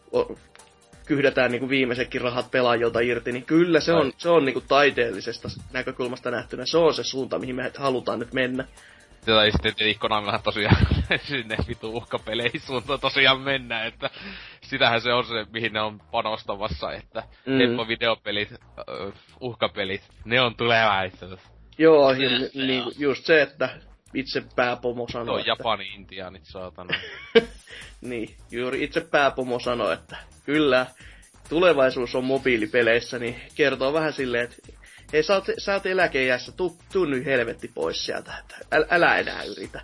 kyhdetään niinku viimeisetkin rahat pelaajilta irti, niin kyllä se on niinku taiteellisesta näkökulmasta nähtynä, se on se suunta, mihin me halutaan nyt mennä. Tai sitten Konamillahan tosiaan sinne vitu uhkapeleihin suuntaan tosiaan mennä, että sitähän se on se, mihin ne on panostamassa, että videopelit, uhkapelit, ne on tulevaisuus. Joo, niin, just se, että itse pääpomo sanoi. Joo, Japani intiaanit, saatana. Niin, juuri itse pääpomo sanoi, että kyllä, tulevaisuus on mobiilipeleissä, niin kertoo vähän silleen, että hei, sä oot eläkeiässä, tuu nyt helvetti pois sieltä, että älä enää yritä.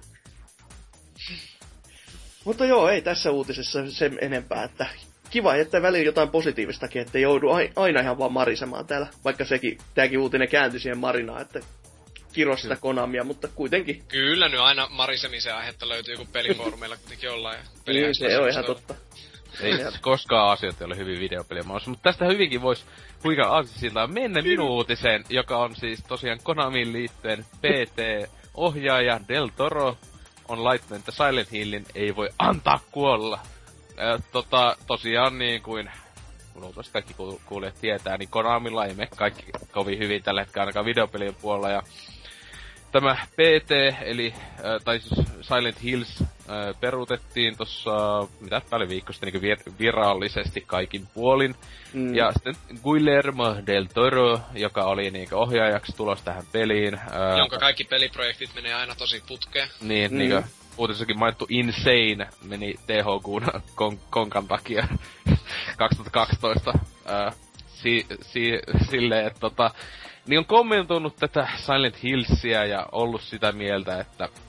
Mutta joo, ei tässä uutisessa sen enempää, että kiva jättää välillä jotain positiivistakin, että joudu aina ihan vaan marisemaan täällä, vaikka tääkin uutinen kääntyi siihen marinaan, että kirosi sitä Konamia, mutta kuitenkin. Kyllä nyt aina marisemisen aihetta löytyy, kun pelifoorumeilla kuitenkin ollaan. Niin, se on ihan totta. Ei koskaan asiat ei ole hyvin videopeliä maassa, mutta tästä hyvinkin voisi kuinka aasisiltaan mennä minun uutiseen, joka on siis tosiaan Konamiin liittyen PT-ohjaaja Del Toro on laittanut, että Silent Hillin ei voi antaa kuolla. Tosiaan niin kuin luultavasti kaikki kuulijat tietää, niin Konamilla ei mene kaikki kovin hyvin tällä hetkellä ainakaan videopelien puolella. Ja tämä PT, eli tai siis Silent Hills, peruutettiin tossa, mitä päälle viikko sitten niin virallisesti kaikin puolin. Ja sitten Guillermo del Toro, joka oli niin ohjaajaksi tulos tähän peliin. Jonka kaikki peliprojektit menee aina tosi putkeen. Niin kuin uutisessakin mainittu Insane meni THQ:n konkan takia 2012 silleen, että niin on kommentoinut tätä Silent Hillsia ja ollut sitä mieltä,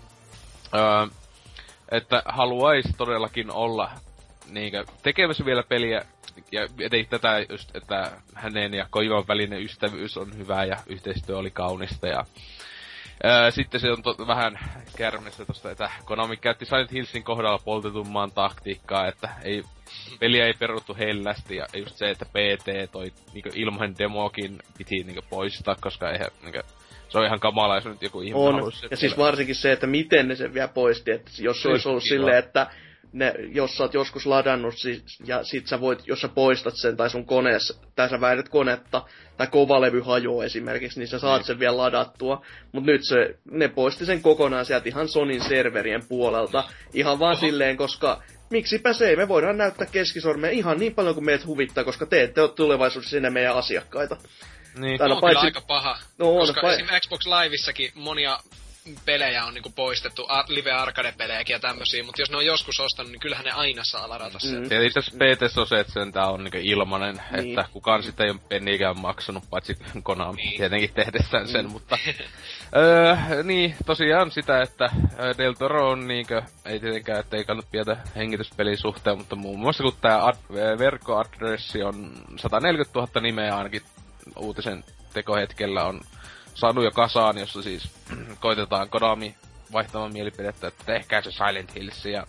että haluaisi todellakin olla niinkö tekemässä vielä peliä, ja etenkin tätä just, että hänen ja Kojiman välinen ystävyys on hyvä ja yhteistyö oli kaunista, ja sitten se on vähän kärmessä tosta, että Konami käytti Silent Hillsin kohdalla poltetummaan taktiikkaa, että peliä ei peruttu hellästi, ja just se, että PT toi niinku ilmoinen demokin piti niinku poistaa, koska eihän niinku, se on ihan kamala, jos nyt joku ihminen haluaisi. Ja siis varsinkin se, että miten ne sen vielä poisti, että jos se olisi ollut silleen, että jos sä oot joskus ladannut, ja sit sä voit, jos sä poistat sen, tai sun koneessa, tai sä väärät konetta, tai kovalevy hajoaa esimerkiksi, niin sä saat sen vielä ladattua. Mut nyt ne poisti sen kokonaan sieltä ihan Sonyn serverien puolelta, ihan vaan silleen, koska miksipä se ei, me voidaan näyttää keskisormea ihan niin paljon kuin meidät huvittaa, koska te ette ole tulevaisuudessa enää meidän asiakkaita. Niin. Se on kyllä aika paha, koska esimerkiksi Xbox Liveissakin monia pelejä on niinku poistettu, live arcade-pelejäkin ja tämmösiä, mutta jos ne on joskus ostanut, niin kyllähän ne aina saa ladata sen. Ja itse asiassa PTS on se, että sentään on niinku ilmanen, että kukaan sitä ei ole penniikään maksanut, paitsi Konami tietenkin tehdessään sen, mutta niin, tosiaan sitä, että Del Toro on niinkö, ei tietenkään, että ei kannata pidetä hengityspelin suhteen, mutta muun muassa kun tää verkkoadressi on 140 000 nimeä ainakin uutisen tekohetkellä on saanut jo kasaan, jossa siis koitetaan Konami vaihtamaan mielipidettä, että tehkää se Silent Hills. Ja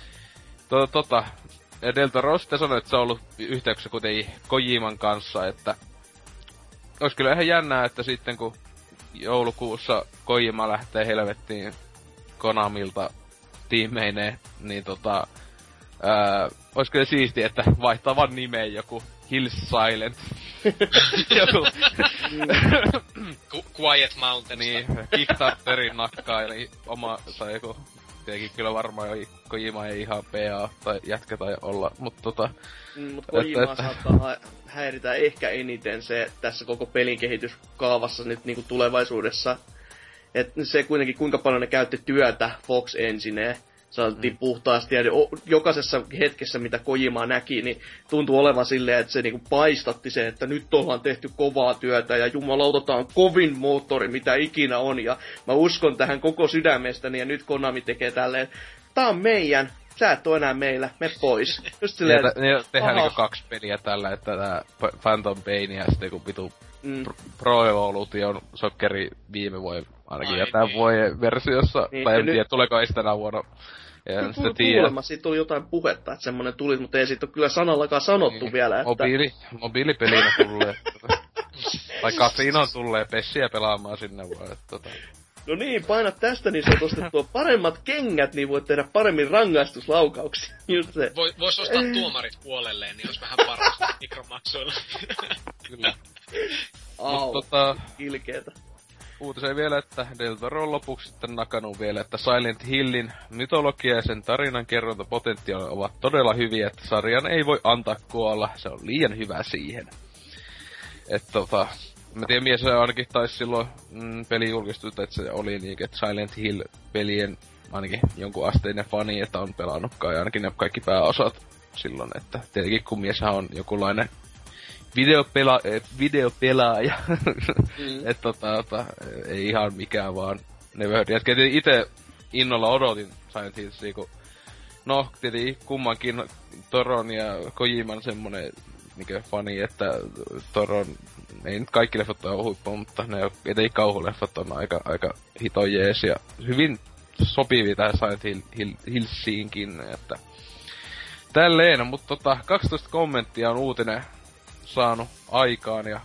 Del Toro sitten sanoi, että se on ollut yhteyksissä kuitenkin Kojiman kanssa, että olisi kyllä ihan jännää, että sitten kun joulukuussa Kojima lähtee helvettiin Konamilta tiimeineen, niin olisi kyllä siistiä, että vaihtaa vaan nimeen joku Hills Silent. Joku Quiet Mountain. Niin, Kickstarterin nakkaa, eli oma, tai joku, tietenkin kyllä varmaan Kojima ei ihan PA tai jätkä tai olla, mutta Mut Kojimaa saattaa häiritä ehkä eniten se tässä koko pelin kehityskaavassa nyt niinku tulevaisuudessa. Et se kuitenkin kuinka paljon ne käytti työtä Fox Engineen. Saatiin puhtaasti, ja jokaisessa hetkessä, mitä Kojimaa näki, niin tuntuu olevan silleen, että se niinku paistatti se, että nyt ollaan tehty kovaa työtä, ja jumalauta, tää on kovin moottori, mitä ikinä on, ja mä uskon tähän koko sydämestäni, ja nyt Konami tekee tälleen, tää on meidän, sä et oo enää meillä, me pois. Just silleen, tehdään niinku 2 peliä tällä, että tää Phantom Pain ja sitten joku vitu Pro Evolution sokkeri viime vuoden, ainakin ja tämän vuoden versiossa, niin, tai en tiedä, tuleeko ei sitä tänä vuonna. Kuulemma siitä tuli jotain puhetta, että semmonen tuli, mutta ei siitä ole kyllä sanallakaan sanottu niin, vielä, että mobiilipelinä tulee. Tai kasinoon tulee pessiä pelaamaan sinne vaan, että No niin, painat tästä, niin saat ostettua paremmat kengät, niin voit tehdä paremmin rangaistuslaukauksia. Just se. Vois ostaa tuomarit puolelleen, niin olisi vähän paras mikromaksuilla. Kyllä. Au, ilkeetä. uutiseen vielä, että Del Toro on lopuksi sitten nakannut vielä, että Silent Hillin mytologia ja sen tarinan kerrontapotentiaali ovat todella hyviä, että sarjan ei voi antaa kuolla, se on liian hyvä siihen. Että mä tiedän, mies ainakin taisi silloin peli julkistui, että se oli niin, että Silent Hill-pelien ainakin jonkun asteinen fani, että on pelannut kai ainakin ne kaikki pääosat silloin, että tietenkin kun mieshän on jokinlainen videopelaaja, että ei ihan mikään vaan Neverheard. Ja tietenkin ite innolla odotin Silent Hillsia, kun no tietenkin kummankin Toron ja Kojiman semmonen niinkö fani, että Toron ei nyt kaikki leffat ole huippua, mutta ne etenkin kauhuleffat on aika hito jees ja hyvin sopivia tähän Silent Hillsiinkin, että tälleen, mutta 12 kommenttia on uutinen saanut aikaan ja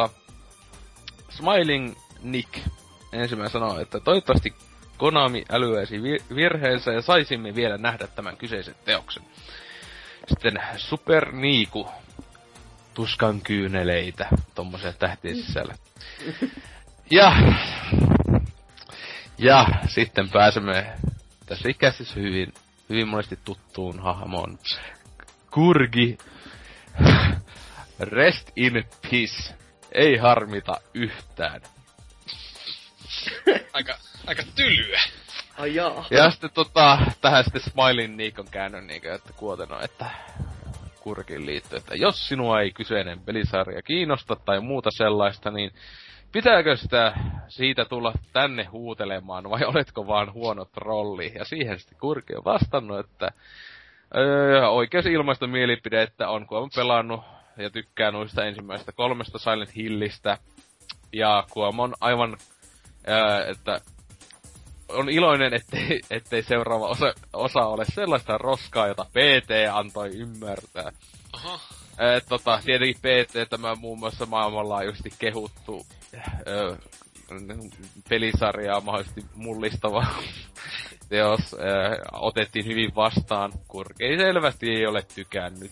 Smiling Nick ensimmäinen sanoo, että toivottavasti Konami älyäisi virheensä ja saisimme vielä nähdä tämän kyseisen teoksen. Sitten Super Niku, tuskan kyyneleitä, tommosia tähtien sisällä. Ja sitten pääsemme tässä ikäisissä hyvin monesti tuttuun hahmoon. Kurgi. Rest in peace. Ei harmita yhtään. Aika tylyä. Ai jaa. Ja sitten tähän sitten Smiling Nick on käynyt niinkö, että kuoteno, että Kurkin liittyy, että jos sinua ei kyseinen pelisarja kiinnosta tai muuta sellaista, niin pitääkö siitä tulla tänne huutelemaan vai oletko vaan huono trolli? Ja siihen sitten Kurki on vastannut, että oikeas ilmaista mielipidettä on, kun on pelannut ja tykkää noista ensimmäistä 3 Silent Hillistä. Ja kun on aivan, että on iloinen, ettei seuraava osa ole sellaista roskaa, jota PT antoi ymmärtää. Aha. Tietenkin PT tämä muun muassa maailmanlaajuisesti kehuttu pelisarjaa mahdollisesti mullistava teos otettiin hyvin vastaan. Kurkei selvästi ei ole tykännyt.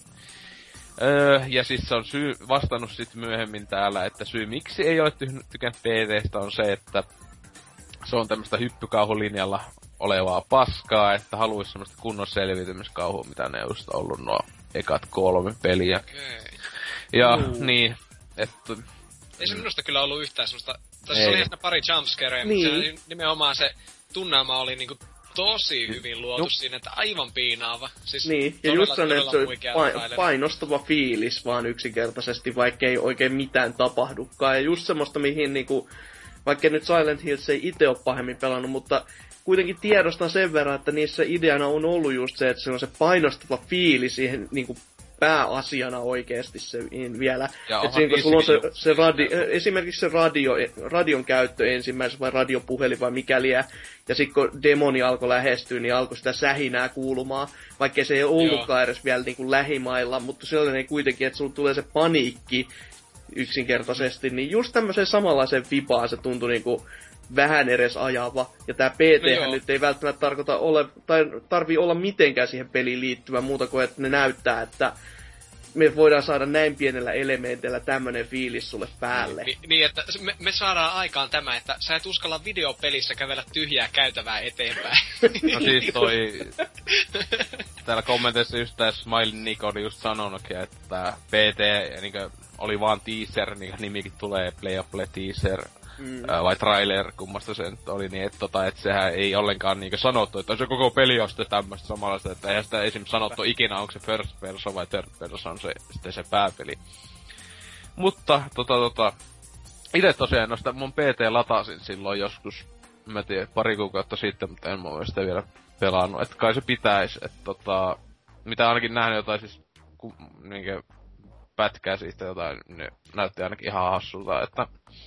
Ja siis se on vastannut sitten myöhemmin täällä, että syy miksi ei ole tykännyt PT:stä on se, että se on tämmöstä hyppykauhulinjalla olevaa paskaa, että haluaisi semmoista kunnon selviytymiskauhua, mitä ne on just ollut nuo ekat 3 peliä. Okay. Ja niin, että ei se minusta kyllä ollut yhtään semmoista. Tässä oli ihan pari jumpscareja, niin. Mutta se, nimenomaan se tunnelma oli niinku tosi hyvin luotu siinä, että aivan piinaava. Siis niin, ja just on, että se painostava fiilis vaan yksinkertaisesti, vaikka ei oikein mitään tapahdukaan. Ja just semmoista, mihin niinku, vaikka nyt Silent Hills ei itse ole pahemmin pelannut, mutta kuitenkin tiedostan sen verran, että niissä ideana on ollut just se, että se on se painostava fiilis siihen niinku pääasiana oikeesti se vielä. Että siinä kun sulla on se esimerkiksi se radion käyttö ensimmäisessä vai radiopuhelin vai mikäliä, ja sit kun demoni alkoi lähestyä, niin alkoi sitä sähinää kuulumaan, vaikkei se ei ollutkaan edes vielä niinku lähimailla, mutta sellainen kuitenkin, että sulla tulee se paniikki yksinkertaisesti, niin just tämmöiseen samanlaiseen vipaan se tuntui niinku vähän edes ajava. Ja tää PT-hän nyt ei välttämättä tarvii olla mitenkään siihen peliin liittyvä muuta kuin, että ne näyttää, että me voidaan saada näin pienellä elementillä tämmönen fiilis sulle päälle. Niin, että me saadaan aikaan tämä, että sä et uskalla videopelissä kävellä tyhjää käytävää eteenpäin. No siis täällä kommenteissa just tää Smiley Nick oli just sanonutkin, että tää PT niinkö oli vaan teaser, niin nimikin tulee play teaser. Vai trailer, kummasta se nyt oli, niin että sehän ei ollenkaan niinkö sanottu, että se koko peli on sitten tämmöstä samanlaista, että eihän sitä esim. Sanottu ikinä, onko se first person vai third person se, sitten se pääpeli. Mutta ite tosiaan noista mun PT latasin silloin joskus, mä tiedän, pari kuukautta sitten, mutta en mä sitä vielä pelannut, että kai se pitäis, että mitä ainakin nähnyt jotain siis niinkö pätkää siitä jotain, ne näytti ainakin ihan hassulta, että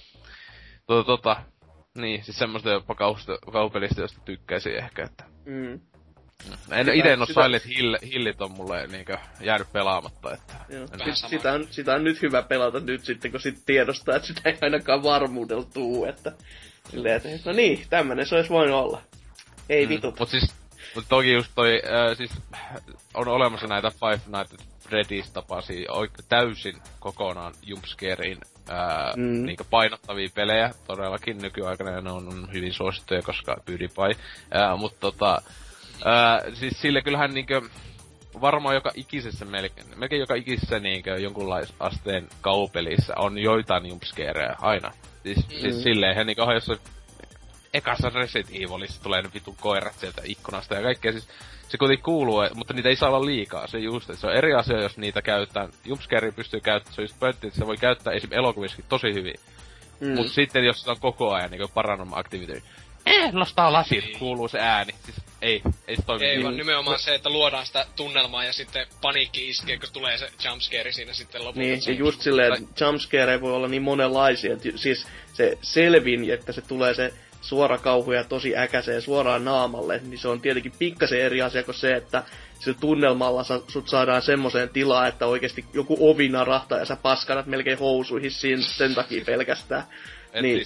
niin, siis semmoista jopa kauhupelistä, josta tykkäisin ehkä, että ite no Silent Hillit on mulle niinkö jäänyt pelaamatta, että sitä on nyt hyvä pelata nyt sitten, kun sit tiedostaa, että sitä ei ainakaan varmuudella tuu, että silleen, että no niin, tämmönen se ois voinut olla. Ei vitu. Mut siis Mut toki just toi, siis on olemassa näitä Five Nights at Freddy's tapaisia täysin kokonaan jumpscarein niinku painottavia pelejä. Todellakin nykyaikana ne on hyvin suosittuja, koska PewDiePie. Siis sille kyllähän niinkö varmaan joka ikisessä melkein joka ikisessä niinkö jonkunlaisasteen kaupelissä on joitain jumpscareja aina. Siis silleen niinkö jos ekassa Resident Evilissa tulee ne vitun koirat sieltä ikkunasta ja kaikkea siis se kuitenkin kuuluu, mutta niitä ei saa olla liikaa. Se just, että se on eri asia, jos niitä käytetään. Jumpscarea pystyy käyttämään, se on just pöntти, että se voi käyttää esim. Elokuvissakin tosi hyvin. Mut sitten jos se on koko ajan niinku Paranormal Activity, nostaa lasit, kuuluu se ääni. Siis ei se toimi. Ei vaan nimenomaan se, että luodaan sitä tunnelmaa ja sitten paniikki iskee, kun tulee se jumpscare siinä sitten lopulta. Niin, ja just silleen, että jumpscare voi olla niin monenlaisia. Siis se selvin, että se tulee se suora kauhu ja tosi äkäseen suoraan naamalle, niin se on tietenkin pikkasen eri asia kuin se, että se tunnelmalla sut saadaan semmoseen tilaan, että oikeesti joku ovi narahtaa ja sä paskanat melkein housuihin sen takia pelkästään. Niin.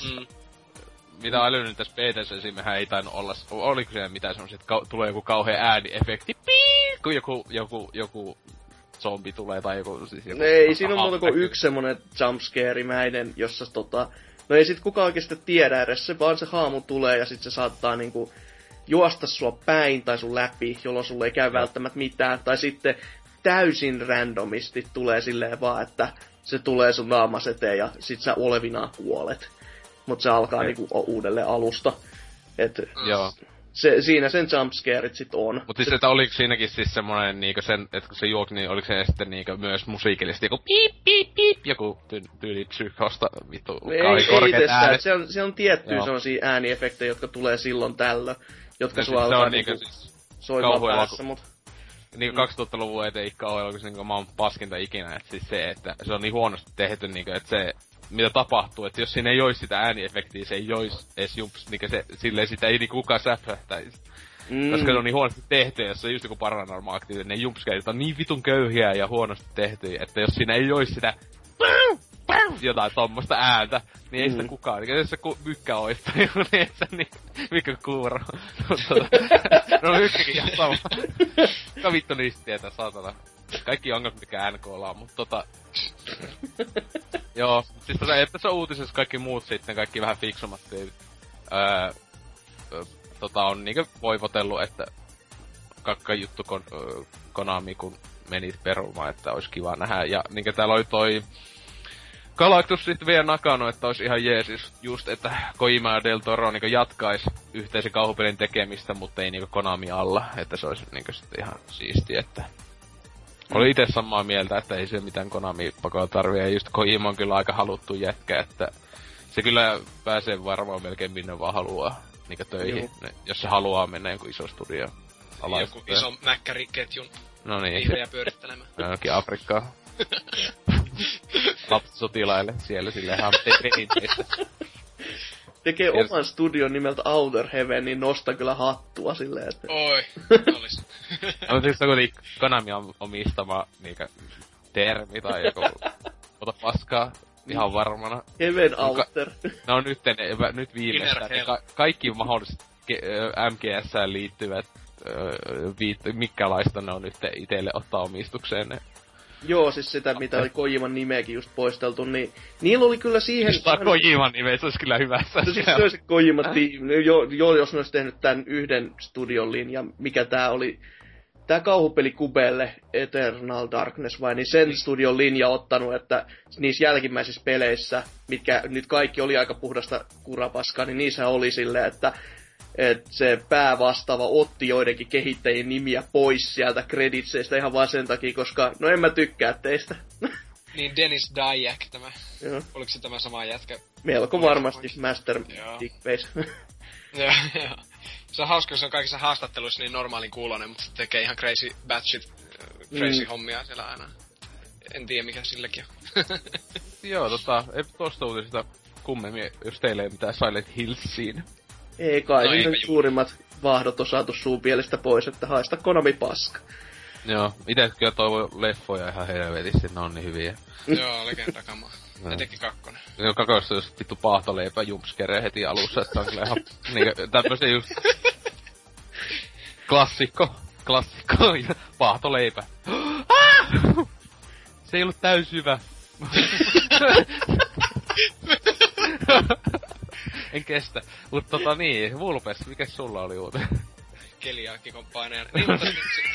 Mitä älynyt tässä BT:ssä esimerkiksi ei tainnut olla, oliko siellä mitään semmosia, että tulee joku kauhea ääniefekti, kun joku zombi tulee tai joku... Siis joku ei, siinä on muuta kuin yksi semmonen jumpscare-mäinen, jossa no ei sit kukaan oikeesti tiedä edes, se vaan se haamu tulee ja sit se saattaa niinku juosta sua päin tai sun läpi, jolloin sulle ei käy välttämättä mitään. Tai sitten täysin randomisti tulee silleen vaan, että se tulee sun naamas eteen ja sit sä olevinaan kuolet. Mut se alkaa niinku uudelleen alusta. Joo. Siinä sen jumpscareit sit on. Mut siis, että oliko siinäkin siis semmonen niinku sen, että kun se juoksi, niin oliko se sitten niinku myös musiikillisesti joku piip piip piip, joku tyyli psykosta vittu korkeat äänet. Se on tiettyjä sellaisia ääniefektejä, jotka tulee silloin tällöin, jotka sua alkaa niinku soimaan päässä, mut... Niinku 2000-luvun eteen kauheella, niinku mä oon paskinta ikinä, et siis se, että se on niin huonosti tehty niinku, että se... Mitä tapahtuu, että jos siinä ei ois sitä ääniefektiä, se ei ois edes jumps, niinkö se, silleen sitä ei niinku kukaan säpsähtäisi. Koska se on niin huonosti tehty, jos se on just joku Paranormal Activity, ne jumpscaret on niin vitun köyhiä ja huonosti tehty, että jos siinä ei ois sitä jotain tommoista ääntä, niin ei sitä kukaan, niin jos se mykkä ois tai joku, niin et sä niin, mykkä kuuro. No mykkäkin ihan sama. Kuka vittu niistä tietää, saatana. Kaikki ongelmat mikä NK:lla on, mut joo, siis tässä uutisessa kaikki muut sitten, kaikki vähän fiksummat tyypit, on niinkö voivotellut, että kakka juttu Konami kun menit perumaan, että ois kiva nähdä. Ja niinkö täällä oli toi Galactus sitten vielä nakannut, että ois ihan jeesis just, että Kojima ja Del Toro niinkö jatkais yhteisen kauhupelin tekemistä, mutta ei niinkö Konami alla, että se ois niinkö sitten ihan siistiä, että... Oli ite samaa mieltä, että ei se mitään Konami-pakoa tarvii, ja just Kojima on kyllä aika haluttu jätkä, että se kyllä pääsee varmaan melkein minne vaan haluaa niinkö töihin, jos se haluaa mennä joku iso studio alaisuuteen. Joku iso mäkkäriketjun vihreä pyörittelemään. Jonnekin Afrikkaan. Lapsisotilaille siellä silleen ihan perinteistä. Tekee oman studion nimeltä Outer Heaven, niin nosta kyllä hattua silleen, että... Oi, olis. No siis on kuitenkin Konami omistama niinkö termi tai joku... Ota paskaa ihan varmana. Heaven Outer. No nyt viimeistään kaikki mahdolliset MGS:ään liittyvät mikkälaista ne on nyt itelle ottaa omistukseen ne. Joo, siis sitä mitä oli Kojiman nimeäkin just poisteltu, niin niillä oli kyllä siihen... Sitä Kojiman nimeä, se olisi kyllä hyvässä. No siis se olisi Kojima jos ne olisi tehnyt tän yhden studion linja, mikä tää oli... Tää kauhupeli Kubelle, Eternal Darkness vai, niin sen studion linja ottanut, että niissä jälkimmäisissä peleissä, mitkä nyt kaikki oli aika puhdasta kurapaskaa, niin niissä oli silleen, että se päävastaava otti joidenkin kehittäjien nimiä pois sieltä kreditseistä ihan vaan sen takia, koska no en mä tykkää teistä. Niin Dennis Dyack tämä. Joo. Oliko se tämä sama jätkä? Melko varmasti Master Dickface. Joo. Se on hauska, kun se on kaikissa haastatteluissa niin normaalin kuulonen, mutta se tekee ihan crazy batshit, crazy hommia siellä aina. En tiedä mikä silläkin on. Joo, ei tosta uutisista kummemmin, jos teille ei mitään Silent Hillsiin. Ei kai, no, suurimmat vahdot on saatu suupielestä pois, että haista Konami paska. Joo, ite kyllä toivon leffoja ihan helvetisti, ne on niin hyviä. Joo, legendakamaa. Etenkin kakkonen. Joo, kakkosta jos vittu paahtoleipä jumpscare heti alussa, että on kyllä ihan niinkö tämmösen just... Klassikko. Ja paahtoleipä. Se ei ollut täys hyvä. En kestä. Mut niin, Vulpes, mikäs sulla oli uutinen? Keliaakkikomppaineena. Niin, mutta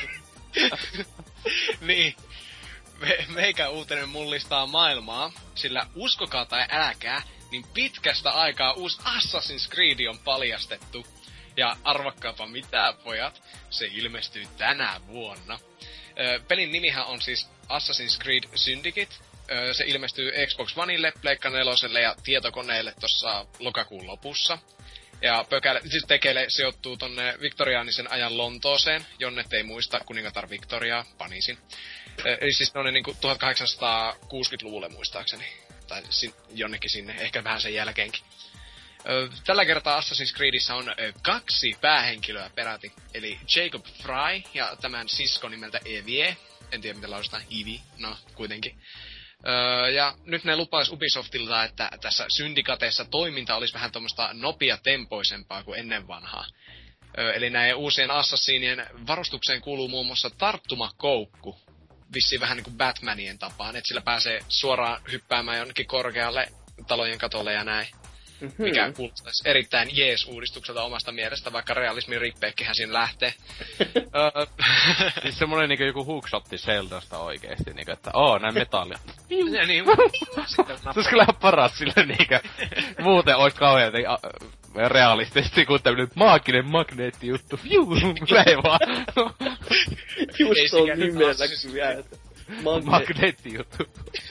niin. Meikä uutinen mullistaa maailmaa, sillä uskokaa tai älkää, niin pitkästä aikaa uusi Assassin's Creed on paljastettu. Ja arvakkaapa mitä, pojat, se ilmestyy tänä vuonna. Pelin nimihän on siis Assassin's Creed Syndicate. Se ilmestyy Xbox Oneille, Pleikka 4:lle ja tietokoneelle tossa lokakuun lopussa. Ja siis tekeille sijoittuu tonne viktoriaanisen ajan Lontooseen, jonnet ei muista kuningatar Victoriaa, panisin. Eli siis ne niinku 1860-luvulle muistaakseni. Tai jonnekin sinne, ehkä vähän sen jälkeenkin. Tällä kertaa Assassin's Creedissä on 2 päähenkilöä peräti. Eli Jacob Frye ja tämän sisko nimeltä Evie. En tiedä miten lausutaan, Evie, no kuitenkin. Ja nyt ne lupais Ubisoftilta, että tässä Syndicateessa toiminta olisi vähän tommoista nopeatempoisempaa kuin ennen vanhaa. Eli näiden uusien assassinien varustukseen kuuluu muun muassa tarttumakoukku. Vissiin vähän niinku Batmanien tapaan, että sillä pääsee suoraan hyppäämään jonnekin korkealle talojen katolle ja näin. Mm-hmm. Mikä kuulostaisi erittäin jees-uudistukselta omasta mielestä, vaikka realismin rippeekkihän siinä lähtee. Siis semmonen niinku joku hookshotti Zeldasta oikeesti, niinku että näin metallia. Ja niin, se olisi kyllä paras sille niinkö. Muuten ois kauhean realistisesti kuin tämmönen maaginen magneettijuttu. Näin vaan. Just on nimellä kyllä. Magneettijuttu.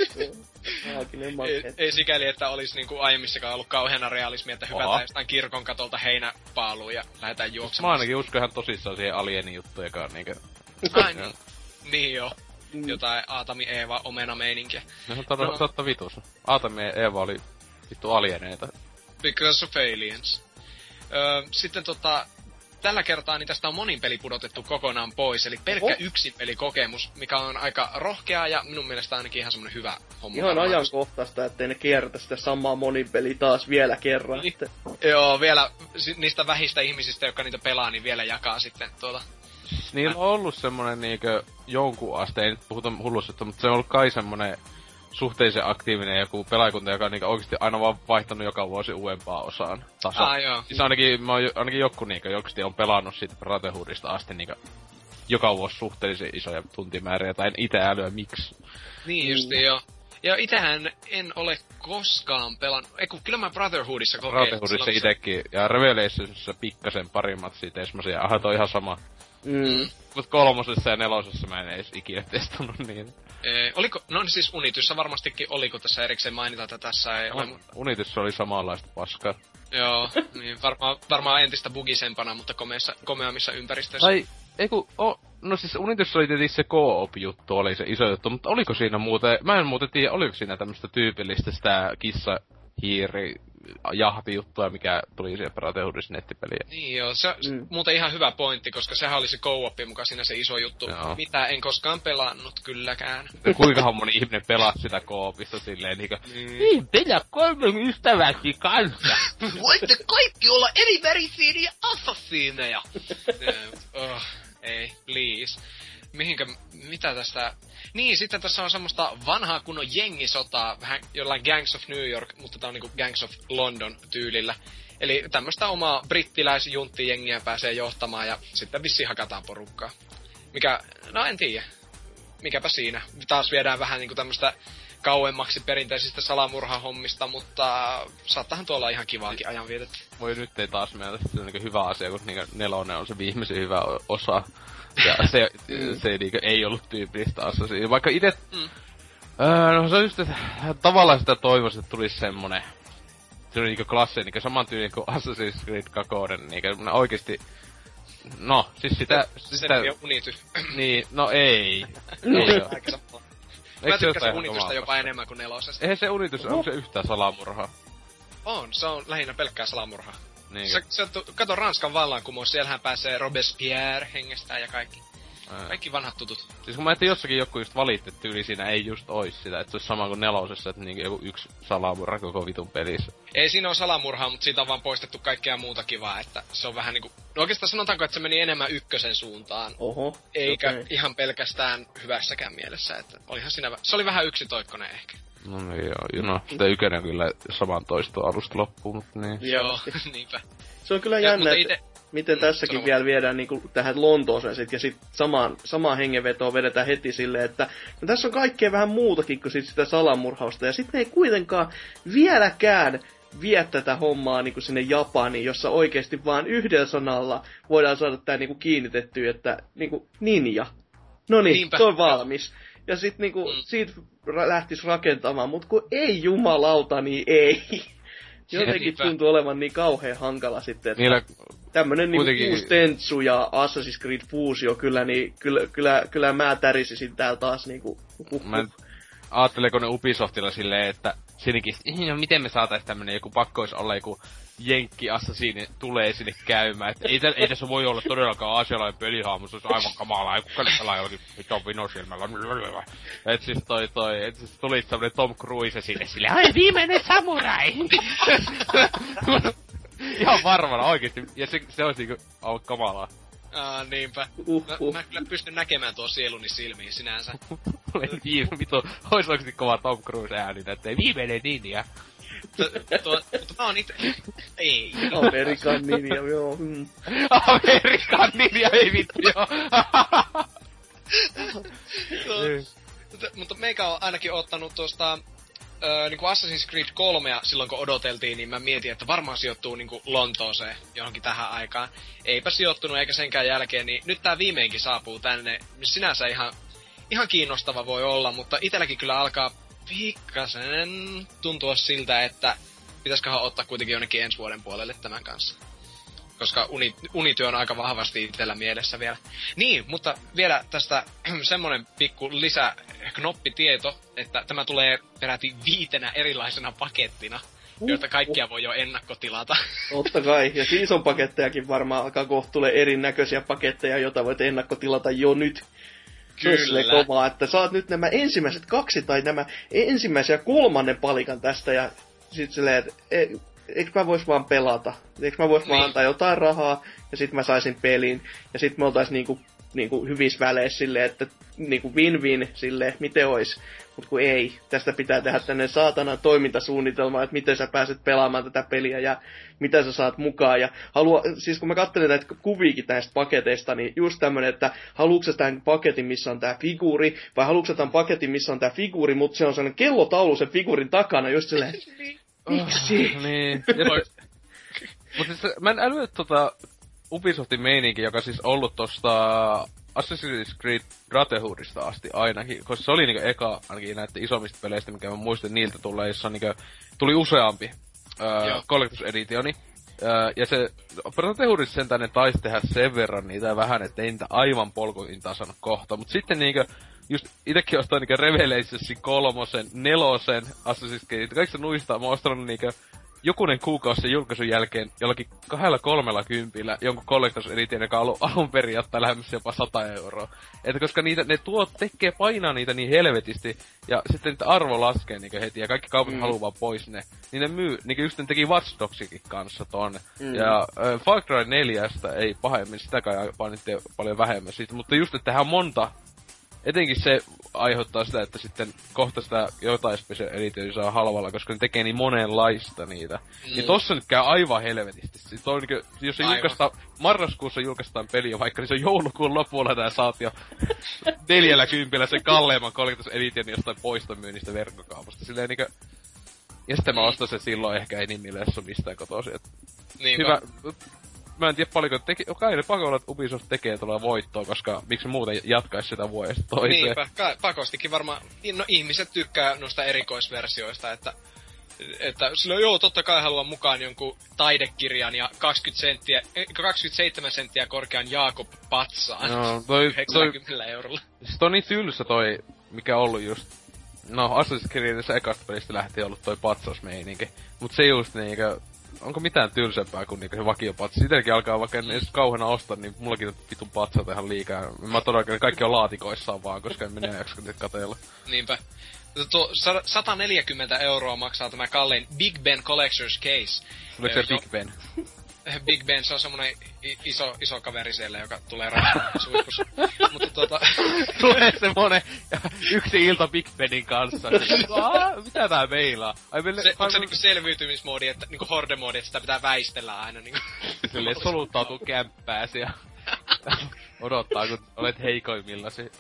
Ei sikäli, että olisi niinku aiemmissakaan ollut kauheana realismia, että hypätään jostain kirkon katolta heinäpaaluun ja lähdetään juoksemaan. Mä ainakin uskon ihan tosissaan siihen alienin juttuun, joka on niinkö... Ai niin. Niin joo. Jotain Aatami Eeva omena meininkiä. No se on totta vitus. Aatami Eeva oli vittu alieneita. Because of aliens. Sitten tällä kertaa niin tästä on monin peli pudotettu kokonaan pois, eli pelkkä yksin pelikokemus, mikä on aika rohkeaa ja minun mielestä ainakin ihan semmonen hyvä homma. Ihan ajankohtaista, ettei ne kierrätä sitä samaa monin peli taas vielä kerran. Niin. Joo, vielä niistä vähistä ihmisistä, jotka niitä pelaa, niin vielä jakaa sitten Niillä on ollut semmonen niinkö jonkun asteen, ei nyt puhuta hullusta, mutta se on ollut kai semmonen suhteellisen aktiivinen joku pelaajakunta, joka on niinku oikeesti aina vaan vaihtanut joka vuosi uudempaa osaan tasoa. Joo. Siis ainakin joku niinku joksesti on pelannut siitä Brotherhoodista asti niinku joka vuosi suhteellisen isoja tuntimääriä, tai en ite älyä miksi. Niin justi joo. Ja itähän en ole koskaan pelannut, kyllä mä Brotherhoodissa kokeilin. Brotherhoodissa itekin, ja Revelationissa pikkasen parimmat siitä esmasia, toi ihan sama. Mut 3. ja 4. mä en edes ikinä testannut niin. Oliko, no siis Unityssä varmastikin, oliko tässä erikseen mainita, että tässä ei ole... Unityssä oli samanlaista paskaa. Joo, niin varmaan entistä bugisempana, mutta komeammissa ympäristöissä. No siis Unityssä oli tietysti se co-op-juttu, oli se iso juttu, mutta oliko siinä muuten, mä en muuten tiedä, oliko siinä tämmöstä tyypillistä sitä kissa-hiiri jahtijuttua, mikä tuli siihen Brotherhoodissa nettipeliin. Niin joo, se muuten ihan hyvä pointti, koska sehän oli se co-op mukaan siinä se iso juttu, mitä en koskaan pelannut kylläkään. Kuinkahan moni ihminen pelaa sitä co-opista silleen niinkö... Niin, pelaa 3 ystäväksi kanssa. Voitte kaikki olla erivärisiä assassiineja. Ei, please. Mitä tästä... Niin, sitten tässä on semmoista vanhaa kunnon jengisotaa, vähän jollain Gangs of New York, mutta tää on niinku Gangs of London tyylillä. Eli tämmöstä omaa brittiläisjunttijengiä pääsee johtamaan ja sitten vissiin hakataan porukkaa. Mikä, no en tiedä. Mikäpä siinä. Taas viedään vähän niinku tämmöstä kauemmaksi perinteisistä salamurhahommista, mutta saattahan tuolla ihan kivaakin ajanvietettä. Voi nyt ei taas mennä niinku hyvä asia, kun niinku 4 on se viimeisin hyvä osa. Ja se niinku ei ollut tyypillistä Assassin. Vaikka ite... no se on just, että tavallaan sitä toivoisin, että tulisi semmonen... Se on niinku klassinen, niinku saman tyylin kuin Assassin's Creed 2, niinku oikeesti... No, siis sitä... Se ei oo Unity. Niin, no ei. Ei oo. Mä tykkäsin Unitystä jopa enemmän kuin 4. Eihän se Unitys, onko se yhtään salamurhaa? Se on lähinnä pelkkää salamurhaa. Niin. Kato Ranskan vallankumous, siellähän pääsee Robespierre hengestään ja kaikki. Kaikki vanhat tutut. Siis kun mä ajattelin jossakin joku just valitti, tyyli siinä ei just ois sitä, että se olisi sama kuin nelosessa, että niinku joku yksi salamurha koko vitun pelissä. Ei siinä ole salamurhaa, mutta siitä on vaan poistettu kaikkea muuta kivaa, että se on vähän niinku... No oikeastaan sanotaanko, että se meni enemmän ykkösen suuntaan. Oho. Eikä ihan pelkästään hyvässäkään mielessä, että olihan siinä... Se oli vähän yksitoikkonen ehkä. No niin joo, no, sitä ykönen kyllä saman toisto alusta loppuun, mutta niin. Joo, niinpä. Se on kyllä jännä, että miten tässäkin vielä viedään niinku tähän Lontooseen sit, ja sit samaan hengenvetoon vedetään heti silleen, että no tässä on kaikkea vähän muutakin kuin sit sitä salamurhausta, ja sitten ei kuitenkaan vieläkään vie tätä hommaa niinku sinne Japaniin, jossa oikeesti vaan yhdellä sanalla voidaan saada tää niinku kiinnitettyä, että niinku ninja. Noniin, se on valmis. Ja sit niinku siitä lähtis rakentamaan, mut kun ei jumalauta, niin ei. Jotenkin tuntuu olevan niin kauhean hankala sitten, että niillä tämmönen niinku uusi Tenchu ja Assassin's Creed fuusio kyllä, niin kyllä mä tärisisin täällä taas niinku. Mä ajatteleeko ne Ubisoftilla silleen, että siinäkin, no miten me saatais tämmönen joku pakko ois olla joku jenkki assassini tulee sinne käymään, että ei tässä voi olla todellakaan aasialainen pelihahmo, se olisi aivan kamalaa, joku pelaa jollakin viton vinosilmällä. Et siis et siis tuli tämmönen Tom Cruise sinne silleen, ai viimeinen samurai! Ihan varmana oikeesti, ja se olisi niinku aivan kamalaa. Niinpä. Mä kyllä pystyn näkemään tuon sieluni silmiin sinänsä. Vitu, ois oikeesti kova Tom Cruise ääni, että viimeinen ninja. Mutta mä oon ite... Ei. Amerikan ninja, joo. Amerikan ninja, ei vittu, joo. Mutta meikä on ainakin ottanut tuosta... niinku Assassin's Creed 3 silloin kun odoteltiin, niin mä mietin, että varmaan sijoittuu niinku Lontooseen johonkin tähän aikaan. Eipä sijoittunut eikä senkään jälkeen, niin nyt tää viimeinkin saapuu tänne. Sinänsä ihan kiinnostava voi olla, mutta itelläkin kyllä alkaa pikkasen tuntua siltä, että pitäisköhän ottaa kuitenkin jonnekin ensi vuoden puolelle tämän kanssa. Koska unityö on aika vahvasti itellä mielessä vielä. Niin, mutta vielä tästä semmonen pikku lisäknoppitieto, että tämä tulee peräti 5 erilaisena pakettina, joita kaikkia voi jo ennakkotilata. Totta kai, ja season pakettejakin varmaan alkaa kohtuulle erinäköisiä paketteja, joita voit ennakkotilata jo nyt. Kyllä. Kovaa, että saat nyt nämä ensimmäiset 2 tai nämä ensimmäisen ja 3. palikan tästä, ja sit silleen, että eikö mä vois vaan pelata? Eikö mä vois vaan antaa jotain rahaa, ja sit mä saisin pelin, ja sit me oltais niinku hyvissä väleissä silleen, että niinku win-win silleen, miten ois. Mut kun ei, tästä pitää tehdä tänne saatanan toimintasuunnitelma, että miten sä pääset pelaamaan tätä peliä ja mitä sä saat mukaan. Ja siis kun mä katselin näitä kuviikin näistä paketeista, niin just tämmönen, että haluatko sä tämän paketin, missä on tää figuuri, vai haluatko sä tämän paketin, missä on tää figuuri, mutta se on sellainen kellotaulu sen figuurin takana, just silleen, miksi? Niin. Mut siis mä en älyä Ubisoftin meininki, joka siis ollut tosta Assassin's Creed Brotherhoodista asti ainakin, koska se oli niinku eka ainakin näistä isommista peleistä, mikä mä muistin niiltä tulee, jossa niinku tuli useampi Collector's Editioni. Ja se Brotherhoodissa sentään ne taisi tehdä sen verran niitä vähän, ettei niitä aivan polkuintaan saanut kohta. Mut sitten niinku just itekin ostaa niinku Revelationsin 3, 4, Assassin's Creed, kaikista nuista mä oon ostanut niinku jokunen kuukausi sen julkaisun jälkeen jollakin 2-30 jonkun Collector's Edition, joka on ollut alun perin jättää lähemmäs jopa 100 €. Että koska ne painaa niitä niin helvetisti, ja sitten niitä arvo laskee niinku heti, ja kaikki kaupat haluaa vaan pois ne. Niin ne myy, niinku just ne teki Watch Dogsikin kanssa tonne. Ja Far Cry 4 ei pahemmin, sitäkään painittiin paljon vähemmän siitä, mutta just, että tehdään monta. Etenkin se aiheuttaa sitä, että sitten kohta sitä jotain Special Editionia saa halvalla, koska ne tekee niin monenlaista niitä. Niin tossa nyt käy aivan helvetisti. Siis on niinku, jos se marraskuussa julkaistaan peli, vaikka niin se on joulukuun lopulla tää saat jo 40 sen kalleimman Collector's Editionin jostain poistomyynnistä verkkokaupasta. Silleen niinku... Ja sitten mä ostan sen silloin ehkä enimmillessä mistään kotoisin. Hyvä... Mä en tiedä paljonko kai ne pakolla, että Ubisoft tekee tuolla voittoa, koska miksi muuten jatkaisi sitä vuodesta toiseen. Niinpä, pakostikin varmaan, no ihmiset tykkää noista erikoisversioista, että sillä joo, totta kai haluan mukaan jonkun taidekirjan ja 27 senttiä korkean Jaakob Patsaan. No, 90 €. Siis toi on niin tylsä toi, mikä on ollut just... No, Assassin's Creedissa ekasta pelistä lähtien ollut toi patsausmeininki. Mut se just niinkö... onko mitään tylsempää kuin niinku se vakiopatsa? Sitäkin alkaa vaikka en edes kauheena osta, niin mullakin on vitun patsata ihan liikaa. Mä todellakin kaikki on laatikoissaan vaan, koska en minä jaksa niitä katella. Niinpä. Tuo 140 € maksaa tämä kallein Big Ben Collector's Case. Oliko se Big Ben? Big Ben, se on semmonen iso kaveri siellä, joka tulee rahaa suihkussa. Mutta Tulee semmonen yksi ilta Big Benin kanssa. Mitä tää meilaa? Onko se niinku selviytymismoodi, että niinku horde-moodi, että sitä pitää väistellä aina niinku? Silleen soluttautuu kämppääsi ja odottaa, kun olet heikoimmillasi.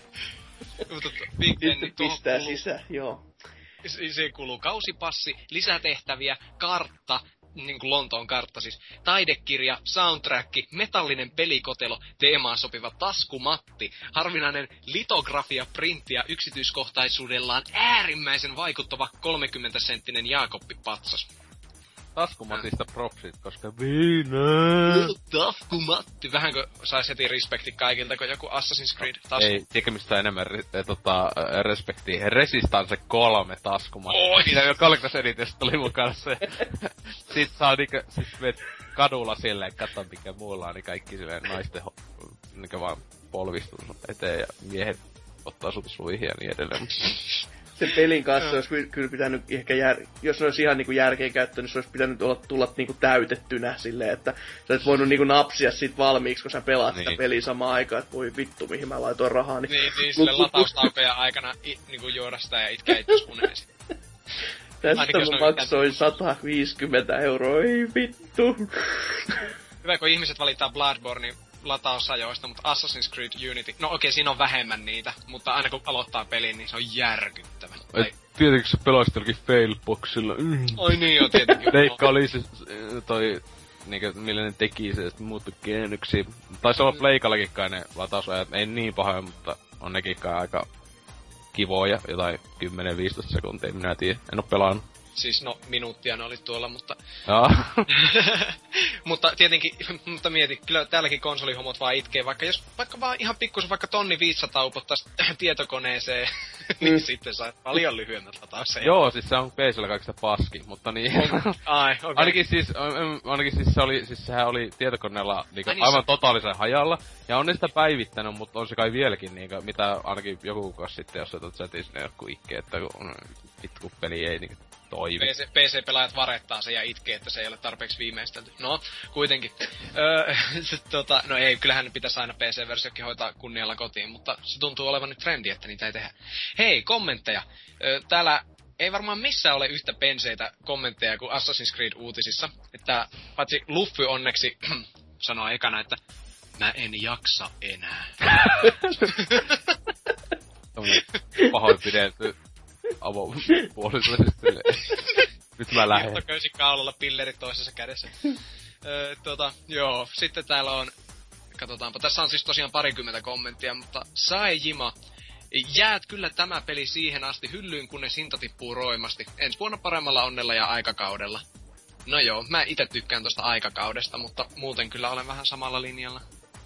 Big Ben, nyt pistää sisään, joo. Siihen kuuluu kausipassi, lisätehtäviä, kartta, niinku Lontoon kartta siis, taidekirja, soundtrack, metallinen pelikotelo, teemaan sopiva taskumatti, harvinainen litografia-printti ja yksityiskohtaisuudellaan äärimmäisen vaikuttava 30-senttinen Jaakoppi-patsas. Taskumatista propsit, koska viinaa. Taskumatti. Vähänkö sais heti respekti kaikilta, kun joku Assassin's Creed tasku? Ei, tekemistä enemmän respekti. Resistance 3 taskumatti. Siinä jo Collector's Editionista tuli mukana se. Sit saa sit meet kadulla silleen, katso mikä muulla on, niin kaikki silleen naisten niinkö vaan polvistuu sun eteen ja miehet ottaa sut suihin ja niin edelleen. Sen pelin kanssa olisi kyllä pitänyt ehkä jos se olisi ihan niinku järkeen käyttö, niin se olisi pitänyt tulla niinku täytettynä silleen, että sä et voinut niinku napsia sit valmiiksi, kun sä pelaat sitä peliä samaan aikaan, että voi vittu, mihin mä laitoin rahaa. Niin sille lataustaukojen aikana niinku juoda sitä ja itkeä itses uneesi. Tästä mä maksoin 150 €, ei vittu. Hyvä, kun ihmiset valittaa Bloodbornein latausajoista, mutta Assassin's Creed Unity, no okei, siinä on vähemmän niitä, mutta aina kun aloittaa pelin, niin se on järkyttävä. Tietenkin se pelaisi jollakin failboxilla. Oi niin joo, tietenkin. Leikka oli se toi, niinkö, millä ne teki se, sitten muuttui genyksi. Taisi olla Pleikallakin kai ne latausajat, ei niin pahoja, mutta on nekin kai aika kivoja, jotain 10-15 sekuntia, minä tiedän, en oo pelannut. Siis no, minuuttia ne oli tuolla, mutta... mutta tietenkin, mutta mieti, kyllä täälläkin konsolihomot vaan itkee, vaikka vaan ihan pikkusen vaikka 1500 upottais tietokoneeseen, niin sitten saa paljon lyhyemmät latausajat. Joo, siis se on PC:llä kaikista paski, mutta niin... Ai, okei. Ainakin siis se oli, siis sehän oli tietokoneella niinku aivan totaalisen hajalla, ja on ne sitä päivittänyt, mutta on se kai vieläkin niinku, mitä ainakin joku kuukausi sitten, jos otat chatissa ne joku itkee, että vittu peli ei niinku toimi. PC-pelaajat varettaa se ja itkee, että se ei ole tarpeeksi viimeistelty. No, kuitenkin. No ei, kyllähän pitäisi aina PC-versiokin hoitaa kunnialla kotiin, mutta se tuntuu olevan nyt trendi, että niitä ei tehdä. Hei, kommentteja. Täällä ei varmaan missään ole yhtä penseitä kommentteja kuin Assassin's Creed-uutisissa. Että paitsi Luffy onneksi sanoo ekana, että mä en jaksa enää. Pahoinpidelty avopuolisuudesta. Nyt mä lähden. Köysi kaulalla pillerit toisessa kädessä. Joo. Sitten täällä on... Katsotaanpa. Tässä on siis tosiaan 20 kommenttia, mutta Saejima. Jäät kyllä tämä peli siihen asti hyllyyn, kunnes hinta tippuu roimasti. Ensi vuonna paremmalla onnella ja aikakaudella. No joo, mä ite tykkään tosta aikakaudesta, mutta muuten kyllä olen vähän samalla linjalla.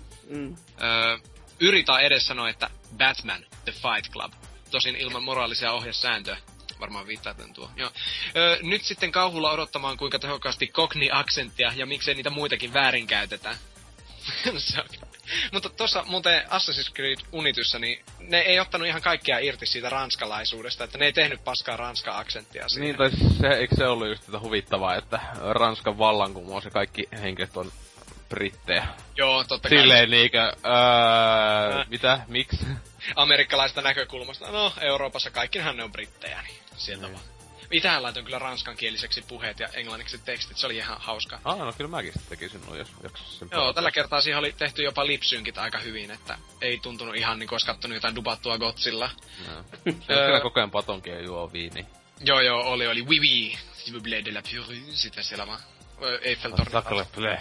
Yrita edes sanoa, että Batman, The Fight Club. Tosin ilman moraalisia ohjesääntöjä. Varmaan viittaaten tuo. Joo. Nyt sitten kauhulla odottamaan, kuinka tehokkaasti Cockney-aksenttia ja miksei niitä muitakin väärinkäytetään. Mutta tossa muuten Assassin's Creed Unityssä, niin ne ei ottanut ihan kaikkea irti siitä ranskalaisuudesta, että ne ei tehnyt paskaa ranska-aksenttia siinä. Niin, tai se, eikö se ollut just tätä huvittavaa, että Ranskan vallankumous ja kaikki henkilöt on brittejä. Joo, totta kai. Silleen niinkö, mitä? Miksi? Amerikkalaisesta näkökulmasta. No, Euroopassa kaikkihan ne on brittejä, niin sieltä vaan. Itähän laitoin kyllä ranskankieliseksi puheet ja englanniksi tekstit, se oli ihan hauskaa. No kyllä mäkin sitten tekisin nuo, jos jaksis sen. Joo, tällä kertaa siihen oli tehty jopa lipsynkit aika hyvin, että ei tuntunut ihan niinku olisi kattonut jotain dubattua Godzilla. Se on kyllä koko ajan patonkia juo viini. Joo, oli. Oui, oui. S'il vous plaît de la purée. Sitten siellä vaan Eiffeltorni. Sakale pleh.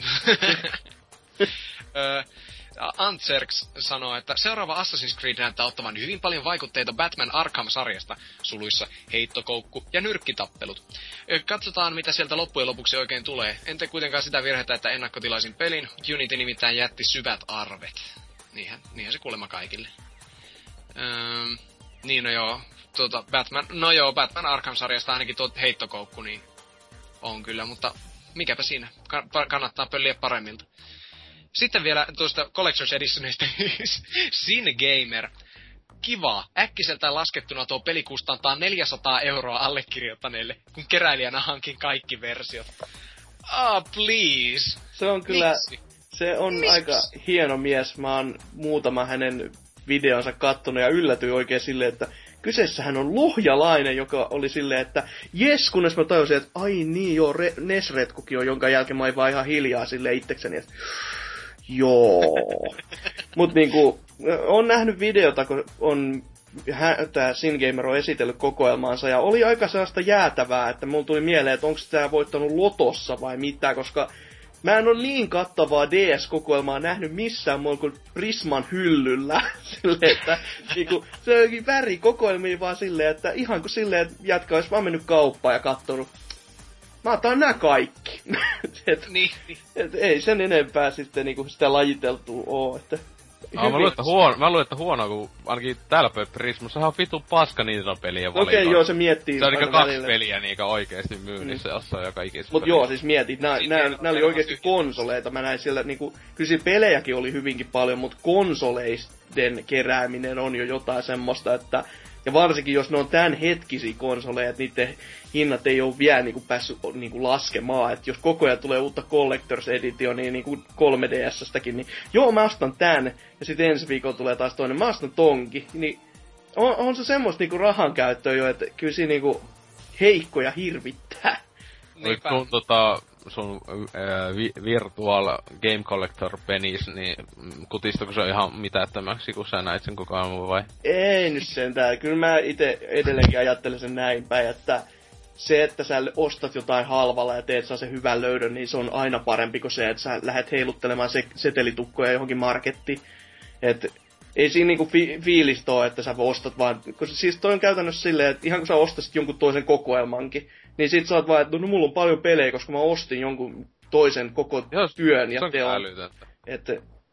Antserks sanoo, että seuraava Assassin's Creed näyttää ottavan hyvin paljon vaikutteita Batman Arkham-sarjasta, suluissa heittokoukku ja nyrkkitappelut. Katsotaan, mitä sieltä loppujen lopuksi oikein tulee. En tee kuitenkaan sitä virhettä, että ennakkotilaisin pelin. Unity nimittäin jätti syvät arvet. Niinhän se kuulemma kaikille. Niin no joo, Batman Arkham-sarjasta ainakin tuo heittokoukku niin on kyllä, mutta mikäpä siinä. Kannattaa pölliä paremmilta. Sitten vielä tuosta Collector's Editionista Sin Gamer. Kiva. Äkkiseltään laskettuna tuo peli kustantaa 400 € allekirjoittaneille, kun keräilijänä hankin kaikki versiot. Please. Se on kyllä... Miksi? Se on aika hieno mies. Mä oon muutama hänen videonsa kattonut ja yllätyin oikein silleen, että kyseessähän on lohjalainen, joka oli silleen, että jes, kunnes mä tajusin, että ai niin joo, Nesretkukin on, jonka jälkeen mä oon vaan ihan hiljaa silleen itsekseni, että joo. Mut niinku, on nähnyt videota, kun on tää Sin Gamer on esitellyt kokoelmaansa, ja oli aika sellaista jäätävää, että mulla tuli mieleen, että onko tää voittanut lotossa vai mitä, koska mä en ole niin kattavaa DS-kokoelmaa nähnyt missään muualla kuin Prisman hyllyllä. Silleen, että niinku, se on jokin värikokoelmia vaan silleen, että ihan kuin silleen, että jätkä olisi vaan mennyt kauppaan ja kattonut. Mä otan nää kaikki. Niin. Ei sen enempää sitten niinku sitä lajiteltua oo, että... Mä luulen, että huono, kun ainakin täällä Prismassahan on vitun paska niin iso peliä valikoon. Okei, joo, se miettii. Se on niinku 2 peliä niinkö oikeesti myynnissä jossain joka ikisessä. Mut joo, siis mietit, nää oli oikeesti konsoleita. Mä näin siellä niinku, kyllä siinä pelejäkin oli hyvinkin paljon, mut konsoleisten kerääminen on jo jotain semmoista, että... Ja varsinkin jos ne on tän hetkisiä konsoleja, että niiden hinnat ei oo vielä niinku päässyt niinku laskemaan. Että jos koko ajan tulee uutta Collector's Editionia niinku 3DS:stäkin, niin joo mä ostan tän. Ja sitten ensi viikolla tulee taas toinen, mä ostan tonkin. Niin on se semmoista niinku rahan käyttöä jo, että kyllä siinä niinku heikkoja hirvittää. Niinpä. Sun Virtual Game Collector penis, niin kutistuuko se ihan mitättömäksi, kun sä näit sen koko ajan vai? Ei nyt sentään. Kyllä mä ite edelleenkin ajattelen sen näin päin, että se, että sä ostat jotain halvalla ja teet saa sen hyvän löydön, niin se on aina parempi kuin se, että sä lähdet heiluttelemaan setelitukkoja johonkin markettiin. Et ei siinä niinku fiilistä ole, että sä ostat vaan... Siis toi on käytännössä silleen, että ihan kun sä ostasit jonkun toisen kokoelmankin, niin sit sä oot vaan, että no mulla on paljon pelejä, koska mä ostin jonkun toisen koko työn ja teon. Että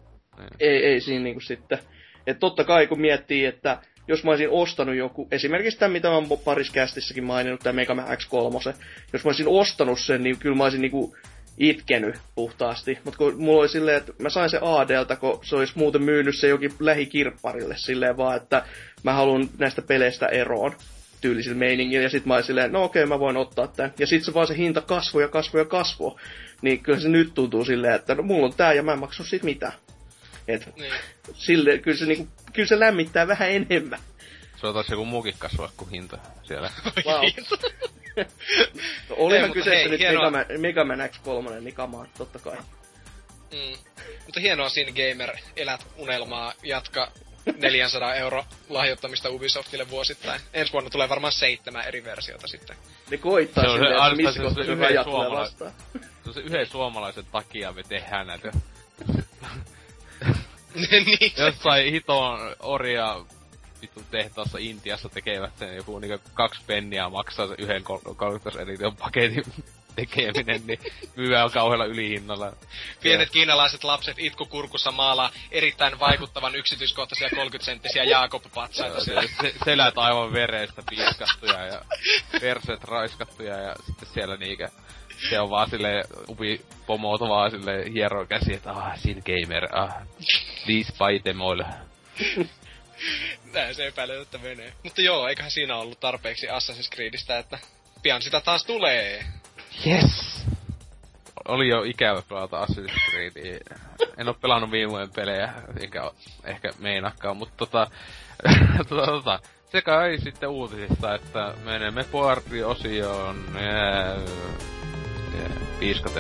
ei siinä niinku sitten... Että totta kai kun miettii, että jos mä olisin ostanut joku, esimerkiksi tämän mitä mä oon pariskästissäkin maininnut, tää Mega Man X3, jos mä olisin ostanut sen, niin kyllä mä olisin niinku itkenyt puhtaasti. Mutta kun mulla oli silleen, että mä sain se ADltä, kun se olisi muuten myynyt se jokin lähikirpparille silleen vaan, että mä haluan näistä peleistä eroon tyylisillä meiningillä. Ja sit mä olin silleen, no okei, mä voin ottaa tän. Ja sit se vaan se hinta kasvoi. Niin kyllä se nyt tuntuu silleen, että no mulla on tää ja mä en maksanut siitä mitään. Et niin. Silleen, kyllä se lämmittää vähän enemmän. Se on taas joku muukin kasvaa kuin hinta siellä. Wow. No, olihan kyseessä nyt Mega Man X3, niin kamaa, totta kai. Mutta hienoa Sin Gamer, elät unelmaa, jatka 400 € lahjoittamista Ubisoftille vuosittain. Ensi vuonna tulee varmaan 7 eri versiota sitten. Ne koittaa silleen, että missä kohtaa se hyvä tulee vastaan. Se on se yhden suomalaisen takia me tehdään näitä. Niin. Jossain hiton orja vittu tehtaassa Intiassa tekevät sen joku niinku 2 penniä maksaa se yhden Collector's Edition paketin tekeminen, niin myyään kauhealla ylihinnalla. Pienet kiinalaiset lapset itkukurkussa maalaa erittäin vaikuttavan yksityiskohtaisia 30-senttisiä Jaakob-patsaita siellä. Selät aivan vereistä piiskattuja ja perseet raiskattuja ja sitten siellä niikä se on vaan silleen, pomot vaan silleen hieroo käsi, että Sin Gamer, please buy them all. Näin se epäilemättä menee. Mutta joo, eiköhän siinä ollut tarpeeksi Assassin's Creedistä, että pian sitä taas tulee. Yes! Oli jo ikävä pelata Assassin's Creedia. En oo pelannut viime vuoden pelejä, enkä ehkä meinaakaan, mutta se kai sitten uutisista, että menemme Boardi-osioon piiskaten.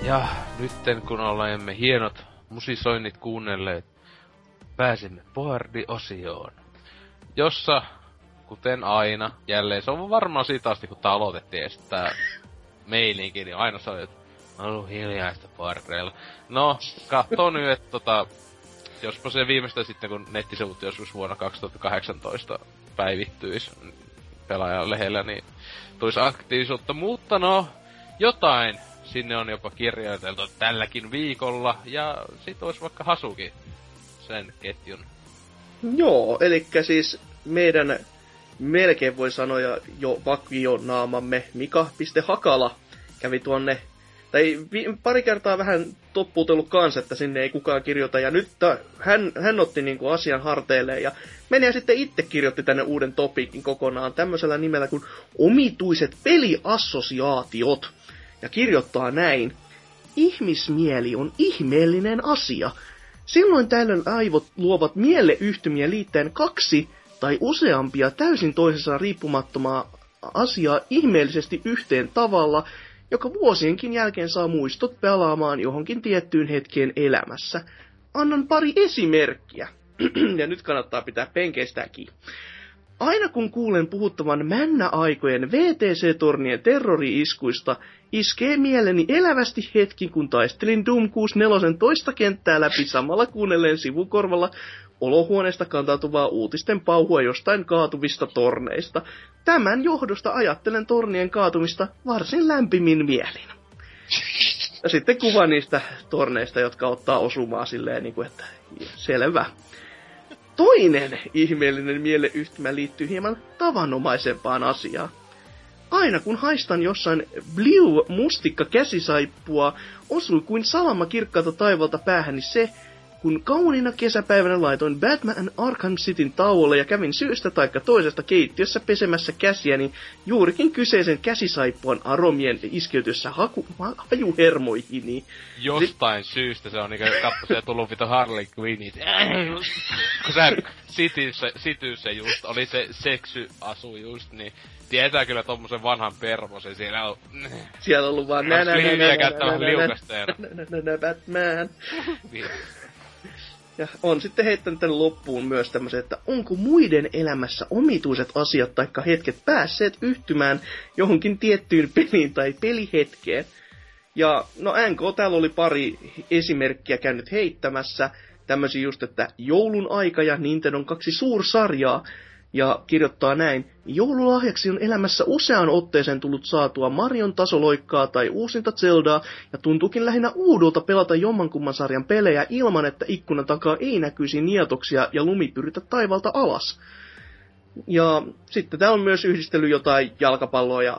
Ja nytten kun olemme hienot musisoinnit kuunnelleet, pääsemme Boardi-osioon, jossa, kuten aina, jälleen se on varmaan siitä asti, kun tää aloitettiin ja sit tää meininki, niin aina se on, että on ollut hiljaista Boardreilla. No, kattoo nyt, että jospa se viimeistä sitten, kun nettisivut joskus vuonna 2018 päivittyis pelaajan lehdellä, niin tulisi aktiivisuutta, mutta no, jotain sinne on jopa kirjoiteltu tälläkin viikolla, ja sit olisi vaikka Hasuki sen ketjun. Joo, elikkä siis meidän melkein voi sanoa jo vakionaamamme Mika.Hakala kävi tuonne, tai pari kertaa vähän toppuutellut kanssa, että sinne ei kukaan kirjoita, ja nyt hän otti niinku asian harteilleen, ja meni ja sitten itse kirjoitti tänne uuden topikin kokonaan tämmöisellä nimellä kuin omituiset peliassosiaatiot, ja kirjoittaa näin: ihmismieli on ihmeellinen asia. Silloin tällöin aivot luovat mieleyhtymiä liittäen kaksi tai useampia täysin toisessaan riippumattomaa asiaa ihmeellisesti yhteen tavalla, joka vuosienkin jälkeen saa muistot pelaamaan johonkin tiettyyn hetkeen elämässä. Annan pari esimerkkiä. Ja nyt kannattaa pitää penkeistäkin. Aina kun kuulen puhuttavan männäaikojen VTC-tornien terrori-iskuista, iskee mieleni elävästi hetki, kun taistelin Doom 64 toista kenttää läpi samalla kuunnellen sivukorvalla olohuoneesta kantautuvaa uutisten pauhua jostain kaatuvista torneista. Tämän johdosta ajattelen tornien kaatumista varsin lämpimin mielin. Ja sitten kuva niistä torneista, jotka ottaa osumaa silleen, niin kuin, että selvä. Toinen ihmeellinen mieleyhtymä liittyy hieman tavanomaisempaan asiaan. Aina kun haistan jossain Blue-mustikka käsisaippua, osui kuin salama kirkkaalta taivalta päähäni se, kun kauniina kesäpäivänä laitoin Batman Arkham Cityn tauolle ja kävin syystä taikka toisesta keittiössä pesemässä käsiäni juurikin kyseisen käsisaippuan aromien iskeytyessä hajuhermoihini. Jostain syystä se on niinku katso se tullut vito Harley Quinnit. Kun sä Cityssä just oli se seksy-asu just, niin tietää kyllä tommosen vanhan permosen. Siellä on... Siellä on ollut vaan Batman. Ja on sitten heittänyt tänne loppuun myös tämmöisen, että onko muiden elämässä omituiset asiat taikka hetket päässeet yhtymään johonkin tiettyyn peliin tai pelihetkeen. Ja no NK täällä oli pari esimerkkiä käynyt heittämässä. Tämmöisiä just, että joulun aika ja Nintendon 2 suursarjaa. Ja kirjoittaa näin: joululahjaksi on elämässä useaan otteeseen tullut saatua Marion tasoloikkaa tai uusinta Zeldaa, ja tuntuukin lähinnä uudolta pelata jommankumman sarjan pelejä ilman, että ikkunan takaa ei näkyisi nietoksia ja lumi pyritä taivalta alas. Ja sitten täällä on myös yhdistellyt jotain jalkapalloa ja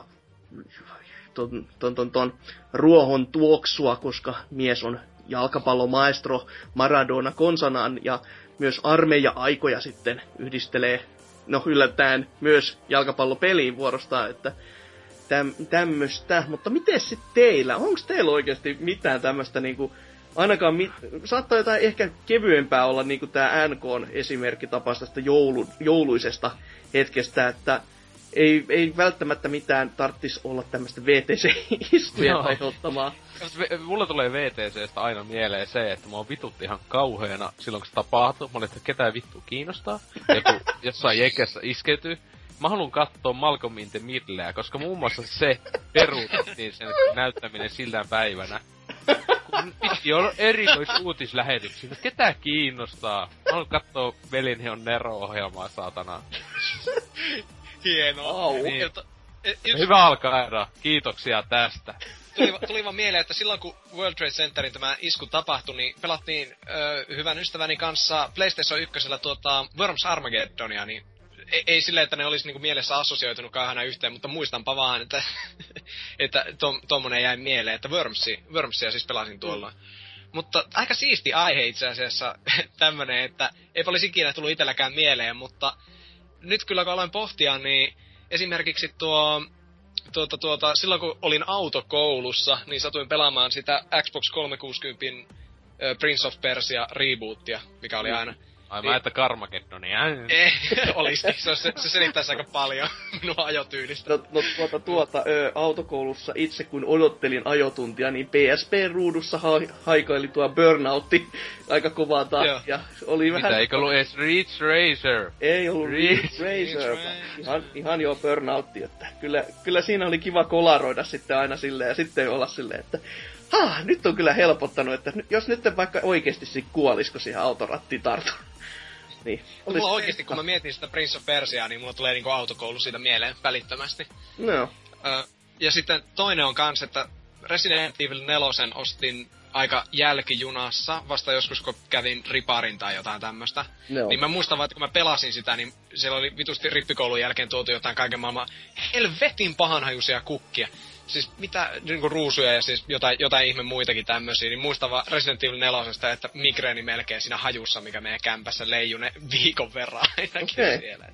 ton ruohon tuoksua, koska mies on jalkapallomaestro Maradona konsanaan, ja myös armeija-aikoja sitten yhdistelee, no yllättäen myös jalkapallopeliin vuorostaan, että tämmöstä. Mutta miten sitten teillä? Onko teillä oikeasti mitään tämmöstä niinku, ainakaan saattaa jotain ehkä kevyempää olla niinku tää NK:n esimerkki tapaista tästä jouluisesta hetkestä, että ei välttämättä mitään tarttis olla tämmöstä VTC-iskuja aiheuttamaa. Mulle tulee VTCstä aina mieleen se, että mua vitutti ihan kauheena silloin, kun se tapahtui. Mä olin, että ketään vittu kiinnostaa. Ja kun jossain jekessä iskeytyy, mä haluun kattoo Malcolm in the Middleä, koska muun muassa se peruutettiin sen näyttäminen sillä päivänä. Kun piti olla erikoisuutislähetyksiä, että ketään kiinnostaa. Mä haluun kattoo Velinheon Nero-ohjelmaa, saatana. Hienoa. Niin. Hyvä alkaa, Eera. Kiitoksia tästä. Tuli vaan mieleen, että silloin kun World Trade Centerin tämä isku tapahtui, niin pelattiin hyvän ystäväni kanssa PlayStation 1 Worms Armageddonia, niin ei silleen, että ne olisi niinku mielessä assosioitunutkaan aina yhteen, mutta muistanpa vaan, että, että tommonen jäi mieleen, että Wormsia siis pelasin tuolla. Mutta aika siisti aihe itse asiassa tämmönen, että eipä olisi ikinä tullut itselläkään mieleen, mutta nyt kyllä kun aloin pohtia, niin esimerkiksi silloin kun olin autokoulussa, niin satuin pelaamaan sitä Xbox 360 Prince of Persia rebootia, mikä oli aina Ai mä että Carmageddonia. Olisi. Se selittäisi aika paljon minun ajotyylistä. Autokoulussa itse kun odottelin ajotuntia, niin PSP-ruudussa haikaili tuo Burnoutti aika kovaa tahtia. Oli vähän... Mitä, eikö ollut edes Ridge Racer? Ei ollut Ridge Racer. Ihan joo Burnoutti, että kyllä siinä oli kiva kolaroida sitten aina silleen ja sitten olla silleen, että nyt on kyllä helpottanut, että jos nyt vaikka oikeesti kuolisiko siihen autorattiin tartu. Niin. Mulla oikeesti, kun mä mietin sitä Prince of Persiaa, niin mulla tulee niinku autokoulu siitä mieleen välittömästi. No. Ja sitten toinen on kans, että Resident Evil 4 ostin aika jälkijunassa, vasta joskus kun kävin riparin tai jotain tämmöstä. No. Niin mä muistan vaan, että kun mä pelasin sitä, niin siellä oli vitusti rippikoulun jälkeen tuotu jotain kaiken maailman helvetin pahanhajuisia kukkia. Siis mitä, niinku ruusuja ja siis jotain ihme muitakin tämmösiä, niin muistan vaan Resident Evil 4, että migreeni melkein siinä hajussa, mikä meidän kämpässä leijui ne viikon verran ainakin siellä.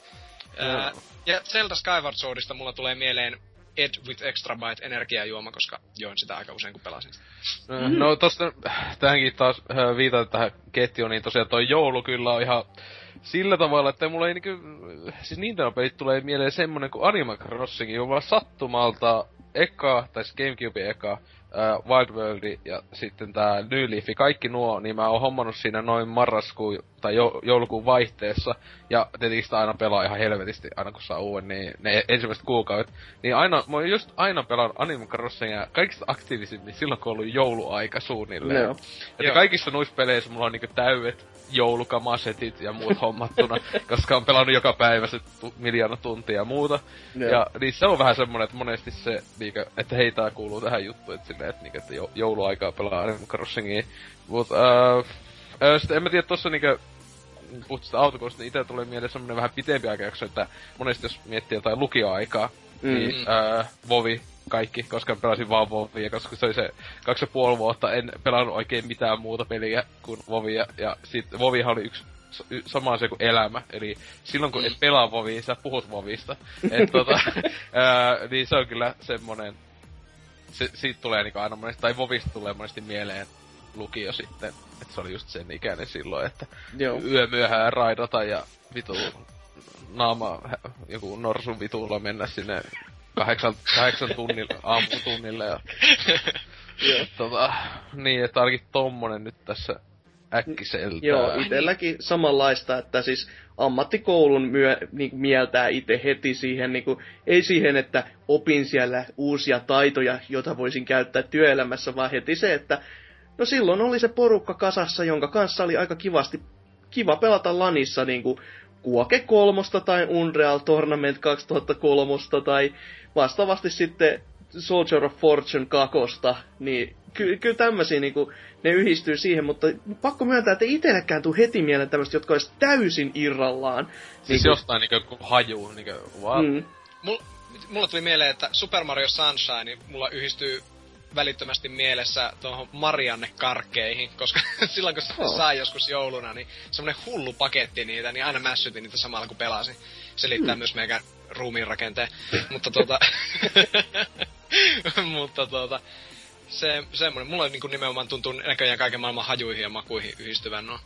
Ja Zelda Skyward Swordista mulla tulee mieleen Ed with Extra Bite energiajuoma, koska join sitä aika usein kun pelasin sitä. No tosta tähänkin taas viitata tähän ketjuun, niin tosiaan toi joulu kyllä on ihan sillä tavalla, että mulla ei niinku... Siis Nintendo-pelit tulee mieleen semmonen kuin Animal Crossing, vaan sattumalta tai Gamecuben eka, Wild World ja sitten tää New Leaf, kaikki nuo, niin mä oon hommannut siinä noin marraskuun tai joulukuun vaihteessa, ja tietenkin sitä aina pelaa ihan helvetisti, aina kun saa uuden, niin ne ensimmäiset kuukaudet. Niin aina, mä oon just aina pelannut Animal Crossingia kaikista aktiivisimmin silloin, kun on ollut jouluaika suunnilleen. No. Että kaikissa noissa peleissä mulla on niinku täydet joulukamasetit ja muut hommattuna, koska on pelannut joka päivä se miljoona tuntia ja muuta. No. Ja niin se on vähän semmonen, että monesti se, niinku, että hei tää kuuluu tähän juttuun, että silleen, että, niinku, että jouluaikaa pelaa Animal Crossingia. Mut sitten en mä tiedä tossa niinku, puhut sitä autokoulusta, niin ite tulee mieleen semmonen vähän pitempi aikajakso, että monesti jos miettii jotain lukioaikaa, niin Vovi kaikki, koska pelasin vaan Vovia, koska se oli se 2,5 vuotta, en pelannut oikein mitään muuta peliä kuin Vovia, ja sit Vovihan oli yksi sama asia kuin elämä, eli silloin kun et pelaa Vovia, sä puhut Vovista. Niin se on kyllä semmonen, siitä tulee niinku aina monesti, tai Vovista tulee monesti mieleen lukio sitten, että se oli just sen ikäinen silloin, että yömyöhään raidata ja vitu naama joku norsun vitulla mennä sinne 8 tunnille, aamutunnille ja niin, että ainakin tommonen nyt tässä äkkiseltään. Joo, itelläkin samanlaista, että siis ammattikoulun niinku mieltää itse heti siihen, niinku, ei siihen, että opin siellä uusia taitoja, joita voisin käyttää työelämässä, vaan heti se, että no silloin oli se porukka kasassa, jonka kanssa oli aika kiva pelata LANissa niinku Quake 3 tai Unreal Tournament 2003 tai vastaavasti sitten Soldier of Fortune 2, niin kyllä tämmösiä niinku, ne yhdistyy siihen, mutta pakko myöntää, että itsellekään tuu heti mieleen tämmöistä, jotka olisi täysin irrallaan. Siis niinku, jostain niinku haju, niinku what? Mulla tuli mieleen, että Super Mario Sunshine, mulla yhdistyy välittömästi mielessä tuohon Marianne-karkkeihin, koska silloin kun sai joskus jouluna, niin semmonen hullu paketti niitä, niin aina mässytin niitä samalla kun pelasin. Selittää myös meidän ruumiin rakenteen. Mutta semmonen, mulla niinku nimenomaan tuntuu näköjään kaiken maailman hajuihin ja makuihin yhdistyvän nuo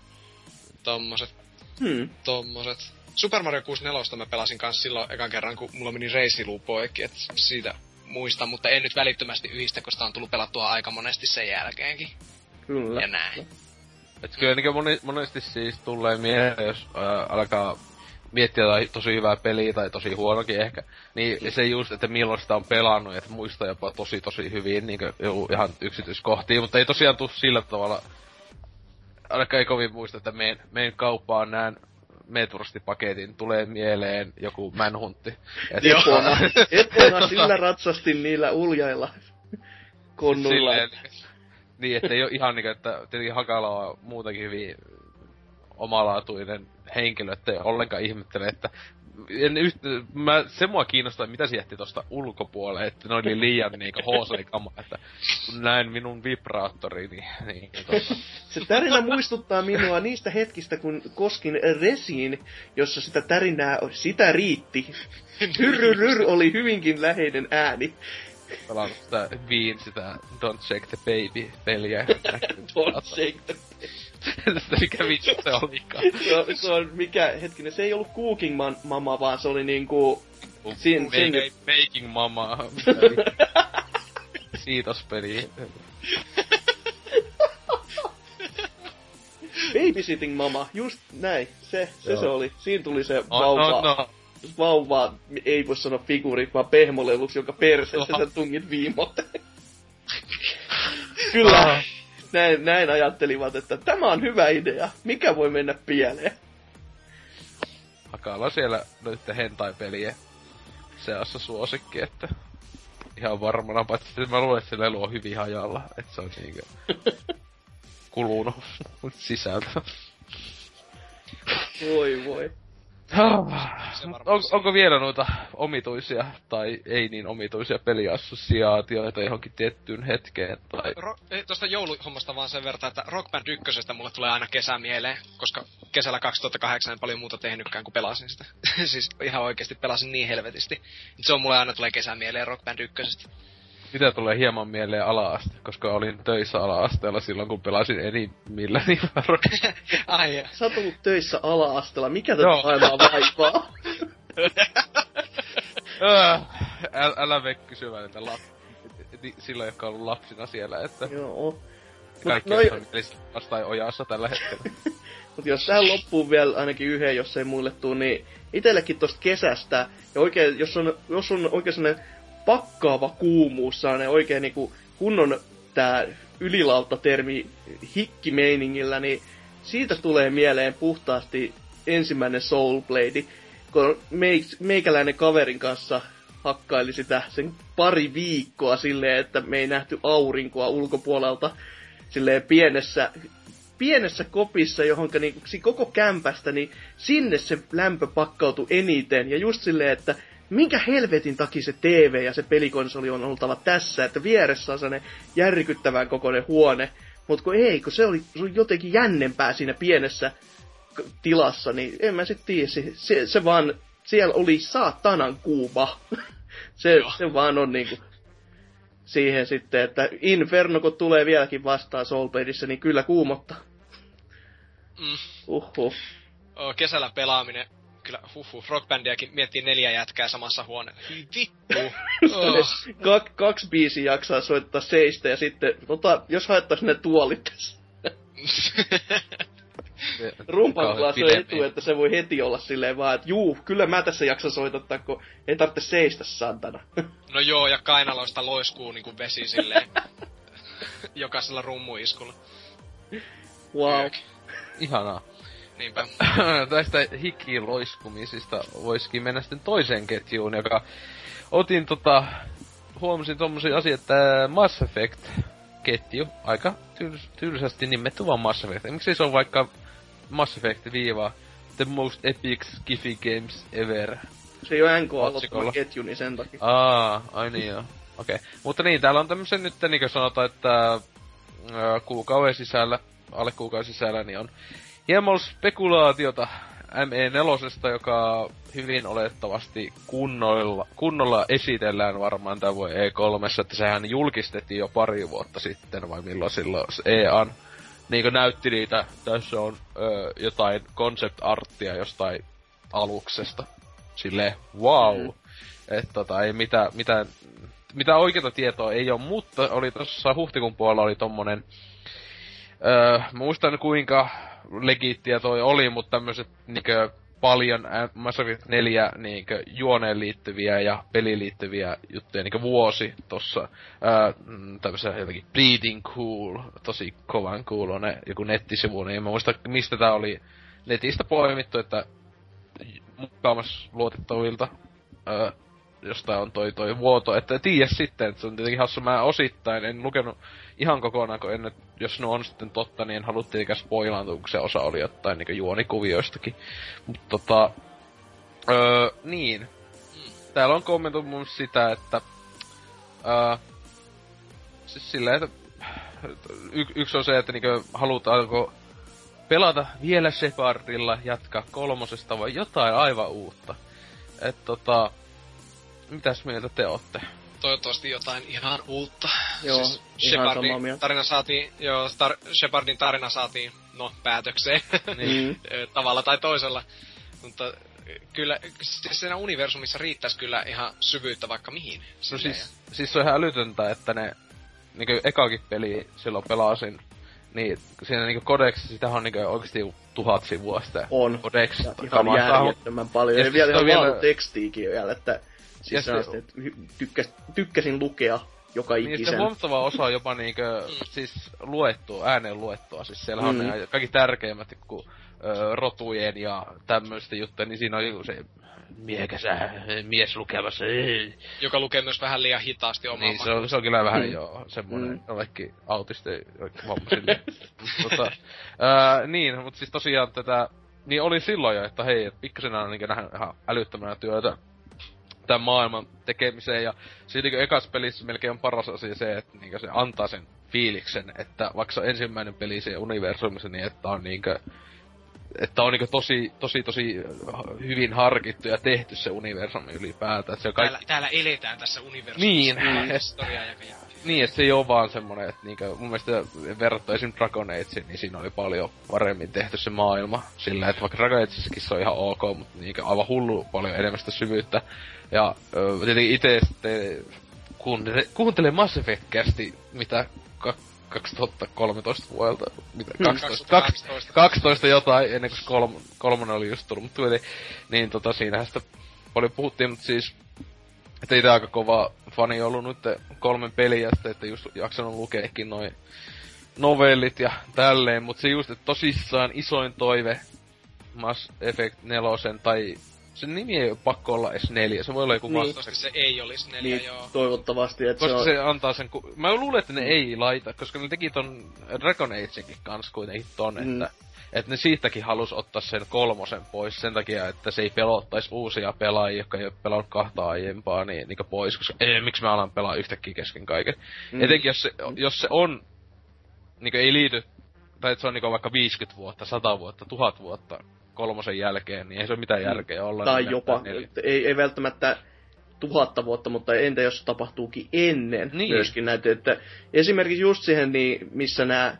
tommoset. Super Mario 64 mä pelasin kans silloin ekan kerran, kun mulla meni reisilu poikki, et siitä muistan, mutta en nyt välittömästi yhdistä, koska on tullut pelattua aika monesti sen jälkeenkin. Kyllä. Ja näin. Et kyllä niinku monesti siis tulee mieleen, jos alkaa miettiä jotain tosi hyvää peliä tai tosi huonokin ehkä, niin se just, että milloin sitä on pelannut, että muistaa jopa tosi hyvin niinku ihan yksityiskohtia, mutta ei tosiaan tuu sillä tavalla, ainakaan ei kovin muista, että meen kauppaan näen meeturistipaketin, tulee mieleen joku Manhuntti. Epona sillä ratsastin niillä uljailla konnuilla. Niin, että ei oo ihan niinku, että tietenkin Hakala on muutenkin hyvin omalaatuinen henkilö, ettei ollenkaan ihmettele, että se mua kiinnostaa, mitä se jätti tosta ulkopuolelle, että ne oli liian niinku hooselikama, että kun näin minun vibraattorini, niin Se tärinä muistuttaa minua niistä hetkistä, kun koskin Resiin, jossa sitä tärinää, sitä riitti. Hyrryryr oli hyvinkin läheinen ääni. Pelannut sitä sitä Don't Shake the Baby -peliä. Don't Shake the Baby. Mikä vitsi se olikaan? Se on hetkinen, se ei ollut Cooking Mama, vaan se oli niinku... Making Mama. Siitos-peli. Babysitting Mama, just näin. Se oli. Siinä tuli se vauva. Vauva, ei voi sanoa figuuri, vaan pehmolelus, jonka perseessä sä tungit viimot. Kyllä. Näin ajattelivat, että tämä on hyvä idea. Mikä voi mennä pieleen? Hakalla siellä löytte hentai-peliä seassa suosikki, että ihan varmana, paitsi mä luulen, että se lelu on hyvin hajalla, että se on niinkö kulunut sisältö. Voi. Onko vielä noita omituisia tai ei niin omituisia peliassosiaatioita johonkin tiettyyn hetkeen? Tai... Tuosta jouluhommasta vaan sen verran, että Rock Band 1 mulle tulee aina kesä mieleen, koska kesällä 2008 en paljon muuta tehnytkään kuin pelasin sitä. Siis ihan oikeesti pelasin niin helvetisti. Se on mulle aina tulee kesä mieleen Rock Band 1. Mitä tulee hieman mieleen ala-aste, koska olin töissä ala-asteella silloin, kun pelasin enimmilläni Ai. Sä oot ollut töissä ala-asteella, mikä tätä maailmaa vaivaa? Älä mene kysymään niitä silloin, jotka on ollut lapsina siellä, että... Joo. Kaikki on vastaan ojassa tällä hetkellä. Mut jos tähän loppuu vielä ainakin yhden, jos ei muille tuu, niin itellekin tosta kesästä, ja oikein, jos on oikein sellainen pakkaava kuumuus, sellainen oikein niinku kunnon tää ylilauttatermi hikkimeiningillä, niin siitä tulee mieleen puhtaasti ensimmäinen Soul Blade, kun meikäläinen kaverin kanssa hakkaili sitä sen pari viikkoa silleen, että me ei nähty aurinkoa ulkopuolelta silleen pienessä kopissa, johonka niinku koko kämpästä, niin sinne se lämpö pakkautui eniten. Ja just silleen, että minkä helvetin takia se TV ja se pelikonsoli on oltava tässä, että vieressä on sellainen järkyttävän kokoinen huone. Mut kun se oli jotenkin jännempää siinä pienessä tilassa, niin en mä sit tiedä. Se vaan, siellä oli saatanan kuuma. se vaan on niinku siihen sitten, että Inferno kun tulee vieläkin vastaan Soul Bladeissa, niin kyllä kuumottaa. Kesällä pelaaminen. Kyllä, Rock Bandiakin miettii 4 jätkää samassa huoneessa. Vittu! 2 biisiä jaksaa soittaa seistä ja sitten, jos haettais ne tuolit tässä. Rumpalilla se on etu, että se voi heti olla silleen vaan, että kyllä mä tässä jaksan soittaa, kun ei tarvitse seistä santana. No joo, ja kainaloista loiskuu niinku vesi silleen. Jokaisella rummuiskulla. Wow. Ihanaa. Niinpä. Tästä hikiloiskumisista voisikin mennä sitten toiseen ketjuun, joka huomasin tommosia asioita, että Mass Effect-ketju, aika tylsästi nimetty vaan Mass Effect. Miksi se on vaikka Mass Effect The Most Epic Skiffy Games Ever? Se ei oo NK aloittama ketju, niin sen takia. Ai niin joo. Okei. Mutta niin, täällä on tämmösen nyt, niin kuin sanotaan, että kuukauden sisällä, alle kuukauden sisällä, niin on hieman spekulaatiota ME4, joka hyvin olettavasti kunnolla esitellään varmaan tämän vuoden E3, että sehän julkistettiin jo pari vuotta sitten, vai milloin silloin EAN niinkö näytti niitä, tässä on jotain concept arttia jostain aluksesta. Silleen, wow. Että ei mitään oikeata tietoa ei oo, mutta oli tossa huhtikuun puolella oli tommonen, muistan kuinka legiittiä toi oli, mutta tämmöset niinkö paljon Mass Effect 4 niinkö juoneen liittyviä ja peliin liittyviä juttuja niinkö vuosi tossa tämmösen jotenkin Bleeding Cool, tosi kovan kuulonen joku nettisivu, niin en mä muista mistä tää oli netistä poimittu, että mukavasti luotettavilta jostain on toi vuoto, että tiedä sitten, että se on tietenkin hassu, mä osittain en lukenut ihan kokonaan, kun jos ne on sitten totta, niin en halua tietenkään spoilaantua, kun se osa oli jotain niin juonikuvioistakin. Mutta niin. Täällä on kommentoitu mun sitä, että siis silleen, että yksi on se, että niinku halutaanko pelata vielä Shepardilla, jatkaa 3 vai jotain aivan uutta. Et mitäs mieltä te ootte? Toivottavasti jotain ihan uutta. Joo, siis ihan samaa mieltä. Shepardin tarina saatiin päätökseen. Niin. Tavalla tai toisella. Mutta kyllä siinä universumissa riittäisi kyllä ihan syvyyttä vaikka mihin. No siis se on ihan älytöntä, että ne niinku ekakin peli silloin pelasin, niin siinä niinku Codex, sitähän on niinku oikeesti 1000 sivua sitä. On. Codex. Ja ihan järjettömän paljon. Ja vielä ihan laatutekstiikin vielä, että siis tykkäsin lukea joka ikisen. Niin se huomattava osa on jopa niinkö, siis ääneen luettua. Siis siellä on ne kaikki tärkeimmät, kun rotujen ja tämmöisten juttuja, niin siinä on joku se mies lukemassa. Joka lukee myös vähän liian hitaasti omaa. Niin, se on kyllä vähän semmonen jollekin autisti vamma sinne. Niin, mutta siis tosiaan tätä, niin oli silloin jo, että hei, pikkasen on niinku nähnyt ihan älyttömänä työtä tämän maailman tekemiseen, ja siitä ekas pelissä melkein on paras asia se, että niinku se antaa sen fiiliksen, että vaikka se on ensimmäinen peli siihen universumissa, niin että on niinku tosi hyvin harkittu ja tehty se universumi ylipäätään. Että se on täällä eletään tässä universumissa. Niin. Historiaa niin, että se ei oo vaan semmonen, että niinku, mun mielestä verrattuna esim. Dragon Ageen, niin siinä oli paljon paremmin tehty se maailma. Sillä, että vaikka Dragon Ageissakin se on ihan ok, mutta niinku aivan hullu paljon enemmän sitä syvyyttä. Ja tietenkin ite sitten kuuntele Mass Effect-kästi, mitä 2013 vuodelta, mitä 12 jotain, ennen kuin kolmonen oli just tullut, mutta niin siinähän sitä paljon puhuttiin, mutta siis että ite aika kova fani ollut nyt 3 peliä, että just jaksanut lukeekin noin novellit ja tälleen, mutta se just, että tosissaan isoin toive Mass Effect 4, tai sen nimi ei ole pakko olla edes 4, se voi olla joku Toivottavasti se ei olisi 4, niin, joo. Toivottavasti, että koska se antaa sen mä luulen, että ne ei laita, koska ne teki ton Dragon Agenkin kans kuitenkin ton, että ne siitäkin halus ottaa sen 3 pois sen takia, että se ei pelottais uusia pelaajia, jotka ei oo pelannut 2 aiempaa, niin pois, koska miksi mä alan pelaa yhtäkkiä kesken kaiken. Etenkin jos se on, niinku ei liity, tai että se on niinku vaikka 50 vuotta, 100 vuotta, 1000 vuotta 3 jälkeen, niin ei se ole mitään järkeä olla. Tai jopa, ei välttämättä 1000 vuotta, mutta entä jos se tapahtuukin ennen myöskin näitä, että esimerkiksi just siihen, niin, missä nämä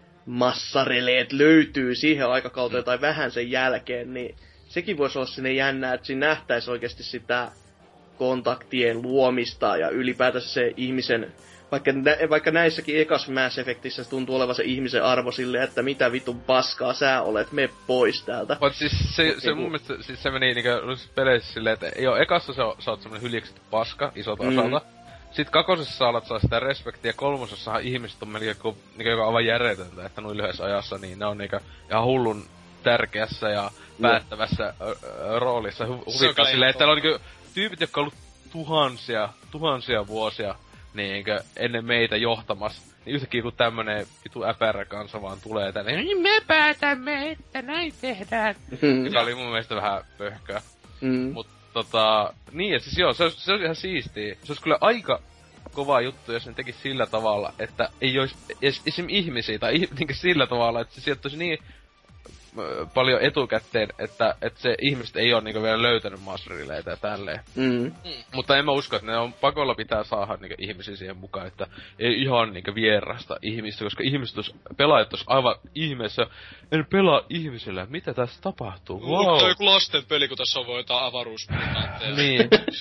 massareleet löytyy siihen aikakauteen tai vähän sen jälkeen, niin sekin voisi olla sinne jännää, että siinä nähtäisi oikeasti sitä kontaktien luomista ja ylipäätänsä se ihmisen, vaikka näissäkin ekas Mass Effectissä se tuntuu olevan se ihmisen arvo silleen, että mitä vitun paskaa sä olet, me pois täältä. Mutta siis se mun mielestä siis se meni niinku peleissä silleen, että joo, ekassa sä oot semmonen hyljekset paska isolta osalta. Sitten 2. saa sitä respektiä, 3. ihmiset on melkein niinku aivan järjetöntä, että noin lyhyessä ajassa, niin ne on niinku ihan hullun tärkeässä ja päättävässä roolissa. Huvittaa silleen, että täällä on niinku tyypit, jotka on ollut tuhansia vuosia niinkö ennen meitä johtamassa, niin yhtäkkiä kun tämmönen vitu äpärä kansa vaan tulee tänne, niin me päätämme, että näin tehdään. Joka oli mun mielestä vähän pöhköä. Mut niin, et siis joo, se olisi ihan siistiä. Se olisi kyllä aika kova juttu, jos ne tekis sillä tavalla, että ei ois esim. Ihmisiä, tai niinkö sillä tavalla, että se sijoittuisi niin paljon etukäteen, että se ihmiset ei oo niinku vielä löytänyt masterilleitä ja tälleen. Mutta en mä usko, että ne on pakolla pitää saada niinku ihmisiä siihen mukaan, että ei ihan niinku vierasta ihmistä, koska pelaajat ois aivan ihmeessä. En pelaa ihmisillä, mitä tässä tapahtuu? Wow. Mutta joku lasten peli, kun tässä on voi jotain avaruusmutanteja. Niin,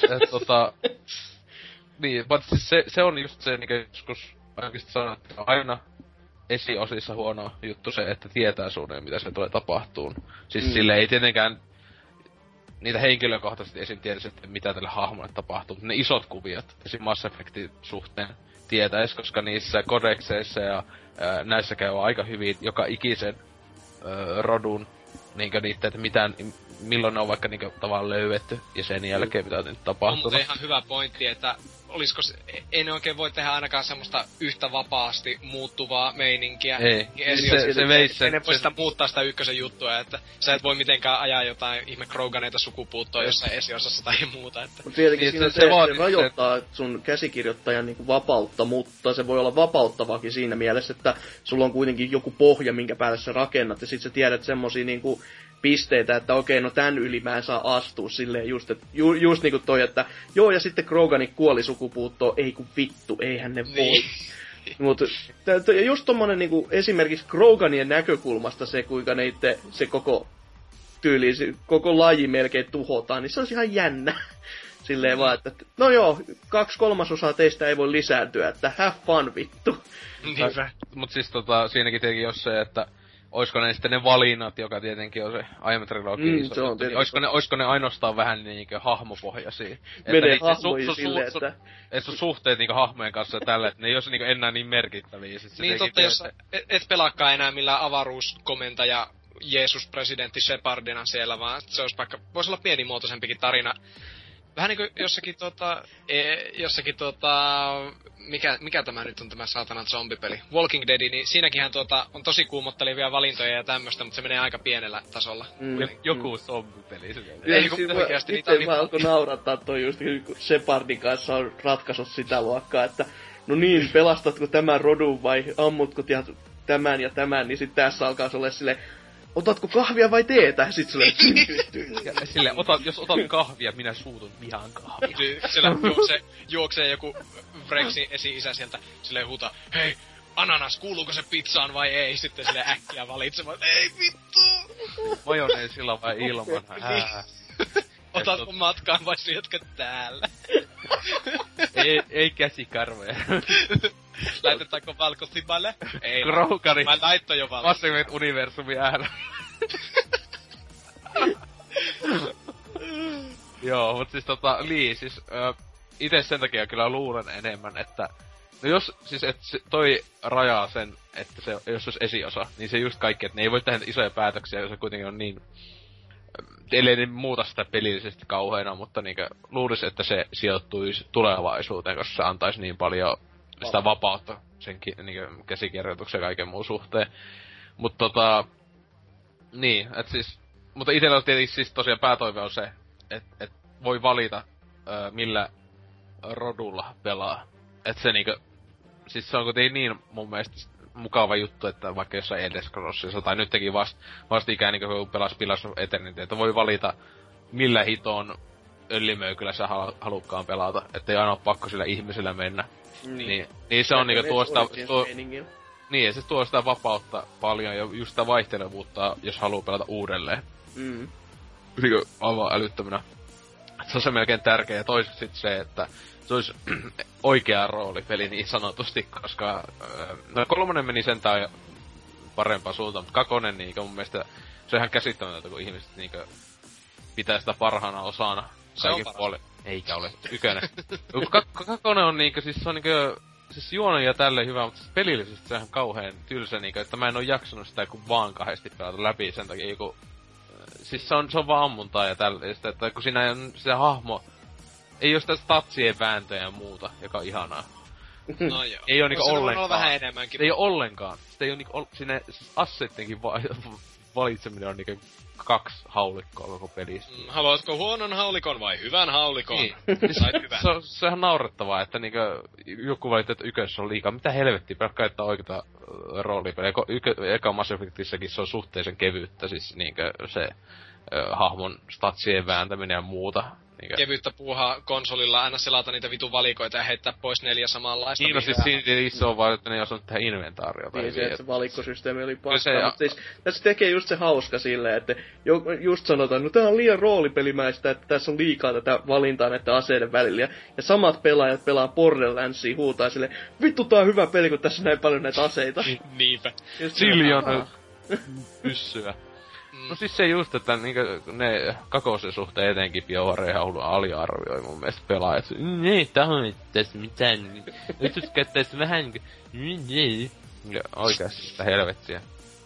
niin, mutta siis se on just se niinku joskus oikeesti sanoo, että aina esiosissa huono juttu se, että tietää suunnilleen, mitä se tulee tapahtuun. Siis sille ei tietenkään niitä henkilökohtaisesti esim. Tiedäisi, että mitä tälle hahmolle tapahtuu, mutta ne isot kuviot esim. Mass Effectin suhteen tietäis, koska niissä kodekseissa ja näissä käy aika hyvin joka ikisen rodun niinkö niitä, että milloin ne on vaikka niinkö tavallaan löydetty ja sen jälkeen mitä nyt tapahtuu. On ihan hyvä pointti, että olisiko ei ne oikein voi tehdä ainakaan semmoista yhtä vapaasti muuttuvaa meininkiä. Ei, se veisi sen. Ne voi sitä muuttaa sitä ykkösen juttua, että sä et voi mitenkään ajaa jotain ihme Kroganeita sukupuuttoa jossain esiosassa tai muuta. Että. Mutta tietenkin siinä se rajoittaa sun käsikirjoittajan niinku vapautta, mutta se voi olla vapauttavakin siinä mielessä, että sulla on kuitenkin joku pohja, minkä päälle sä rakennat, ja sit sä tiedät semmosia niinku pisteitä, että okei, no tän yli mä en saa astua silleen just niinku toi, että joo, ja sitten Krogani kuoli sukupuuttoon, ei kun vittu, eihän ne voi. Mutta just tommonen niinku esimerkiksi Kroganien näkökulmasta se, kuinka ne itse se koko tyyli, se koko laji melkein tuhotaan, niin se on ihan jännä. Silleen vaan, että no joo, 2/3 teistä ei voi lisääntyä, että have fun vittu. Niinpä. Mut siis siinäkin tietenkin jos se, että oisko ne sitten ne valinnat, joka tietenkin on se aiemmin trilogia, se on niin oisko ne ainoastaan vähän niinkö hahmopohjaisia. Menee hahmoja silleen, että et sun suhteet niinku hahmojen kanssa ja tälle, että ne ei oo niinku enää niin merkittäviä. Sit se niin totta, jos et pelaakaan enää millään avaruuskomentaja Jeesus presidentti Shepardina siellä, vaan se olisi vaikka, voisi olla pienimuotoisempikin tarina. Vähän niinku jossakin mikä tämä nyt on tämä saatanan zombipeli? Walking Dead, niin siinäkinhän on tosi kuumottelevia valintoja ja tämmöstä, mutta se menee aika pienellä tasolla. Joku zombipeli. Ei kun oikeasti niitä on. Itse mä alkoi naurattaa toi just, kun Shepardin kanssa on ratkaissut sitä luokkaa, että no niin, pelastatko tämän rodun vai ammutko tämän ja tämän, niin sit tässä alkaa olla silleen, otatko kahvia vai teetä? Sit silleen, jos otat kahvia, minä suutun vihaan kahvia. Siellä juoksee joku Vrexin esi-isä sieltä, silleen huutaa, hei, ananas, kuuluuko se pizzaan vai ei? Sitten silleen äkkiä valitsemaan, ei vittu! Majoneesilla vai ilman? Otatko matkaan vai syötkö täällä? ei käsikarvoja. Laitetaanko valkosimalle? Ei. Kroukari. Mä laittoin jo valkosimalle. Massimet universumi äänä. Joo, mut siis ite sen takia kyllä luulen enemmän, että no jos siis toi rajaa sen, että se jos olisi esiosa, niin se just kaikki, että ne ei voi tehdä isoja päätöksiä, jos se kuitenkin on niin ellei ne muuta sitä pelillisesti kauheena, mutta niinkö luulis, että se sijoittuisi tulevaisuuteen, koska se antaisi niin paljon sitä vapautta sen niinkö käsikirjoituksen ja kaiken muun suhteen. Mut niin, et siis mutta itellä tietenkin siis tosiaan päätoive on se, että voi valita millä rodulla pelaa. Et se niinkö siis se on kuitenkin niin mun mielestä mukava juttu, että vaikka jossain Elder Scrollsissa tai nyt teki vastikään niinkö kun pelas Pillars of Eternity, että voi valita millä hiton öllimöykyllä sä halukkaan pelata, ettei aina oo pakko sillä ihmisellä mennä. Niin se on niinkö niin, ja se tuo sitä vapautta paljon ja just sitä vaihtelevuutta, jos haluu pelata uudelleen. Niinkö aivan älyttömänä. Se on se melkein tärkeä, ja toiseksi sit se, että se olisi oikea roolipeli niin sanotusti, koska no 3 meni sentään parempaan suuntaan, mutta 2 niinkö mun mielestä se on ihan käsittämätöntä, kun ihmiset niinkö pitää sitä parhaana osana. Se on puoli. Eikä ole, 1. 2 on niinkö, siis se on niinkö siis juona ja tälleen hyvä, mutta siis pelillisesti se on kauheen tylsä niinkö, että mä en oo jaksanut sitä kun vaan 2 pelata läpi sen takia joku. Siis se on vaan ammuntaa ja tällaista, että kun siinä on se hahmo ei oo sitä statsien vääntöjä ja muuta, joka on ihanaa. No joo. Ei oo niinku ollenkaan. Vähän enemmänkin. Ei oo ollenkaan. Sitä ei oo niinku siinä siis assettenkin valitseminen on niinku 2 haulikkoa koko pelissä. Haluatko huonon haulikon vai hyvän haulikon? Niin. Hyvän. Se on ihan naurettavaa, että niinku joku valittaa, että ykkössä on liikaa. Mitä helvettiä, pelkkä että oikeeta roolipeliä. Eka Mass Effectissäkin se on suhteellisen kevyyttä, siis niinkö se hahmon statsien vääntäminen ja muuta. Niinkö. Kevyyttä puuhaa konsolilla, aina selata niitä vitun valikoita ja heittää pois 4 samanlaista. Niin, no siis siinä on vaan, että ne ei osannut tehdä inventaaria. Niin se, että se valikkosysteemi oli paskaa, mutta siis tässä tekee just se hauska silleen, että just sanotaan, no tää on liian roolipelimäistä, että tässä on liikaa tätä valintaa näiden aseiden välillä. Ja samat pelaajat pelaa Borderlandsia huutaa silleen, vittu tää on hyvä peli, kun tässä on näin paljon näitä aseita. Niinpä. Siljon pyssyä. No siis se just, että niinkö ne kakosen suhteen etenkin BioWare ihan aliarvioi mun mielestä pelaajat. Niin, tahonittais mitään. Nyt käyttäis vähän niinkö. Oikeasti sitä helvettiä.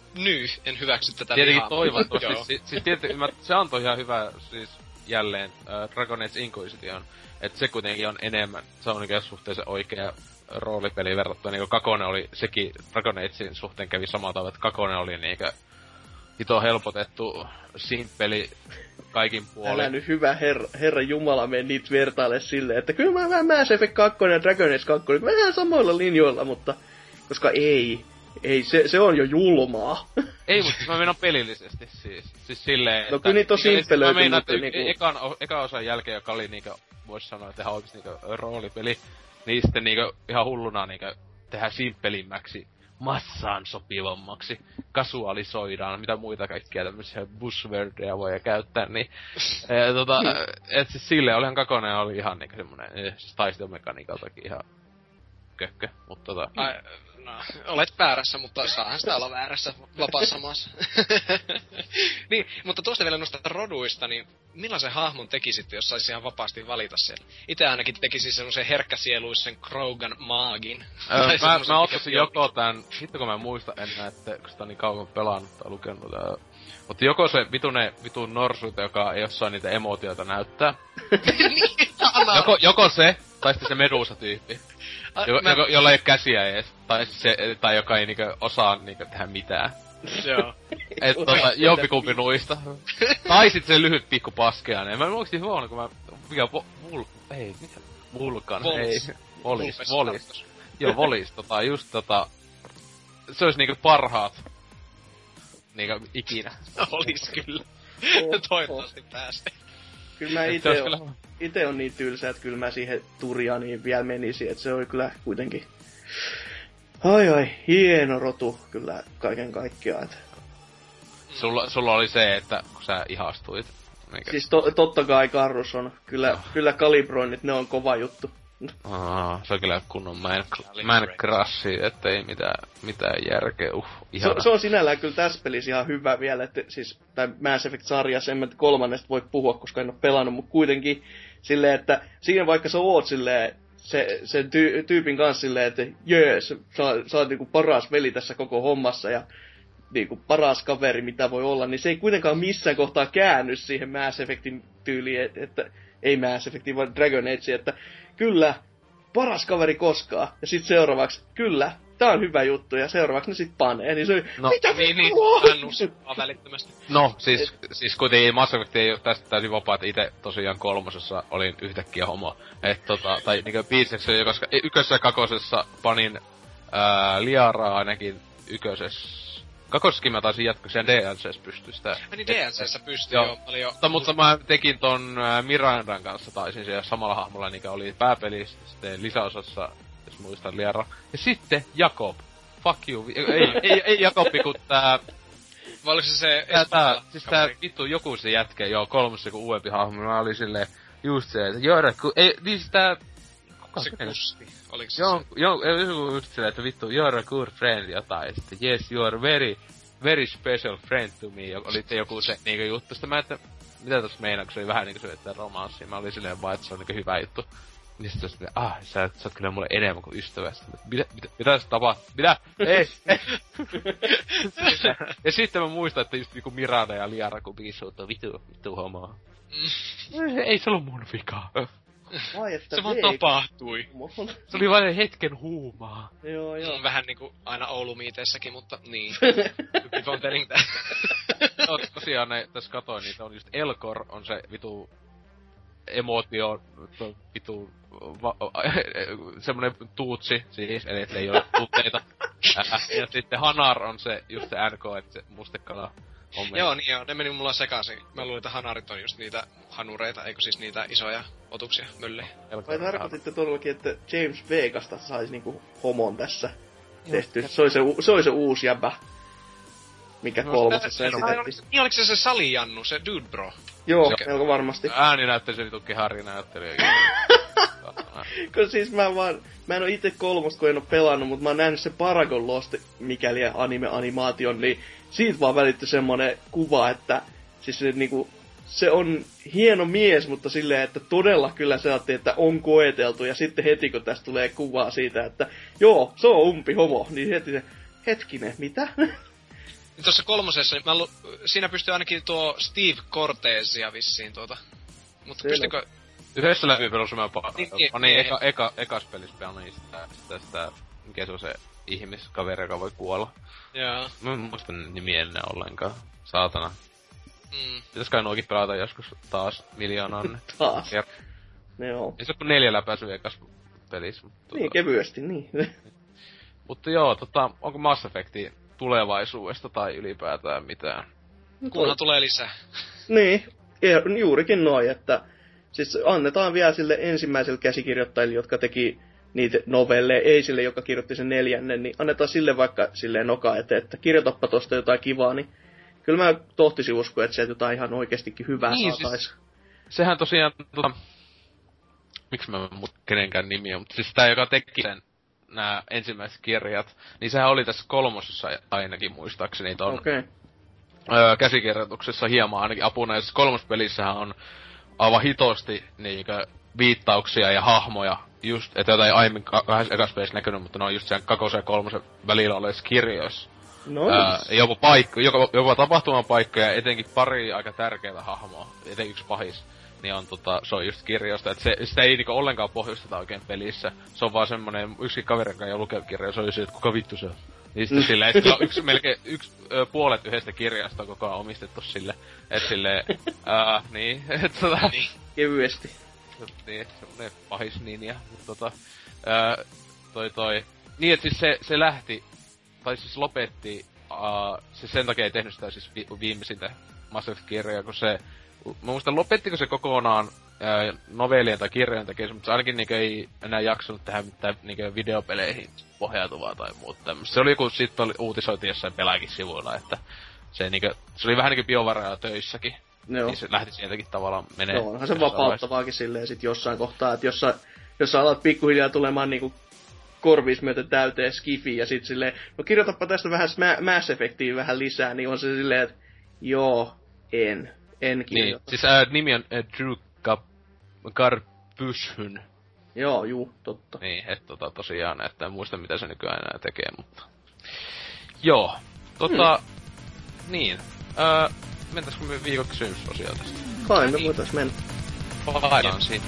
En hyväksy tätä tietenkin toivottavasti. siis tietenkin se antoi ihan hyvä siis jälleen Dragon Age Inquisition. Et se kuitenkin on enemmän. Se on niinkö suhteessa oikea roolipeli verrattuna. Niinku 2 oli sekin Dragon Agein suhteen kävi samalla tavalla, että 2 oli niinkö hito helpotettu simppeli kaikin puolin. Älä nyt hyvä herra jumala mene niitä vertaile silleen, että kyllä mä vähän Mass Effect 2 ja Dragon Age 2 vähän samoilla linjoilla, mutta koska ei, se on jo julmaa. Ei, mutta mä menen pelillisesti siis silleen, että no kyllä niitä on simppelöity, mä meinaan, mutta niinku eka osan jälkeen, joka oli niinkö vois sanoa, että ihan oikeesti niinkö roolipeli, niin sitten niinkö ihan hulluna niinkö tehdään simppelimmäksi, massaan sopivammaksi, kasualisoidaan, mitä muita kaikkia tämmöisiä buzzwordeja voi käyttää, niin et siis silleen olihan kakonen oli ihan niinku semmonen, siis taistelumekaniikaltakin ihan kökkö, mutta No, olet väärässä, mutta saahan sitä olla väärässä vapaassa maassa. Niin, mutta tuosta vielä noista roduista, niin millaisen hahmon tekisitte, jos saisi ihan vapaasti valita siellä? Itse ainakin tekisin semmoisen herkkäsieluisen Krogan maagin. Mä ottaisin joko tän, hitto kun mä en muista enää, että kun sitä on niin kauan pelannut tai lukenut. Mutta joko se vitun norsuita, joka ei osaa niitä emootioita näyttää. joko se, tai sitten se Medusa-tyyppi. Jolla ei oo käsiä ees. Tai joka ei niinku osaa niinku tehdä mitään. Joo. Et jompikumpi nuista. Tai sit se lyhyt pikku paskeainen. Mä en oikeesti huono, kun mä... Vulkan, ei. Volis. Joo, Volis, se ois niinku parhaat. Niinku ikinä. Olis kyllä. Toivottavasti pääsee. Kyllä mä ite on niin tylsä, että kyllä mä siihen Turianiin vielä menisin, että se oli kyllä kuitenkin... Ai, hieno rotu kyllä kaiken kaikkiaan. Että... Sulla oli se, että kun sä ihastuit. Mikä? Siis totta kai Garrus on. Kyllä kalibroinnit, ne on kova juttu. Se on kyllä kunnon man crushi, ettei mitään järkeä. Se on sinällään kyllä tässä pelissä ihan hyvä vielä, että siis, tai Mass Effect-sarjassa, en mä kolmannesta voi puhua, koska en oo pelannut, mutta kuitenkin silleen, että siinä vaikka sä oot silleen, sen tyypin kanssa silleen, että jees, sä oot niinku paras veli tässä koko hommassa ja niinku paras kaveri mitä voi olla, niin se ei kuitenkaan missään kohtaa käänny siihen Mass Effectin tyyliin, että ei Mass Effectin, vaan Dragon Age, että kyllä, paras kaveri koskaan. Ja sit seuraavaksi, kyllä, tää on hyvä juttu, ja seuraavaksi ne sit panee. Niin se on, mitä niin, kannustaa välittömästi. No, siis kuitenkin Mass Effect ei oo tästä täysin vapaa, että ite tosiaan kolmosessa olin yhtäkkiä homo. Tai niinku biiseksi, koska ykkösessä ja kakosessa panin Liaraa ainakin ykkösessä. Kakossakin mä taisin jatkaa, sen DLCs pystyi sitä. Niin DLCssä pystyi joo paljon. Mutta mä tekin ton Mirandan kanssa taisin siellä samalla hahmolla, mikä oli pääpelissä, sitten lisäosassa, jos muistan Liara. Ja sitten Jakob. Fuck you. Ei Jakobi, kun tää... Vai oliko se siis tää vittu joku se jätkä, joo, kolmossa joku uudempi hahmo. Mä olin silleen, just se, että ei, niin siis tää... Se Kusti, oliks se? Joo, just silleen, että vittu, you're a good friend, jotain, ja sitten yes, you are very special friend to me, oli joku se niinku juttu, sitten mä, että mitä tossa meinaa, kun se oli vähän niinku se, että romanssi, mä olin silleen vaan, että se on niinku hyvä juttu. Niin sitten silleen, sä oot kyllä mulle enemmän kuin ystävä, mitä se tapahtuu? Mitä? Ei! Ja sitten mä muistan, että just niinku Miranda ja Liara kumpikin suuttuu vittu homoa. Ei se ollut mun vikaa. Se vaan tapahtui. Se oli vain hetken huumaa. Joo. Vähän niinku aina Oulumiiteissäkin, mutta niin. People telling that. Tosiaan tässä katoin, niitä on just Elcor on se vitu emootio, vitu semmonen tuutsi, siis, eli et ei ole tuutteita. Ja sitten Hanar on se, just se NK, että se mustekala. Joo, niin joo, ne meni mulla sekaisin. Mä luulin, että Hanarit on just niitä hanureita, eikö siis niitä isoja otuksia, möllejä. Vai tarkoititte todellakin, että James Vegasta saisi niinku homon tehty? Se oli se uusi jäbä, mikä kolmosessa esitettiin. Niin oliko se Salijannu, se Dude Bro? Joo, melko varmasti. Ääni näytteli se vitu Harry-näyttelijä. Kun siis mä en oo ite kolmosta, kun en oo pelannut, mutta mä oon nähnyt se Paragon Lost, mikäli anime-animaation, niin siitä vaan välittyi semmonen kuva, että siis se, niinku, se on hieno mies, mutta silleen, että todella kyllä se ajattiin, että on koeteltu, ja sitten heti kun tästä tulee kuvaa siitä, että joo, se on umpi homo, niin heti se, hetkinen, mitä? Tuossa kolmosessa, siinä pystyy ainakin tuo Steve Cortesia vissiin mutta pystykö... Yhdessä läpipelussa mä panin ekas pelissä panin sitä, mikä se on se ihmiskaveri, joka voi kuolla. Jaa. Mä en muista nimiä enää ollenkaan. Saatana. Pitäis kai nuokin pelata joskus taas miljoonan. Taas? Joo. Ei se ole 4 läpäisyä ekas pelissä. Niin, kevyesti, niin. Mutta joo, onko Mass Effecti tulevaisuudesta tai ylipäätään mitään? Kunhan tulee lisää. Niin, juurikin noin, että siis annetaan vielä sille ensimmäiselle käsikirjoittajille, jotka teki niitä novelleja, ei sille, joka kirjoitti sen 4, niin annetaan sille vaikka silleen noka eteen, että kirjoitappa tosta jotain kivaa, niin kyllä mä tohtisin uskoa, että sieltä jotain ihan oikeestikin hyvää niin, saatais. Siis, sehän tosiaan, miksi mä kenenkään nimiä, mutta siis tää, joka teki sen, nämä ensimmäiset kirjat, niin sehän oli tässä 3. ainakin muistaakseni ton käsikirjoituksessa hieman ainakin apuna. Ja 3. pelissähän on aivan hitosti niinkö viittauksia ja hahmoja, just, että jotain aiemmin ekas pelissä näkynyt, mutta ne on just sen 2. ja 3. välillä olevissa kirjoissa. Jopa tapahtuman paikkoja ja etenkin pari aika tärkeää hahmoa, etenkin yksi pahis. Niin on se on just kirjoista, että sitä ei niinku ollenkaan pohjusteta oikein pelissä. Se on vaan semmonen, yksi kaveri, joka ei ole lukenut kirjaa, se on just, että kuka vittu se on. Niin sitten silleen, että puolet yhdestä kirjasta on koko ajan omistettu sille, et silleen, niin, et niin, kevyesti. Niin, semmonen pahis ninja, mutta niin et siis se lähti, tai siis lopetti, se sen takia ei tehnyt sitä siis viimeisintä Mass Effect-kirjaa, kun se mä muistan, lopettiko se kokonaan novellien tai kirjojen tekemistä, mutta se ainakin niinkö ei enää jaksanut tehdä mitään niinkö videopeleihin pohjautuvaa tai muuta tämmöstä. Se oli joku, sit oli uutisoitu jossain pelaakin sivuilla, että se niinkö, se oli vähän niinkö biovaraa töissäkin. Joo. Niin se lähti sieltäkin tavallaan menee. Joo, onhan se vapauttavaakin silleen sit jossain kohtaa, että jos sä alat pikkuhiljaa tulemaan niinku korviis myöten täyteen skifiä ja sit silleen, no kirjoitapa tästä vähän Mass Effectia vähän lisää, niin on se silleen, että joo, en kirjoita. Niin, siis nimi on Drew Garbushyn. Joo, totta. Niin, että tosiaan, että en muista mitä se nykyään enää tekee, mutta... Joo, niin. Mentäisikö me viikon kysymysosioon tästä? Kai me voitais mennä. Paidaan siitä.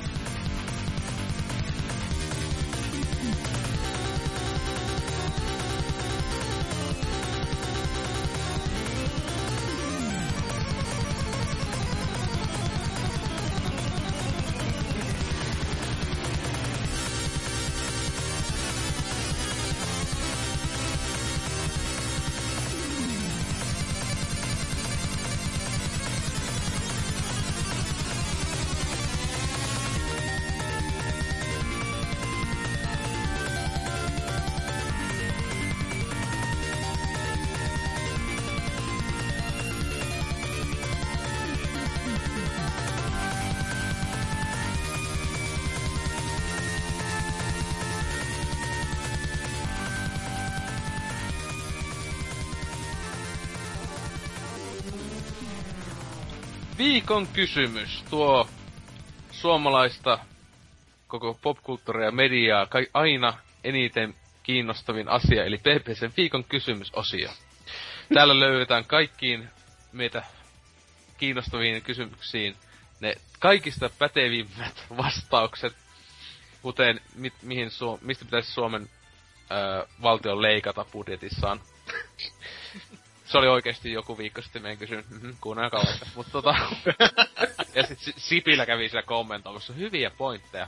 Viikon kysymys, tuo suomalaista koko popkulttuuria ja mediaa aina eniten kiinnostavin asia, eli PPCn viikon kysymysosio. Täällä löydetään kaikkiin meitä kiinnostaviin kysymyksiin ne kaikista pätevimmät vastaukset, kuten mistä pitäisi Suomen valtion leikata budjetissaan. Se oli oikeesti joku viikko sitten meidän kysymys. Kuunnelkaa vaikka. Ja sit Sipilä kävi siellä kommentoimassa hyviä pointteja,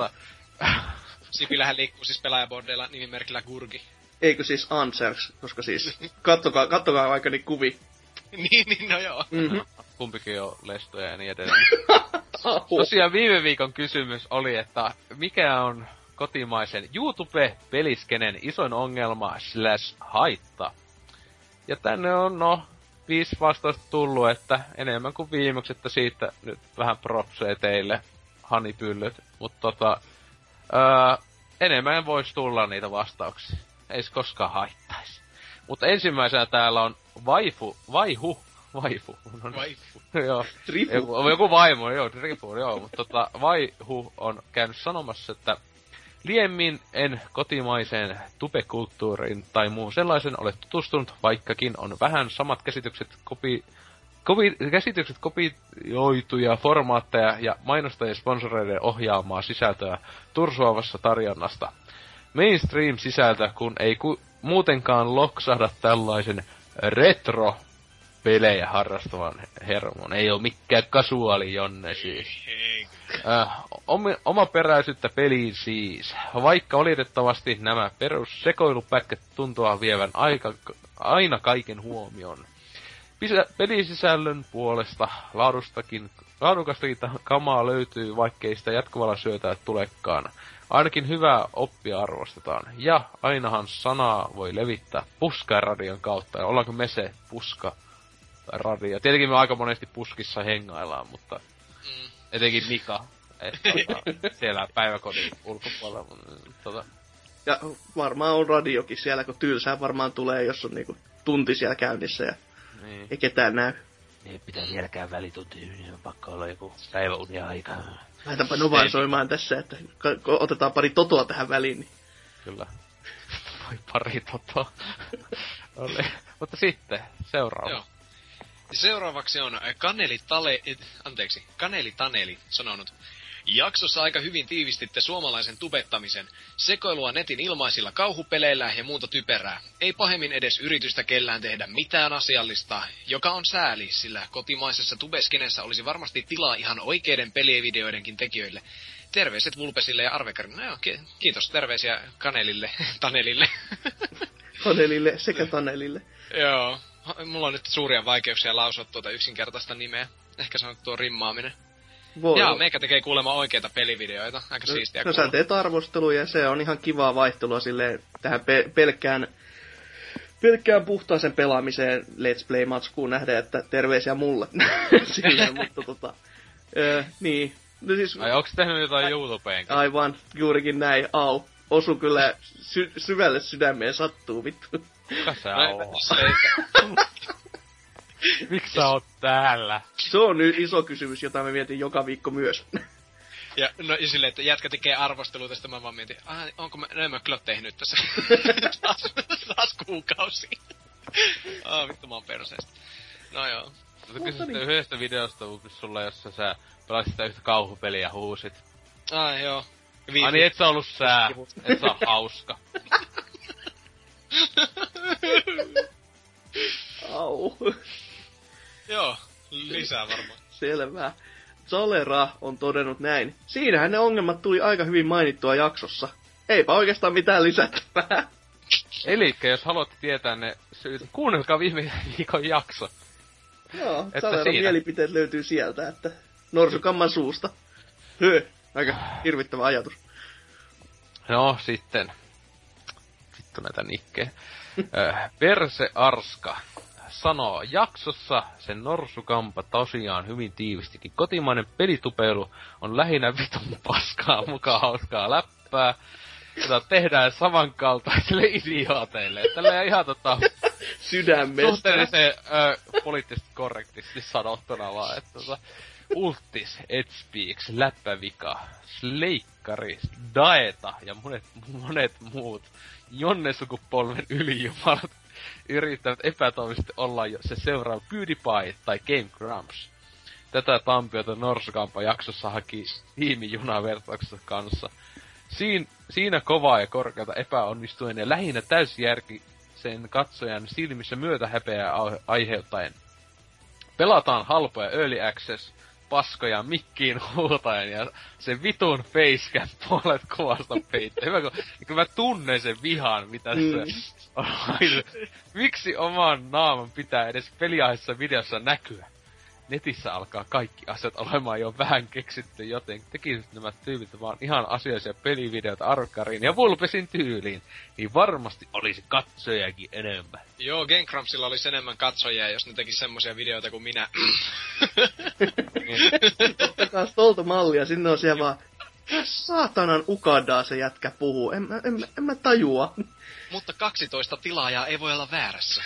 Sipilähän liikkuu siis pelaajabordeilla nimimerkillä Gurgi. Eikö siis Answers, koska siis kattokaa vaikka niitä kuvi. niin, no joo. Kumpikin on lestoja ja niin edelleen. Tosiaan viime viikon kysymys oli, että mikä on kotimaisen YouTube-peliskenen isoin ongelma / haitta? Ja tänne on 5 vastausta tullut, että enemmän kuin viimeksi, että siitä nyt vähän propseja teille, hanipyllyt. Mutta enemmän voisi tulla niitä vastauksia. Ei se koskaan haittaisi. Mutta ensimmäisenä täällä on Vaihu. Joo. Trifu. Joku vaimo, joo, Trifu, joo. Mutta Vaihu on käynyt sanomassa, että liemmin en kotimaiseen tubekulttuuriin tai muun sellaisen ole tutustunut, vaikkakin on vähän samat käsitykset kopioituja formaatteja ja mainostajien sponsoreiden ohjaamaa sisältöä tursuavassa tarjonnasta. Mainstream-sisältö, kun ei muutenkaan loksahda tällaisen retro-pelejä harrastavan hermon. Ei oo mikään kasuaali jonne siis. Omaperäisyyttä peliin siis. Vaikka valitettavasti nämä perussekoilupätkät tuntua vievän aina kaiken huomion. Pelisisällön puolesta laadukastakin kamaa löytyy, vaikkei sitä jatkuvalla syötää tulekaan. Ainakin hyvää oppia arvostetaan. Ja ainahan sanaa voi levittää puskaradion kautta. Ja ollaanko me se puska tai radio? Tietenkin me aika monesti puskissa hengaillaan, mutta etenkin Mika. Siellä päiväkodin ulkopuolella. Ja varmaan on radiokin siellä, kun tylsää varmaan tulee, jos on niinku tunti siellä käynnissä ja niin. Ei ketään näy. Ei pitää vieläkään välitunti, niin on pakko olla joku päiväunia aikaa. Laitanpa Novan soimaan tässä, että otetaan pari totoa tähän väliin. Niin. Kyllä. Vai pari totoa. Mutta sitten, seuraava. Joo. Seuraavaksi on Kaneli Taneli sanonut. Jaksossa aika hyvin tiivistitte suomalaisen tubettamisen, sekoilua netin ilmaisilla kauhupeleillä ja muuta typerää. Ei pahemmin edes yritystä kellään tehdä mitään asiallista, joka on sääli, sillä kotimaisessa tubeskenessä olisi varmasti tilaa ihan oikeiden pelivideoidenkin tekijöille. Terveiset Vulpesille ja Arvekarille. No joo, kiitos. Terveisiä Kanelille, Tanelille. Kanelille sekä Tanelille. Joo. Mulla on nyt suuria vaikeuksia lausua tuota yksinkertaista nimeä. Ehkä se on tuo rimmaaminen. Jaa, meikä tekee kuulemma oikeita pelivideoita. Aika siistiä kuulla. No sä teet arvosteluja ja se on ihan kivaa vaihtelua silleen tähän pelkkään puhtaaseen pelaamiseen Let's Play-matskuun nähdä, että terveisiä mulle. silleen, mutta niin. No siis, ai onks tehnyt jotain YouTubeen? Aivan, juurikin näin. Au. Osu kyllä syvälle sydämeen sattuu, vittu. Kuka sä oot? Miksi sä oot täällä? Se on nyt iso kysymys, jota mä mietin joka viikko myös. Ja no silleen, että jätkä tekee arvostelua tästä, mä vaan mietin, onko mä, no en mä kyllä tehnyt tässä taas kuukausi. Vittu mä oon perseestä. No joo. Kysyt niin. Yhdestä videosta sulle, jossa sä pelasit sitä yhtä kauhupeliä ja huusit. Joo. Ai niin, et sä ollut sää. Et sä oo hauska. Au. Joo, lisää varmaan. Selvä. Zalera on todennut näin. Siinähän ne ongelmat tuli aika hyvin mainittua jaksossa. Eipä oikeastaan mitään lisättävää. Elikkä jos haluatte tietää ne syyt, kuunnelkaa viime viikon jakso. Joo, Zaleran mielipiteet löytyy sieltä, että Norsukamman suusta. Aika hirvittävä ajatus. No sitten. Vittu näitä nikkejä. Perse Arska sanoo, jaksossa sen Norsukampa tosiaan hyvin tiivistikin. Kotimainen pelitupeilu on lähinnä vitun paskaa, mukaan hauskaa läppää, jota tehdään samankaltaisille idiooteille. Tälleen ihan sydämestä. Suhteellisen poliittisesti korrektisti sanottuna vaan, että Ultis, Edspeaks, Läppävika, Sleikkari, Daeta ja monet muut Jonne-sukupolven ylijumalat yrittävät epätoivisesti olla jo se seuraava PewDiePie tai Game Grumps. Tätä Tampiota Norsukampa jaksossa haki tiimijunavertauksessa kanssa. Siinä kovaa ja korkeata epäonnistuen ja lähinnä täysjärkisen katsojan silmissä myötähäpeää aiheuttaen. Pelataan halpoja early access, paskoja mikkiin huutaen ja se vitun facecam puolet kuvasta peittää. Hyvä, kun mä tunnen sen vihan, mitä se on. Miksi oman naaman pitää edes peliaiheessa videossa näkyä? Netissä alkaa kaikki asiat olemaan jo vähän keksitty, joten tekisit nämä tyypit vaan ihan asiallisia pelivideoita Arkariin ja Vulpesin tyyliin, niin varmasti olisi katsojakin enemmän. Joo, Game Crumpsilla olisi enemmän katsojia, jos ne tekis semmosia videoita kuin minä. Ottakaa stolta mallia, sinne on siellä vaan, saatanan ukadaa se jätkä puhuu, en mä tajua. Mutta 12 tilaajaa ei voi olla väärässä.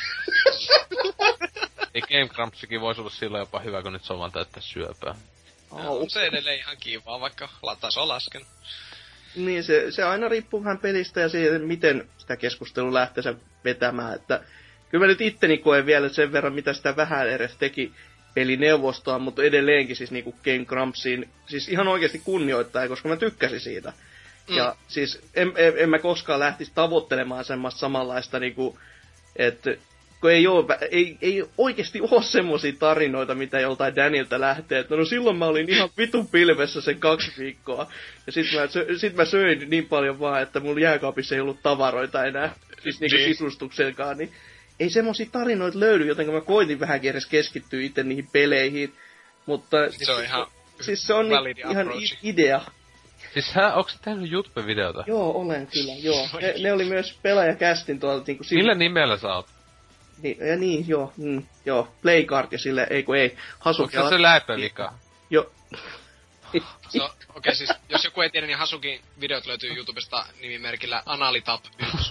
Ei Game Crumpsikin voisi olla silloin jopa hyvä, kun nyt se on vaan täyttä syöpää. On se edelleen ihan kivaa, vaikka taso on laskenut. Niin, se aina riippuu vähän pelistä ja siitä, miten sitä keskustelua lähtee sen vetämään. Että kyllä mä nyt itteni koen vielä sen verran, mitä sitä vähän edes teki pelineuvostoa, mutta edelleenkin siis niinku Game Crumpsiin siis ihan oikeasti kunnioittaa, koska mä tykkäsin siitä. Ja siis en mä koskaan lähtisi tavoittelemaan semmoista samanlaista niinku, että kun ei oikeesti oo semmosia tarinoita, mitä joltain Danilta lähtee, että no silloin mä olin ihan vitun pilvessä sen 2 viikkoa. Ja sit mä söin niin paljon vaan, että mulla jääkaapissa ei ollut tavaroita enää, siis niinku sisustuksenkaan, niin ei semmosia tarinoita löydy, joten mä koitin vähänkin edes keskittyä itse niihin peleihin. Mutta se on ihan siis se on ihan idea. Siis onks sä tehnyt YouTube-videota? Joo, olen kyllä, joo. Ne oli myös pelaajakästin tuolta niinku... Millä nimellä sä oot? Niin, joo. Joo, Playkart ja sille, ei. Hasuki. Onko se läpelika? Joo. Okei, siis jos joku ei tiedä, niin Hasukin videot löytyy YouTubesta nimimerkillä Analitap1.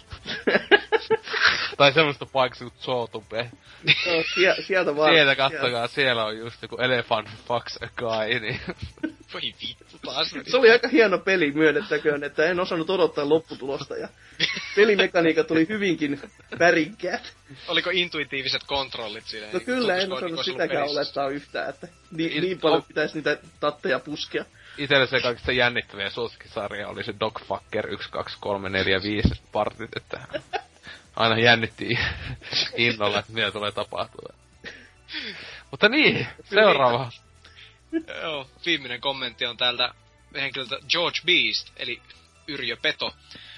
Tai semmoista paikasta kuin Zootube. Joo, sieltä vaan. Sieltä kattokaa, siellä on just joku Elephant Fucks a Guy, niin... Voi vittu taas. Se oli aika hieno peli, myönnettäköön, että en osannut odottaa lopputulosta ja pelimekaniikat oli hyvinkin värikkäät. Oliko intuitiiviset kontrollit siinä? No kyllä, en osannut sitäkään olettaa yhtään, että niin paljon pitäisi niitä tatteja puskea. Itelle se kaikista jännittäviä suosikkisarja oli se Dogfucker 1, 2, 3, 4, 5 partit, että aina jännittiin innolla, että mitä tulee tapahtua. Mutta niin, seuraava. Joo, viimeinen kommentti on täältä henkilöltä George Beast, eli Yrjö Peto.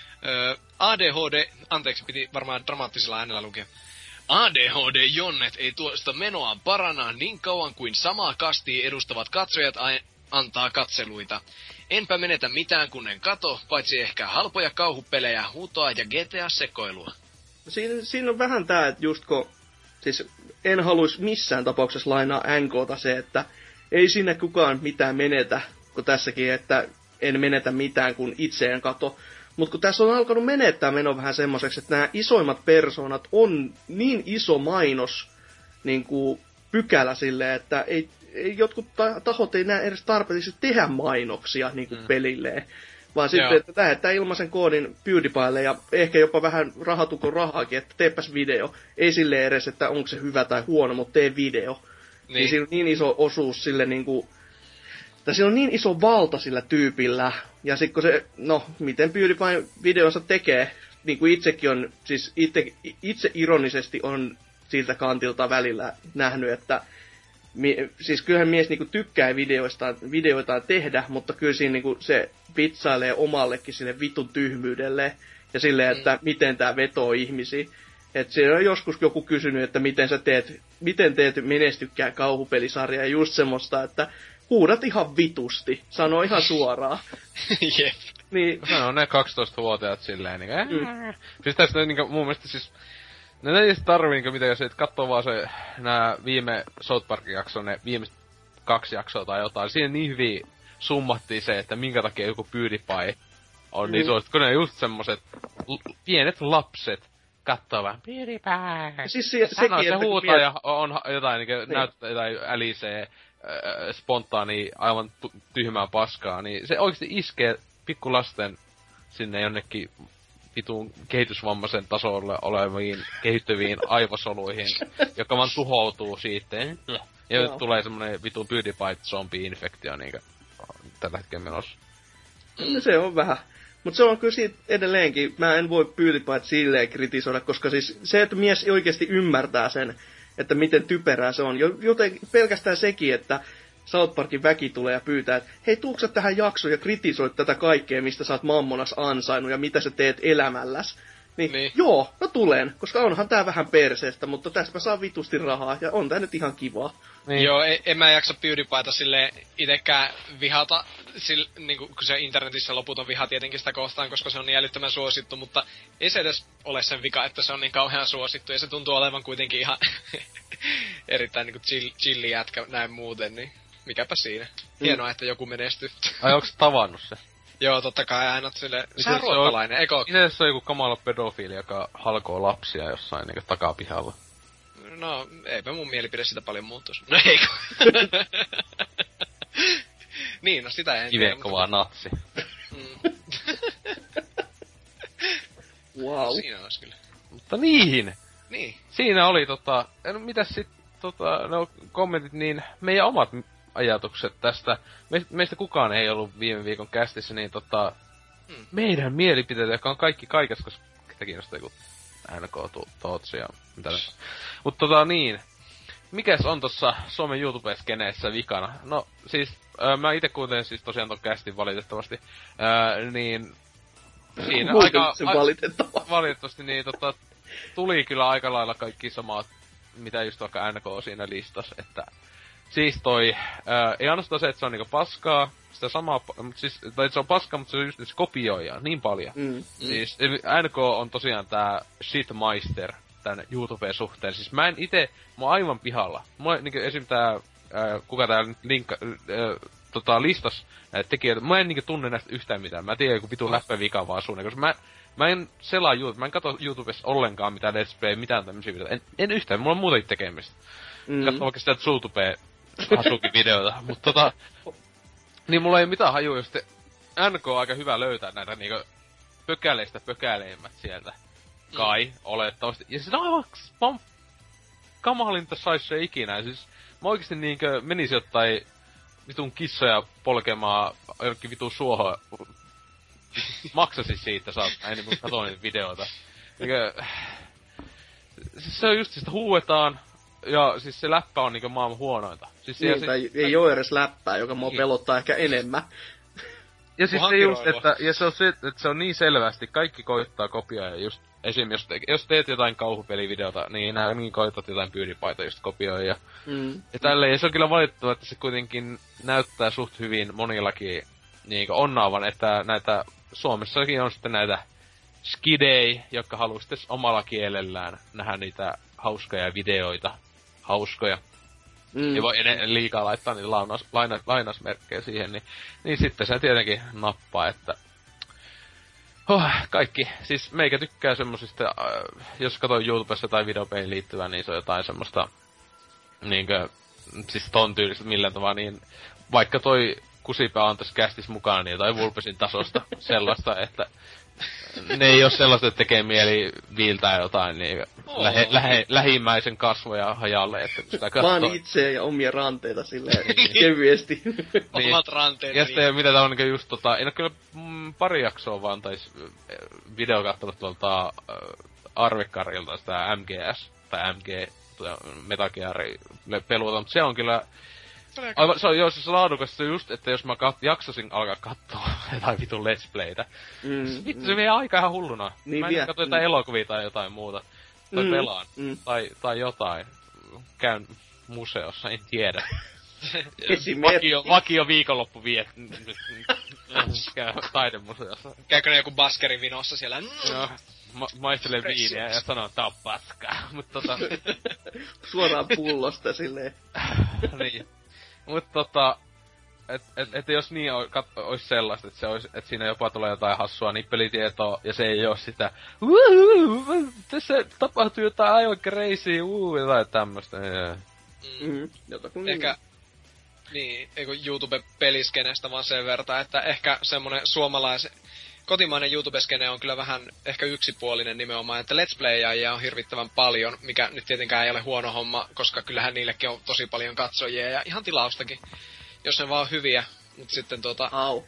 ADHD, anteeksi, piti varmaan dramaattisella äänellä lukea. ADHD-jonnet ei tuosta menoa paranna niin kauan kuin samaa kastia edustavat katsojat antaa katseluita. Enpä menetä mitään kun en kato, paitsi ehkä halpoja kauhupelejä, huutoa ja GTA-sekoilua. Siinä on vähän tää, että just kun... Siis en haluis missään tapauksessa lainaa NK:ta se, että ei sinne kukaan mitään menetä, kun tässäkin, että en menetä mitään, kun itse en kato. Mutta kun tässä on alkanut menettää meno vähän semmoiseksi, että nämä isoimmat persoonat on niin iso mainos niin kuin pykälä silleen, että ei jotkut tahot ei näe edes tarpeellisesti tehdä mainoksia niin kuin pelilleen. Vaan sitten, että lähettää ilmaisen koodin PewDiePielle ja ehkä jopa vähän rahatukon rahaakin, että teepäs video. Ei silleen edes, että onko se hyvä tai huono, mutta tee video. Niin siinä on niin iso osuus sille niinku... Tai siinä on niin iso valta sillä tyypillä. Ja sit kun se, miten PewDiePie videonsa tekee, niin kuin itsekin on, siis itse ironisesti on siltä kantilta välillä nähnyt, että siis kyllähän mies niinku tykkää videoitaan tehdä, mutta kyllä siinä niinku se vitsailee omallekin sille vitun tyhmyydelle ja silleen, että miten tää vetoo ihmisiä. Et siellä on joskus joku kysynyt, että miten teet menestykkää kauhupelisarjaa ja just semmoista, että huudat ihan vitusti, sanoo ihan suoraan. Jep. Niin. No ne 12-vuotiaat silleen niinku Siis tästä niinku mun mielestä siis ne ei tarvii niinku mitä jos et kattoo vaan se nää viime South Parkin jakson, ne viimeiset 2 jaksoa tai jotain. Siinä niin hyvin summattiin se, että minkä takia joku PewDiePie on niin suosittu, kun ne just semmoset pienet lapset kattoo vähän PewDiePie. Siis sekin, se huutaa ja on jotain niinku näyttää jotain älisee spontaani aivan tyhmää paskaa, niin se oikeesti iskee pikkulasten sinne jonnekin vitun kehitysvammaisen tasolle oleviin kehittyviin aivosoluihin, joka vaan tuhoutuu siitä. Ja tulee semmonen vitun PewDiePie-zombi-infektio niinkö tällä hetkellä menossa. No se on vähän. Mut se on kyllä siitä edelleenkin, mä en voi PewDiePie silleen kritisoida, koska siis se, että mies oikeesti ymmärtää sen, että miten typerää se on. Joten pelkästään sekin, että South Parkin väki tulee ja pyytää, että hei, tuutko sä tähän jaksoon ja kritisoit tätä kaikkea, mistä sä oot mammonas ansainnut ja mitä sä teet elämälläs. Niin. Joo, no tulen, koska onhan tää vähän perseestä, mutta tästä mä saan vitusti rahaa ja on tää nyt ihan kivaa. Niin. Joo, en mä jaksa PewDiePieta silleen itekään vihata, niinku, kun se internetissä loputon viha tietenkin sitä kohtaan, koska se on niin älyttömän suosittu, mutta ei se edes ole sen vika, että se on niin kauhean suosittu, ja se tuntuu olevan kuitenkin ihan erittäin niinku chilli jätkä näin muuten, niin mikäpä siinä. Hienoa, että joku menestyy. Ai onks tavannut se? Joo, totta kai aina silleen, sä on ruottalainen, eikö? Itse se on joku kamala pedofiili, joka halkoo lapsia jossain niinku takapihalla. No, eipä mun mielipide sitä paljon muuttuisi. No eikö? Niin, no sitä en tiedä. Kivenkovaa natsi. Wow. Siinä olisi kyllä. Mutta niin! Niin. Siinä oli mitäs sit no kommentit, niin meidän omat ajatukset tästä. Meistä kukaan ei ollut viime viikon kästissä, niin meidän mielipiteet, jotka on kaikki kaikessa, koska sitä kiinnostaa joku NK-tootsi ja mitä nyt. Mut niin. Mikäs on tossa Suomen YouTube-skeneessä vikana? No siis, mä ite kuuntelin siis tosiaan ton kästin valitettavasti. Niin siinä valitettavasti niin tuli kyllä aika lailla kaikki samat, mitä just vaikka NK siinä listas, että siis ei ainoastaan se, että se on niinku paskaa, sitä samaa, siis, tai se on paska, mutta se on just, että se kopioidaan niin paljon. Siis NK on tosiaan tää shitmeister tän YouTubeen suhteen. Siis mä oon aivan pihalla. Mä niinku esim tää, kuka täällä nyt listas näitä tekijöitä, mä en niinku tunne näistä yhtään mitään. Mä tiedän joku vitun läppävika vaan suunnilleen, koska mä en selaa mä en katso YouTubessa ollenkaan mitään Let's Play, mitään tämmösiä videoita. En yhtään, mulla on muutenkin tekemistä. Katso vaikka sitä Zootopea Hasuki-videota, mutta niin mulla ei mitään hajua, jos NK on aika hyvä löytää näitä niinku pökäleistä pökäleimmät sieltä. Kai, olettavasti. Ja siis aivan kamalinta sais se ikinä. Siis mä oikeesti niinkö menis jotain vitun kissoja polkemaan jonnekin vitun suohon. Maksasis siitä saattaa, ennen kuin katsoin niitä videoita. Siis se on just sitä huuetaan. Ja siis se läppä on niinku maailman huonointa. Siis ei oo edes läppää, joka mua pelottaa ehkä enemmän. Ja siis se just, että se on niin selvästi, kaikki koittaa kopioida just esim. Jos teet jotain kauhupelivideota, niin niin koitat jotain PewDiePieta just kopioida ja tälleen. Ja se on kyllä valitettava, että se kuitenkin näyttää suht hyvin monillakin niinku onnaavan, että näitä Suomessakin on sitten näitä skidei, jotka haluu sitten omalla kielellään nähdä niitä hauskoja videoita. Hauskoja. Ei voi liikaa laittaa niitä lainausmerkkejä siihen, niin sitten se tietenkin nappaa, että kaikki. Siis meikä tykkää semmosista, jos katsoo YouTubessa tai videopeihin liittyvää, niin se on jotain semmoista niinkö, siis ton tyylistä millään tavalla, niin vaikka toi Kusipää on tässä kästis mukana, niin jotain Vulpesin tasosta sellaista, että ne ei oo sellaista, että tekee mieli viiltää jotain niin lähimmäisen kasvoja hajalle, että sitä katsoo. Vaan itseä ja omia ranteita silleen kevyesti. Omat ranteet. Ja sitten mitä tää on niinku just en oo kyllä pari jaksoa vaan tais video kattonut tuolta Arvekarilta sitä MGS tai MG Metal Gear peluota, mutta se on kyllä aivan, se on siis laadukas se just, että jos mä jaksasin alkaa katsoa jotain vitun Let's Playtä. Vittu se vie aika ihan hulluna. Niin mä en katso jotain elokuvia tai jotain muuta. Tai pelaan. Tai jotain. Käyn museossa, en tiedä. Vakio viikonloppu käy taidemuseossa. Käykö ne joku baskeri vinossa siellä? Joo. Maistelen viiniä ja sanoo, tää on paskaa. Mut suoraan pullosta silleen. Niin. Mut että jos niin ois sellaista, että siinä jopa tulee jotain hassua nippelitietoa, ja se ei oo sitä tässä tapahtuu jotain aivan crazy, jotain tämmöstä. Ehkä, niin, eikö YouTube-peliskenestä vaan sen verran, että ehkä semmonen kotimainen YouTube-skene on kyllä vähän ehkä yksipuolinen nimenomaan, että Let's Playajia on hirvittävän paljon, mikä nyt tietenkään ei ole huono homma, koska kyllähän niillekin on tosi paljon katsojia ja ihan tilaustakin, jos ne vaan on hyviä, mutta sitten Au.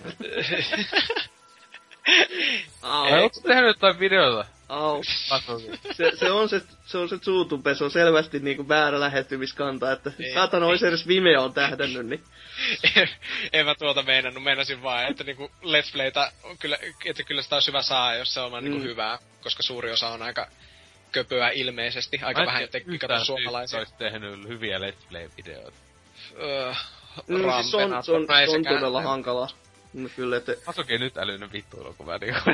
Ootko tehnyt jotain videota? Au. Se on se YouTube, se on selvästi niinku väärä lähettymiskanta, että saatana ois edes Vimeoon tähdännyt, niin. En mä meinasin vaan, että niinku Let's Playtä että kyllä sitä olisi hyvä saa, jos se on niinku hyvää, koska suuri osa on aika köpöä ilmeisesti, aika vähän kato suomalaisia. Ois tehnyt hyviä Let's Play-videoita. Se on todella hankalaa. No kyllä, että Hasuki nyt älyinen vittuilukuva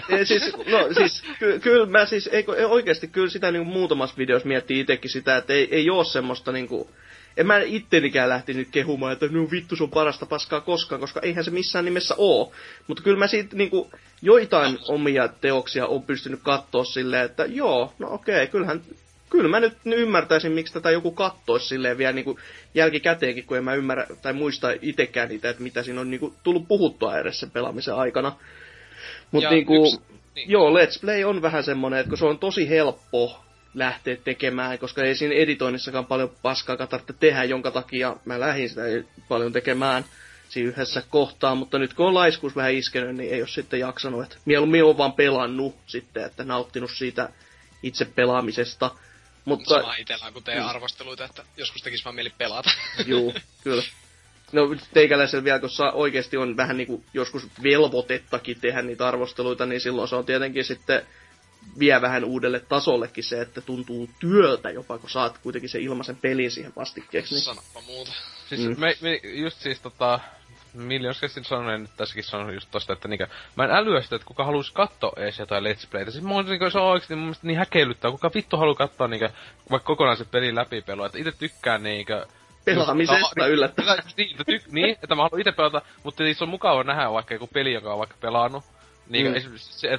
kyllä mä siis oikeesti kyllä sitä niinku muutamassa videossa miettii itekin sitä, että ei oo semmoista niinku en mä ittenikään lähtisi kehumaan, että no vittu se on parasta paskaa koskaan, koska eihän se missään nimessä oo. Mutta kyllä mä siitä niinku joitain omia teoksia on pystynyt kattoo silleen, että joo, no okei, kyllä mä nyt ymmärtäisin, miksi tätä joku kattois silleen vielä niinku jälkikäteenkin, kun en mä ymmärrä tai muista itekään niitä, että mitä siinä on niinku tullut puhuttua edes sen pelaamisen aikana. Mut niinku, joo, Let's Play on vähän semmonen, että kun se on tosi helppo lähteä tekemään, koska ei siinä editoinnissakaan paljon paskaa tarvitse tehdä, jonka takia mä lähdin sitä paljon tekemään siinä yhdessä kohtaa, mutta nyt kun on laiskuus vähän iskenyt, niin ei ole sitten jaksanut, että mieluummin on vaan pelannut sitten, että nauttinut siitä itse pelaamisesta. Mutta sama itellään kuin teidän arvosteluita, että joskus tekis vaan mieli pelata. Juu, kyllä. No teikäläisellä vielä, kun oikeesti on vähän niinku joskus velvoitettakin tehdä niitä arvosteluita, niin silloin se on tietenkin sitten vie vähän uudelle tasollekin se, että tuntuu työltä jopa, kun saat kuitenkin sen ilmaisen pelin siihen vastikkeeksi. Niin. Sanoppa muuta. Siis me just siis miljoonasti sanoen nyt tässäkin sanon just tosta, että niinkö, mä en älyä sitä, että kuka haluais katsoa ees jotain Let's Playtä. Siis mun niinkö se on oikeesti mun mielestä niin häkeilyttää, kuka vittu haluu katsoa niinkö vaikka kokonaisen pelin läpipelua, että ite tykkään niinkö pelaamisesta yllättäen. Niin, että mä haluan ite pelata, mutta se on mukava nähdä vaikka joku peli, joka on vaikka pelannut. Niinkö esimerkiksi se,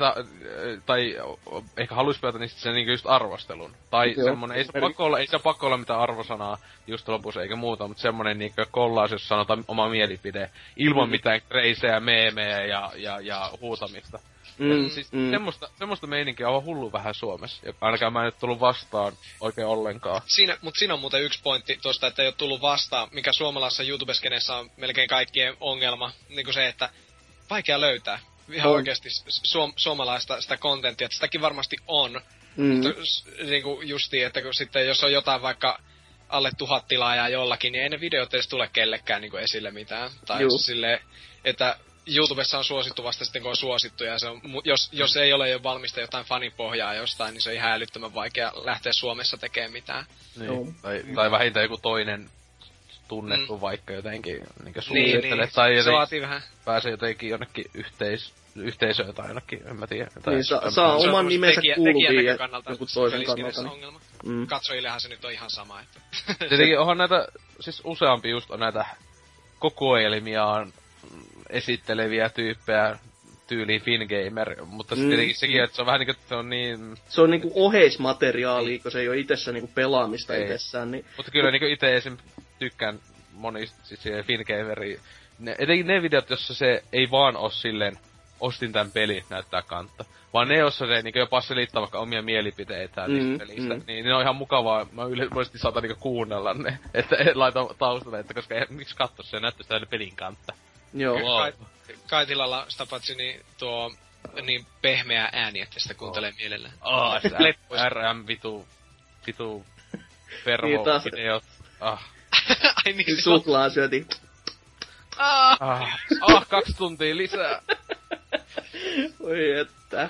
tai ehkä haluis pelata niin se niinkö just arvostelun. Tai semmonen, ei se pakko olla mitään arvosanaa just lopussa eikä muuta, mutta semmonen niinkö kollaus, jos sanotaan oma mielipide, ilman mitään kreisejä, meemejä ja huutamista. Siis semmoista meininkiä on hullu vähän Suomessa, ja ainakaan mä en nyt tullut vastaan oikein ollenkaan. Siinä on muuten yksi pointti tosta, että ei oo tullut vastaan, mikä suomalaisessa YouTube-skenessä on melkein kaikkien ongelma, niinku se, että vaikea löytää. Ihan oikeesti suomalaista sitä kontenttia, että sitäkin varmasti on. Mutta niinku justiin, että kun sitten jos on jotain vaikka alle 1000 tilaajaa jollakin, niin ei ne videot edes tule kellekään niinku esille mitään. Tai silleen, että YouTubessa on suosittu vasta sitten, kun on suosittu, ja se on, jos ei ole jo valmista jotain fanipohjaa jostain, niin se on ihan älyttömän vaikea lähteä Suomessa tekemään mitään. Niin. Tai vähintään joku toinen tunnettu vaikka jotenkin niinku suosittelee, tai se vaatii vähän. Pääsee jotenkin jonnekin yhteisöön tai jonnekin, en mä tiedä. Niin, saa oman nimensä kuuluvia joku toisen kannalta. Katsojillehan se nyt on ihan sama, että... Tietenkin onhan näitä, siis useampi just on näitä kokoelmiaan esitteleviä tyyppejä tyyliin Fingamer, mutta tietenkin sekin, että se on vähän niinku, että se on niin... Se on niinku oheismateriaalia, kun se ei oo itessä niinku pelaamista itsessään, niin... Mutta kyllä niinku ite esim. Tykkään monista siis Fingameria. Etenkin ne videot, jossa se ei vaan oo silleen, ostin tän pelin, näyttää kantta. Vaan ne, jossa se niinku jopa selittää vaikka omia mielipiteitään niistä pelistä. Niin ne on ihan mukavaa, mä yleisesti saatan niinku kuunnella ne. Että laita taustalle, että koska miksi katso se näyttää sitä pelin kantta. Joo. Wow. Kaitilalla sitä patsi niin tuo niin pehmeä ääni, että sitä kuuntelee mielellään. RM vitu pervo-videot. Ai niin, suklaa syötiin. 2 tuntia lisää. Oi että.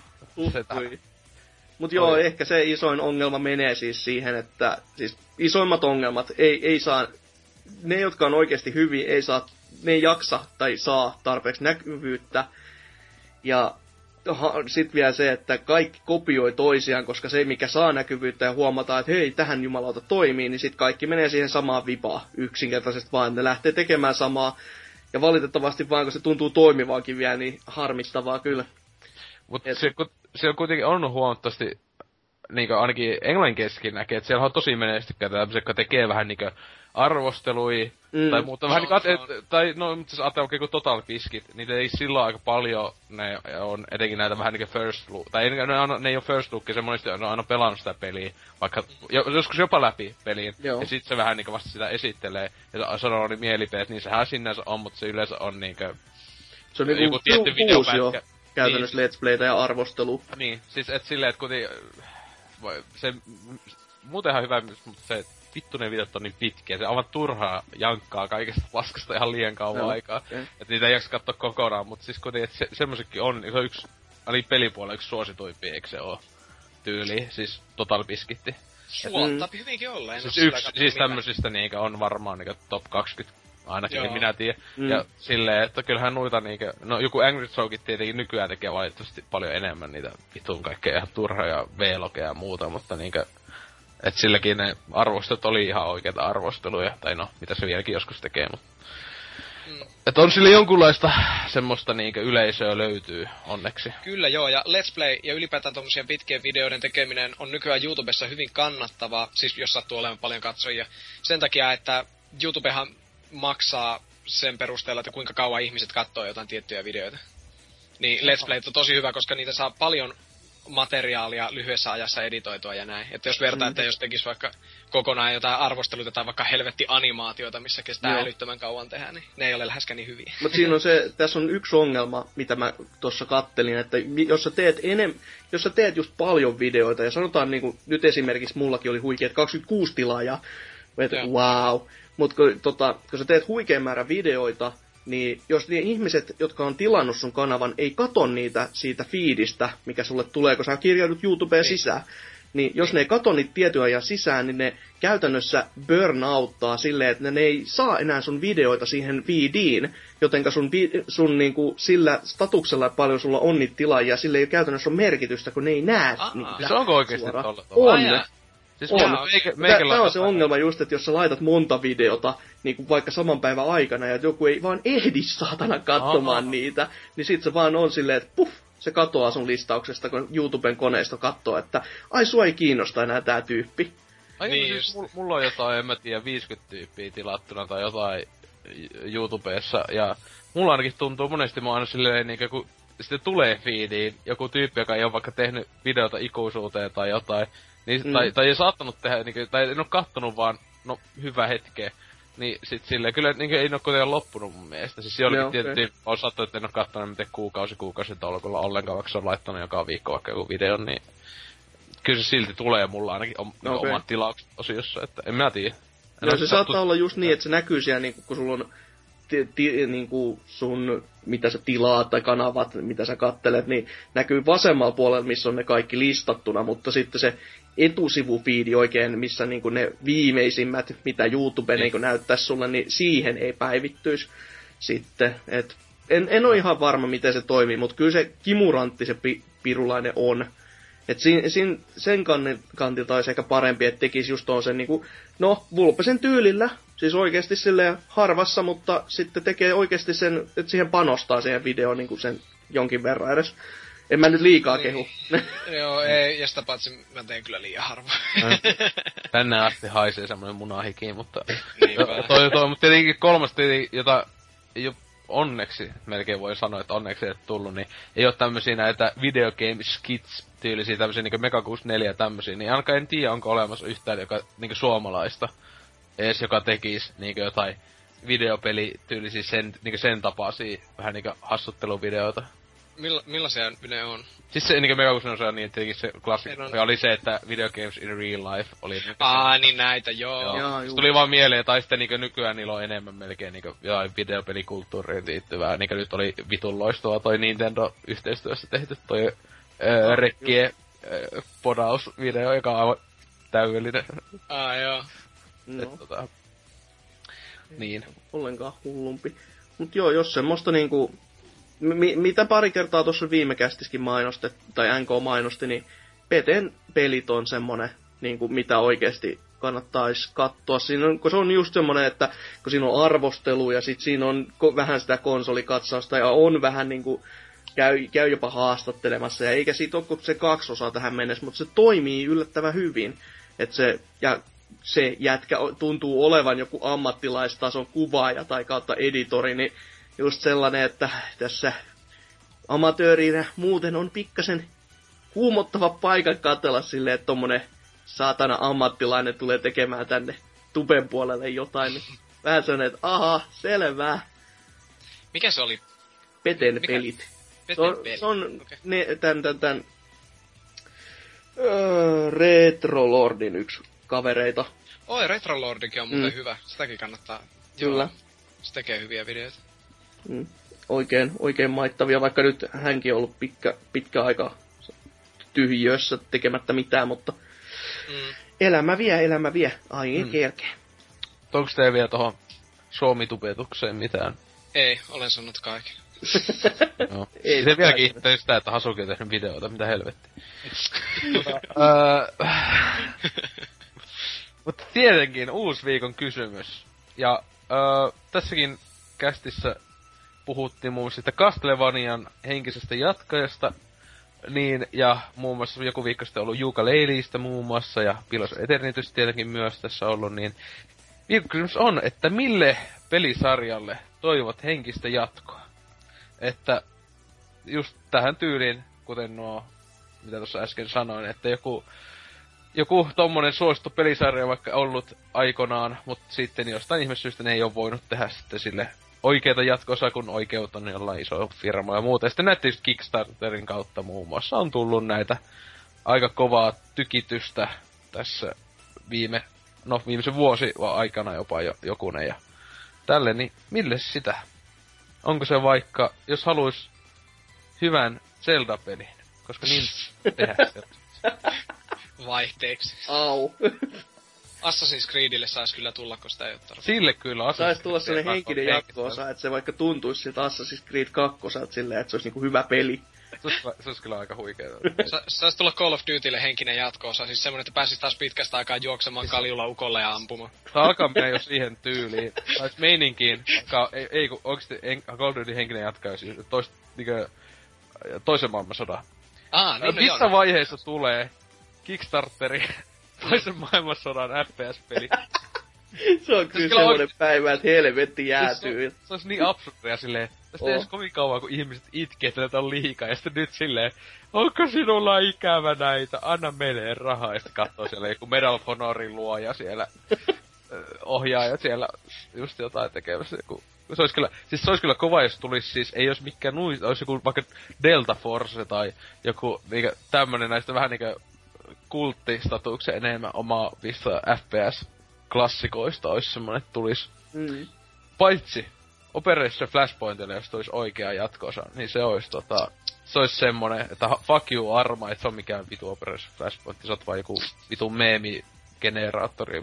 Mut joo, ehkä se isoin ongelma menee siis siihen, että siis isoimmat ongelmat ei saa, ne jotka on oikeesti hyviä, ne ei jaksa tai saa tarpeeksi näkyvyyttä. Ja sit vielä se, että kaikki kopioi toisiaan, koska se mikä saa näkyvyyttä ja huomataan, että hei, tähän jumalauta toimii, niin sit kaikki menee siihen samaan vipaan yksinkertaisesti vaan, ne lähtee tekemään samaa. Ja valitettavasti vaan, kun se tuntuu toimivaakin vielä, niin harmittavaa kyllä. Mutta se on kuitenkin on huomattavasti, niinku ainakin englanninkielissäkin näkee, että siellä on tosi menestykkäitä tämmöisiä, jotka tekee vähän niinku arvostelui, tai muuta vähän niinku, tai no, mutta siis ajattelee oikein kuin Total Biscuit, niitä ei sillä aika paljon, ne on etenkin näitä vähän niinku first look, tai ne ei oo first look, se monesti on aina pelannut sitä peliä, vaikka joskus jopa läpi peliin, ja sit se vähän niinku vasta sitä esittelee, ja sanoo niin mielipiteet, niin sehän sinänsä on, mutta se yleensä on niinkö... Se on niinku tietty videopätkä. Käytännössä niin. Let's Playtä ja arvostelu. Niin, siis et silleen, että kuitenkin... Se... Muutenhan hyvä, mutta se... Vittu ne videot on niin pitkiä, se aivan turhaa jankkaa kaikesta paskasta ihan liian kauan aikaa. Että niitä ei jaksa katsoa kokonaan, mutta siis kuitenkin, että semmoisetkin on, se on yksi, eli pelipuolella yksi suosituimpia, eikö se oo tyyli, siis Total Biscuitti. Suottaa hyvinkin olla, siis tämmöisistä niinkö on varmaan niinkö top 20, ainakin en minä tiedä. Ja silleen, että kyllähän noita niinkö, no joku Angry Jokeit tietenkin nykyään tekee valitettavasti paljon enemmän niitä vitun kaikkea ihan turhaa V-logeja ja muuta, mutta niinkö... Et silläkin ne arvostot oli ihan oikeita arvosteluja, tai no, mitä se vieläkin joskus tekee, mut... Et on sille jonkunlaista semmoista niinkö yleisöä löytyy, onneksi. Kyllä joo, ja Let's Play ja ylipäätään tommosien pitkien videoiden tekeminen on nykyään YouTubessa hyvin kannattavaa, siis jos sattuu olemaan paljon katsojia. Sen takia, että YouTubehan maksaa sen perusteella, että kuinka kauan ihmiset katsoo jotain tiettyjä videoita. Niin Let's Play on tosi hyvä, koska niitä saa paljon materiaalia lyhyessä ajassa editoitua ja näin. Että jos vertaa, että jos tekis vaikka kokonaan jotain arvosteluita tai vaikka helvetti animaatioita, missä kestää älyttömän kauan tehdä, niin ne ei ole läheskään niin hyviä. Mutta siinä on tässä on yksi ongelma, mitä mä tuossa kattelin, että jos sä teet just paljon videoita, ja sanotaan niinku, nyt esimerkiksi mullakin oli huikeet 26 tilaajaa, että wow. Mutta kun sä teet huikean määrän videoita, niin jos ne ihmiset, jotka on tilannut sun kanavan, ei kato niitä siitä feedistä, mikä sulle tulee, kun sä kirjaudut YouTubeen sisään, niin jos ne ei katso niitä tietyn ajan sisään, niin ne käytännössä burnouttaa silleen, että ne ei saa enää sun videoita siihen feediin, jotenka sun niinku sillä statuksella paljon sulla on niitä tilaajia, sille ei käytännössä ole merkitystä, kun ne ei näe niitä. Se onko oikeesti suoraan. tolla? On. Siis Tämä on se ongelma just, että jos sä laitat monta videota, niin kuin vaikka saman päivän aikana, ja joku ei vaan ehdi saatana katsomaan niitä, niin sit se vaan on silleen, että puff, se katoaa sun listauksesta, kun YouTuben koneisto katsoo, että ai sua ei kiinnosta enää tää tyyppi. Ai niin, siis mulla on jotain, en mä tiedä, 50 tyyppiä tilattuna tai jotain YouTubessa, ja mulla ainakin tuntuu monesti mä aina silleen niinkö, kun sitten tulee feediin joku tyyppi, joka ei ole vaikka tehnyt videota ikuisuuteen tai jotain, niin, tai ei saattanut tehdä, niinkö, tai en oo kattonut vaan, no hyvä hetkeä, niin sit silleen, kyllä niinkö ei oo kuitenkaan loppunut mun mielestä. Siis jollekin tietysti on saattanut, että en oo kattonut miten kuukausi tolkulla ollenkaan, vaikka se on laittanut joka viikko vaikka joku videon, niin kyllä se silti tulee mulla ainakin omat tilaukset osiossa, että en mä tiedä. No se saattaa olla just niin, että se näkyy siellä niinku, kun sulla on niinku sun, mitä sä tilaat tai kanavat, mitä sä kattelet, niin näkyy vasemmalla puolella, missä on ne kaikki listattuna, mutta sitten se etusivufiidi oikein, missä niinku ne viimeisimmät, mitä YouTube niinku näyttäisi sulle, niin siihen ei päivittyisi sitten. Et en ole ihan varma, miten se toimii, mutta kyllä se kimurantti se pirulainen on. Et sen kantilta olisi ehkä parempi, että tekisi just on sen niinku, no, Vulpesen tyylillä, siis oikeesti silleen harvassa, mutta sitten tekee oikeesti sen, että siihen panostaa siihen videoon niinku sen jonkin verran edes. En mä nyt liikaa kehu. Joo, ei, ja sitä paitsi mä teen kyllä liian harvoin. Tänne asti haisee semmonen munahiki, mutta mutta tietenkin kolmas jota ei oo onneksi, melkein voi sanoa, että onneksi ei tullut, niin ei oo tämmösiä näitä video game skits tyylisiä tämmösiä niinku Mega 64 ja tämmösiä, niin ainakaan en tiedä, onko olemassa yhtään joka niinku suomalaista ees, joka tekis niinku jotain videopeli tyylisiä niinku sen tapaisia vähän niinku hassutteluvideoita. Millaisia ne on? Siis se niinku Mega 64 niin tietenkin se klassikko oli se, että video games in real life oli niinku niin näitä, joo. Se tuli vaan mieleen, tai sitten niinku nykyään niillä on enemmän melkein niinku jotain videopelikulttuuriin liittyvää. Niinku nyt oli vitun loistava toi Nintendo-yhteistyössä tehty toi rekkien podausvideo, joka on aivan täydellinen. Joo. No. Niin. Ollenkaan hullumpi. Mut joo, jos semmoista niinku mitä pari kertaa tuossa viime kästiskin tai NK mainosti, niin PT:n pelit on semmonen, niinku, mitä oikeesti kannattais katsoa. Siinä on, kun se on just semmonen, että kun siinä on arvostelu ja sit siinä on vähän sitä konsolikatsausta ja on vähän niinku, käy jopa haastattelemassa. Ja eikä siitä ole kuin se 2 osaa tähän mennessä, mutta se toimii yllättävän hyvin. Et se jätkä tuntuu olevan joku ammattilaistason kuvaaja tai kautta editori, niin just sellainen, että tässä amatöörinä muuten on pikkasen huumottava paikka katsella silleen, että tommonen saatana ammattilainen tulee tekemään tänne tuben puolelle jotain. Niin vähän sellainen, että aha, selvää. Mikä se oli? Peten pelit. Se on okay. Tän Retrolordin yksi kavereita. Oi, Retrolordikin on muuten hyvä. Sitäkin kannattaa. Kyllä. Joo, se tekee hyviä videoita. Oikein maittavia, vaikka nyt hänkin on ollut pitkä aika tyhjössä tekemättä mitään, mutta elämä vie, aina kerkee. Onko teillä vielä tohon Suomi-tubetukseen mitään? Ei, olen sanonut kaiken. No. Ei se vieläkin ihmettä sitä, että Hasuki on tehnyt videoita, mitä helvettiä. Mutta tietenkin uusi viikon kysymys. Ja tässäkin kästissä puhuttiin muun muassa siitä Castlevanian henkisestä jatkajasta, niin, ja muun muassa joku viikko sitten ollut Yooka-Layleeistä muun muassa, ja Pillars of Eternitys tietenkin myös tässä ollut, niin viikon kysymys on, että mille pelisarjalle toivot henkistä jatkoa? Että just tähän tyyliin, kuten mitä tuossa äsken sanoin, että joku tommonen suosittu pelisarja vaikka ollut aikanaan, mutta sitten jostain ihmessyystä ne ei ole voinut tehdä sitten sille oikeita jatko-osaa, kun oikeut on jollain iso firma ja muuta. Ja sitten näette just Kickstarterin kautta muun muassa on tullut näitä aika kovaa tykitystä tässä viimeisen vuosi aikana jopa jokunen ja tälle, niin mille sitä? Onko se vaikka, jos haluais hyvän Zelda-pelin, koska niin tehdään sitä. Vaihteeksi. Au. Assassin's Creedille sais kyllä tulla, kun sitä ei oo tarvitse. Sille kyllä. Sais tulla sellainen henkinen jatko-osa, että se vaikka tuntuisi siltä Assassin's Creed 2 silleen, että se olisi niinku hyvä peli. Se olisi kyllä aika huikeeta. Sais tulla Call of Dutylle henkinen jatko-osa, siis semmonen, että pääsis taas pitkästä aikaa juoksemaan kaljulla ukolle ja ampumaan. Tää alkaa mennä jo siihen tyyliin. Tai meininkiin, ei kun oikeesti Call of Duty henkinen jatkaa siis toisen maailmansodan. Niin missä vaiheessa tulee Kickstarteri toisen maailmansodan FPS-peli? Se on kyllä semmonen päivä, että helvetti jäätyy. Se olisi niin absurdia silleen, tästä ei edes kovin kauan, kun ihmiset itkee, että näitä on liikaa, ja sitten nyt silleen, onko sinulla ikävä näitä, anna meille rahaa, ja sitten katsoo siellä joku Medal of Honorin luoja siellä, ohjaajat siellä just jotain tekemässä, joku. Se olisi kyllä kova, jos tulisi siis, ei olisi mikään olisi joku vaikka Delta Force tai joku niinkö tämmönen näistä vähän niinkö kulttistatuksen enemmän omaa pistä FPS-klassikoista olisi semmonen, että tulisi. Paitsi Operation Flashpointille, jos tulisi oikea jatko-osa, niin se olisi se olisi semmonen, että fuck you Arma, et se on mikään vitu Operation Flashpoint, sä oot vaan joku vitu meemi-generaattori.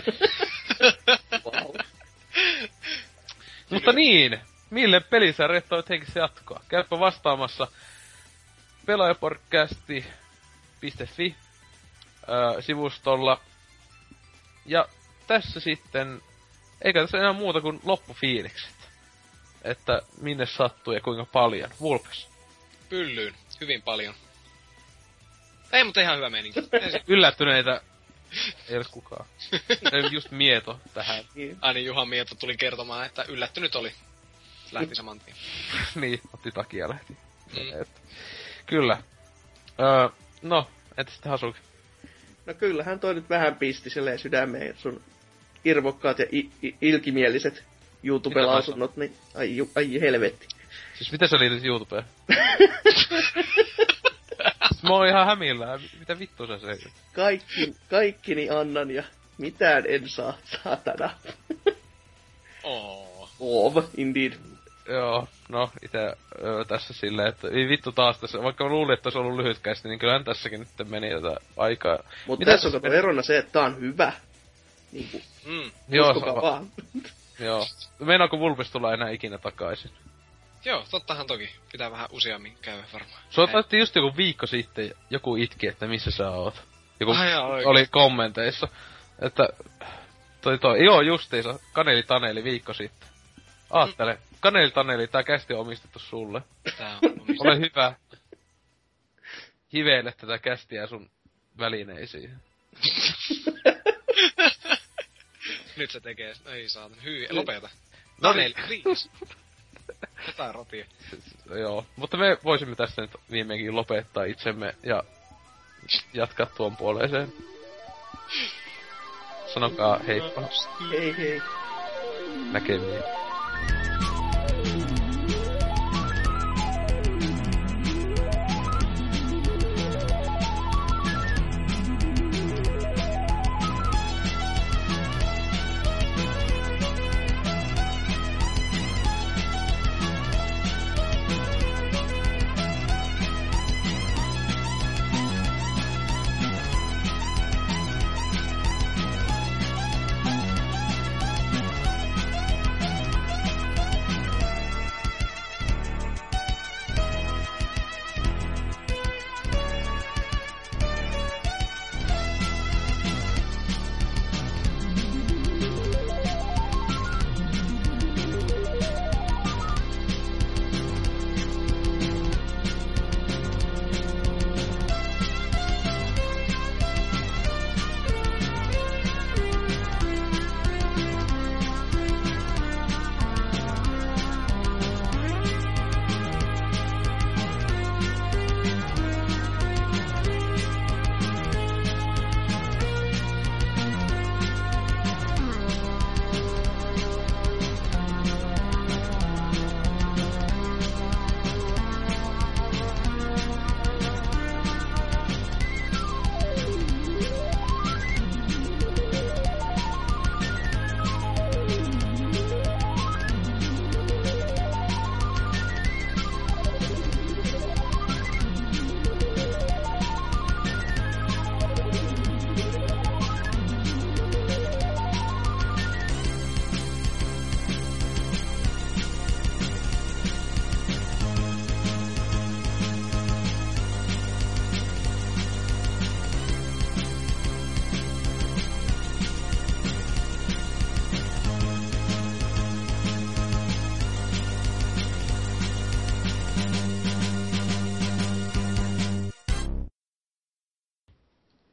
Wow. Mutta niin, mille pelisarjat toit henkistä jatkoa? Käypä vastaamassa pelaajaportcasti.fi sivustolla. Ja tässä sitten, eikä tässä enää muuta kuin loppufiilikset. Että minne sattuu ja kuinka paljon. Vulpes. Pyllyyn. Hyvin paljon. Ei, mutta ihan hyvä meininki. Yllättyneitä ei edes kukaan. Just Mieto tähän. Aini Juha Mieto tuli kertomaan, että yllättynyt oli. Lähti saman tien. Niin, otti takia ja lähti. Kyllä. No, entä sitten Hasuki? No kyllähän toi nyt vähän pisti silleen sydämeen sun irvokkaat ja ilkimieliset YouTube-lausunnot, niin ai helvetti. Siis miten sä liityt YouTubeen? Mä oon ihan hämillään. Mitä vittu sä se? Kaikkini annan ja mitään en saa, saatana. Indeed. Joo, no ite tässä silleen, että ei vittu taas tässä, vaikka mä luulin, että olisi ollut lyhytkästi, niin kyllähän tässäkin nyt meni tätä aikaa. Mutta tässä on kato erona se, että tää on hyvä. Niinku, uskokaa vaan. Joo. Meinaako Vulpes tulla enää ikinä takaisin? Joo, tottahan toki. Pitää vähän useammin käydä varmaan. Sua otettiin just joku viikko sitten, joku itki, että missä sä oot. Joku oli kommenteissa, että joo justiinsa, Kaneli Taneli viikko sitten. Aattele, Kaneli Taneli, tää kästi on omistettu sulle. Tää on omistettu. Ole hyvä. Hiveile tätä kästiä sun välineisiin. Nyt se tekee, ei saata, lopeta. Taneli, please. Jotain rotia. Joo, mutta me voisimme tässä nyt viimeinkin lopettaa itsemme ja jatkaa tuon puoleeseen. Sanokaa heippa. Hei. Näkemiin.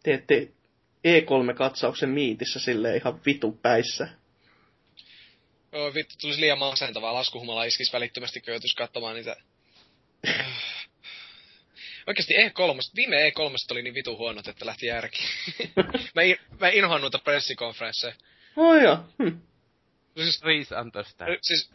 teette E3-katsauksen miitissä silleen ihan vitun päissä. Vittu, tulisi liian masentavaa. Laskuhumala iskisi välittömästi, kun joutuisi katsomaan niitä. Oikeesti viime E3 oli niin vitu huonot, että lähti järkiin. mä inhoan noita pressikonferensseja. Oh joo. Siis please understand. Siis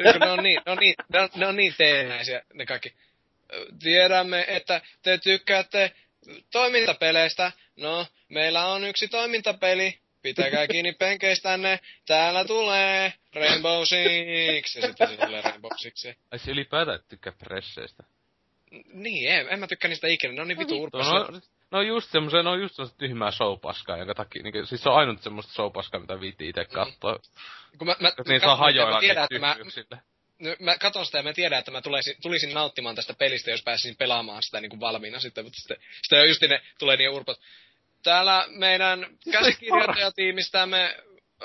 ne on niin teennäisiä, ne kaikki. Tiedämme, että te tykkäätte toimintapeleistä. No, meillä on yksi toimintapeli. Pitäkää kiinni penkeistänne. Täällä tulee Rainbow Six. Ja sitten se tulee Rainbow Six. Ai se ylipäätään tykkää presseistä. Niin, en mä tykkää niistä ikinä. Ne on niin vitu urpoisia. No just semmoset tyhmää showpaskaa, jonka takia, niin, siis se on ainut semmoista showpaskaa, mitä viitii ite kattoo. Kun mä niin saa hajoilla niitä tyhmyyksille. Mä katon sitä ja mä tiedän, että mä tulisin nauttimaan tästä pelistä, jos pääsisin pelaamaan sitä niinku valmiina sitten, mutta sitten just ne tulee niin urpot. Täällä meidän käsikirjoittajatiimistämme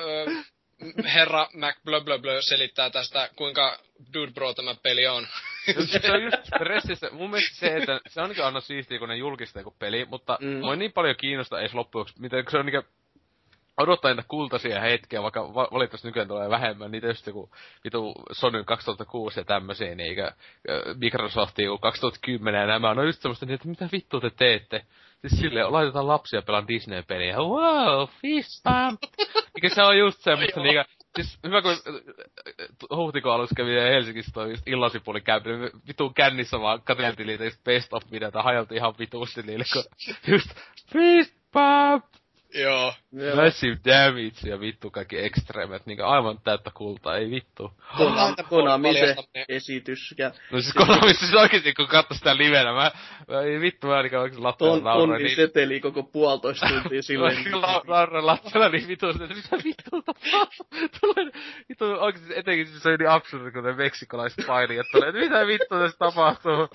herra McBlöblöblö selittää tästä, kuinka Dude Bro tämä peli on. Se on just pressissä, mun mielestä se, että se on aina siistiä, kun ne julkistaa joku peli, mutta mua ei niin paljon kiinnosta edes loppujen, miten se on niinku odottaa niitä kultaisia hetkiä, vaikka valitettavasti nykyään tulee vähemmän, niitä just joku vitu Sony 2006 ja tämmösiä, niinkö Microsoftia 2010 ja nämä, no just semmoista, että mitä vittua te teette? Siis silleen, laitetaan lapsia pelaan Disney-peliä, wow, fist bump! Eikä se on just semmoista niinkö, siis hyvä kun huhtikuun alussa kävi Helsingissä toi just illasipulin käympi, vitun kännissä vaan katseltiin niitä just best of videota, hajalti ihan vitusti niille, kun just fist bump! Joo. Massive damage ja vittu kaikki extremet, niinku aivan täyttä kultaa, ei vittu. Konami se esitys. Ja no siis Konami siis oikeesti kun katso sitä livenä, mä ei vittu mä ainakaan oikeesti lattialla nauroin. Tonni seteli koko 1,5 tuntia silleen. Nauroin lattialla niin vittu, että mitä vittu tapahtuu? Tulee vittu oikeesti etenkin se oli niin absurdi, kun ne meksikolaiset paini, että tulee, että mitä vittu tässä tapahtuu?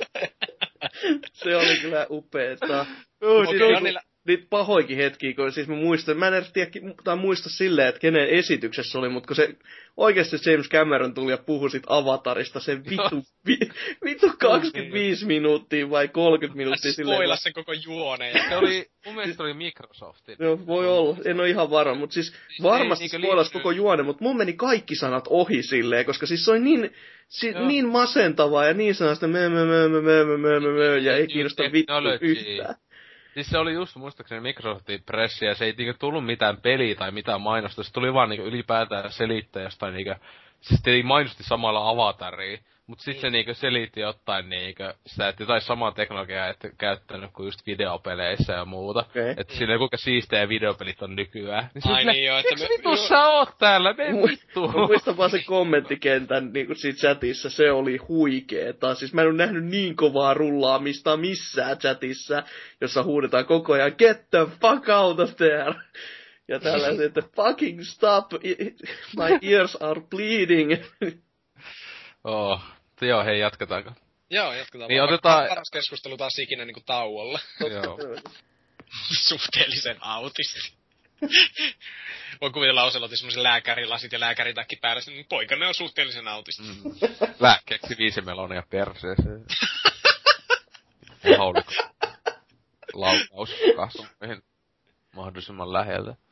Se oli kyllä upeeta. Niitä pahoikin hetkiä, kun siis mä en edes muista silleen, että kenen esityksessä oli, mutta kun se oikeesti James Cameron tuli ja puhui sit Avatarista sen vittu 25 minuuttia vai 30 minuuttia silleen. Spoilas sen koko juoneen. Se oli, mun mielestä se oli Microsoftin. Joo, voi olla, en oo ihan varma, mutta siis varmasti spoilas koko juone, mutta mun meni kaikki sanat ohi silleen, koska siis se oli niin masentavaa ja niin sanasta ja ei kiinnosta vittu yhtään. Siis se oli just muistaakseni Microsoftin pressi, ja se ei niinku tullut mitään peliä tai mitään mainosta, se tuli vaan niinku ylipäätään selittäjästä niinku, siis ei mainosti samalla avataria, mut sit se niinku selitti jotain niinku, sitä, että jotain samaa teknologiaa että käyttänyt kuin just videopeleissä ja muuta. Okay. Että silleen kuinka siistejä videopelit on nykyään. Niin ai niin joo, että miksi vittu sä oot täällä, mene vittu! Mä muistan vaan sen kommenttikentän niinku siitä chatissa, se oli huikeeta. Siis mä en oo nähnyt niin kovaa rullaamista missään chatissa, jossa huudetaan koko ajan, get the fuck out of there! Ja tällaiset, että fucking stop, my ears are bleeding. Joo, hei, jatketaanko? Joo, jatketaan. Niin otetaan paras keskustelu taas ikinä niinku tauolla. Joo. Suhteellisen autisti. Voin kuvitella Oselotin semmosen lääkärilasit ja lääkäritakki päällä, niin poikane on suhteellisen autisti. Lääkkeeksi 5 melonia perseeseen. Ja haulikko. Laukaus kasvoihin mahdollisimman läheltä.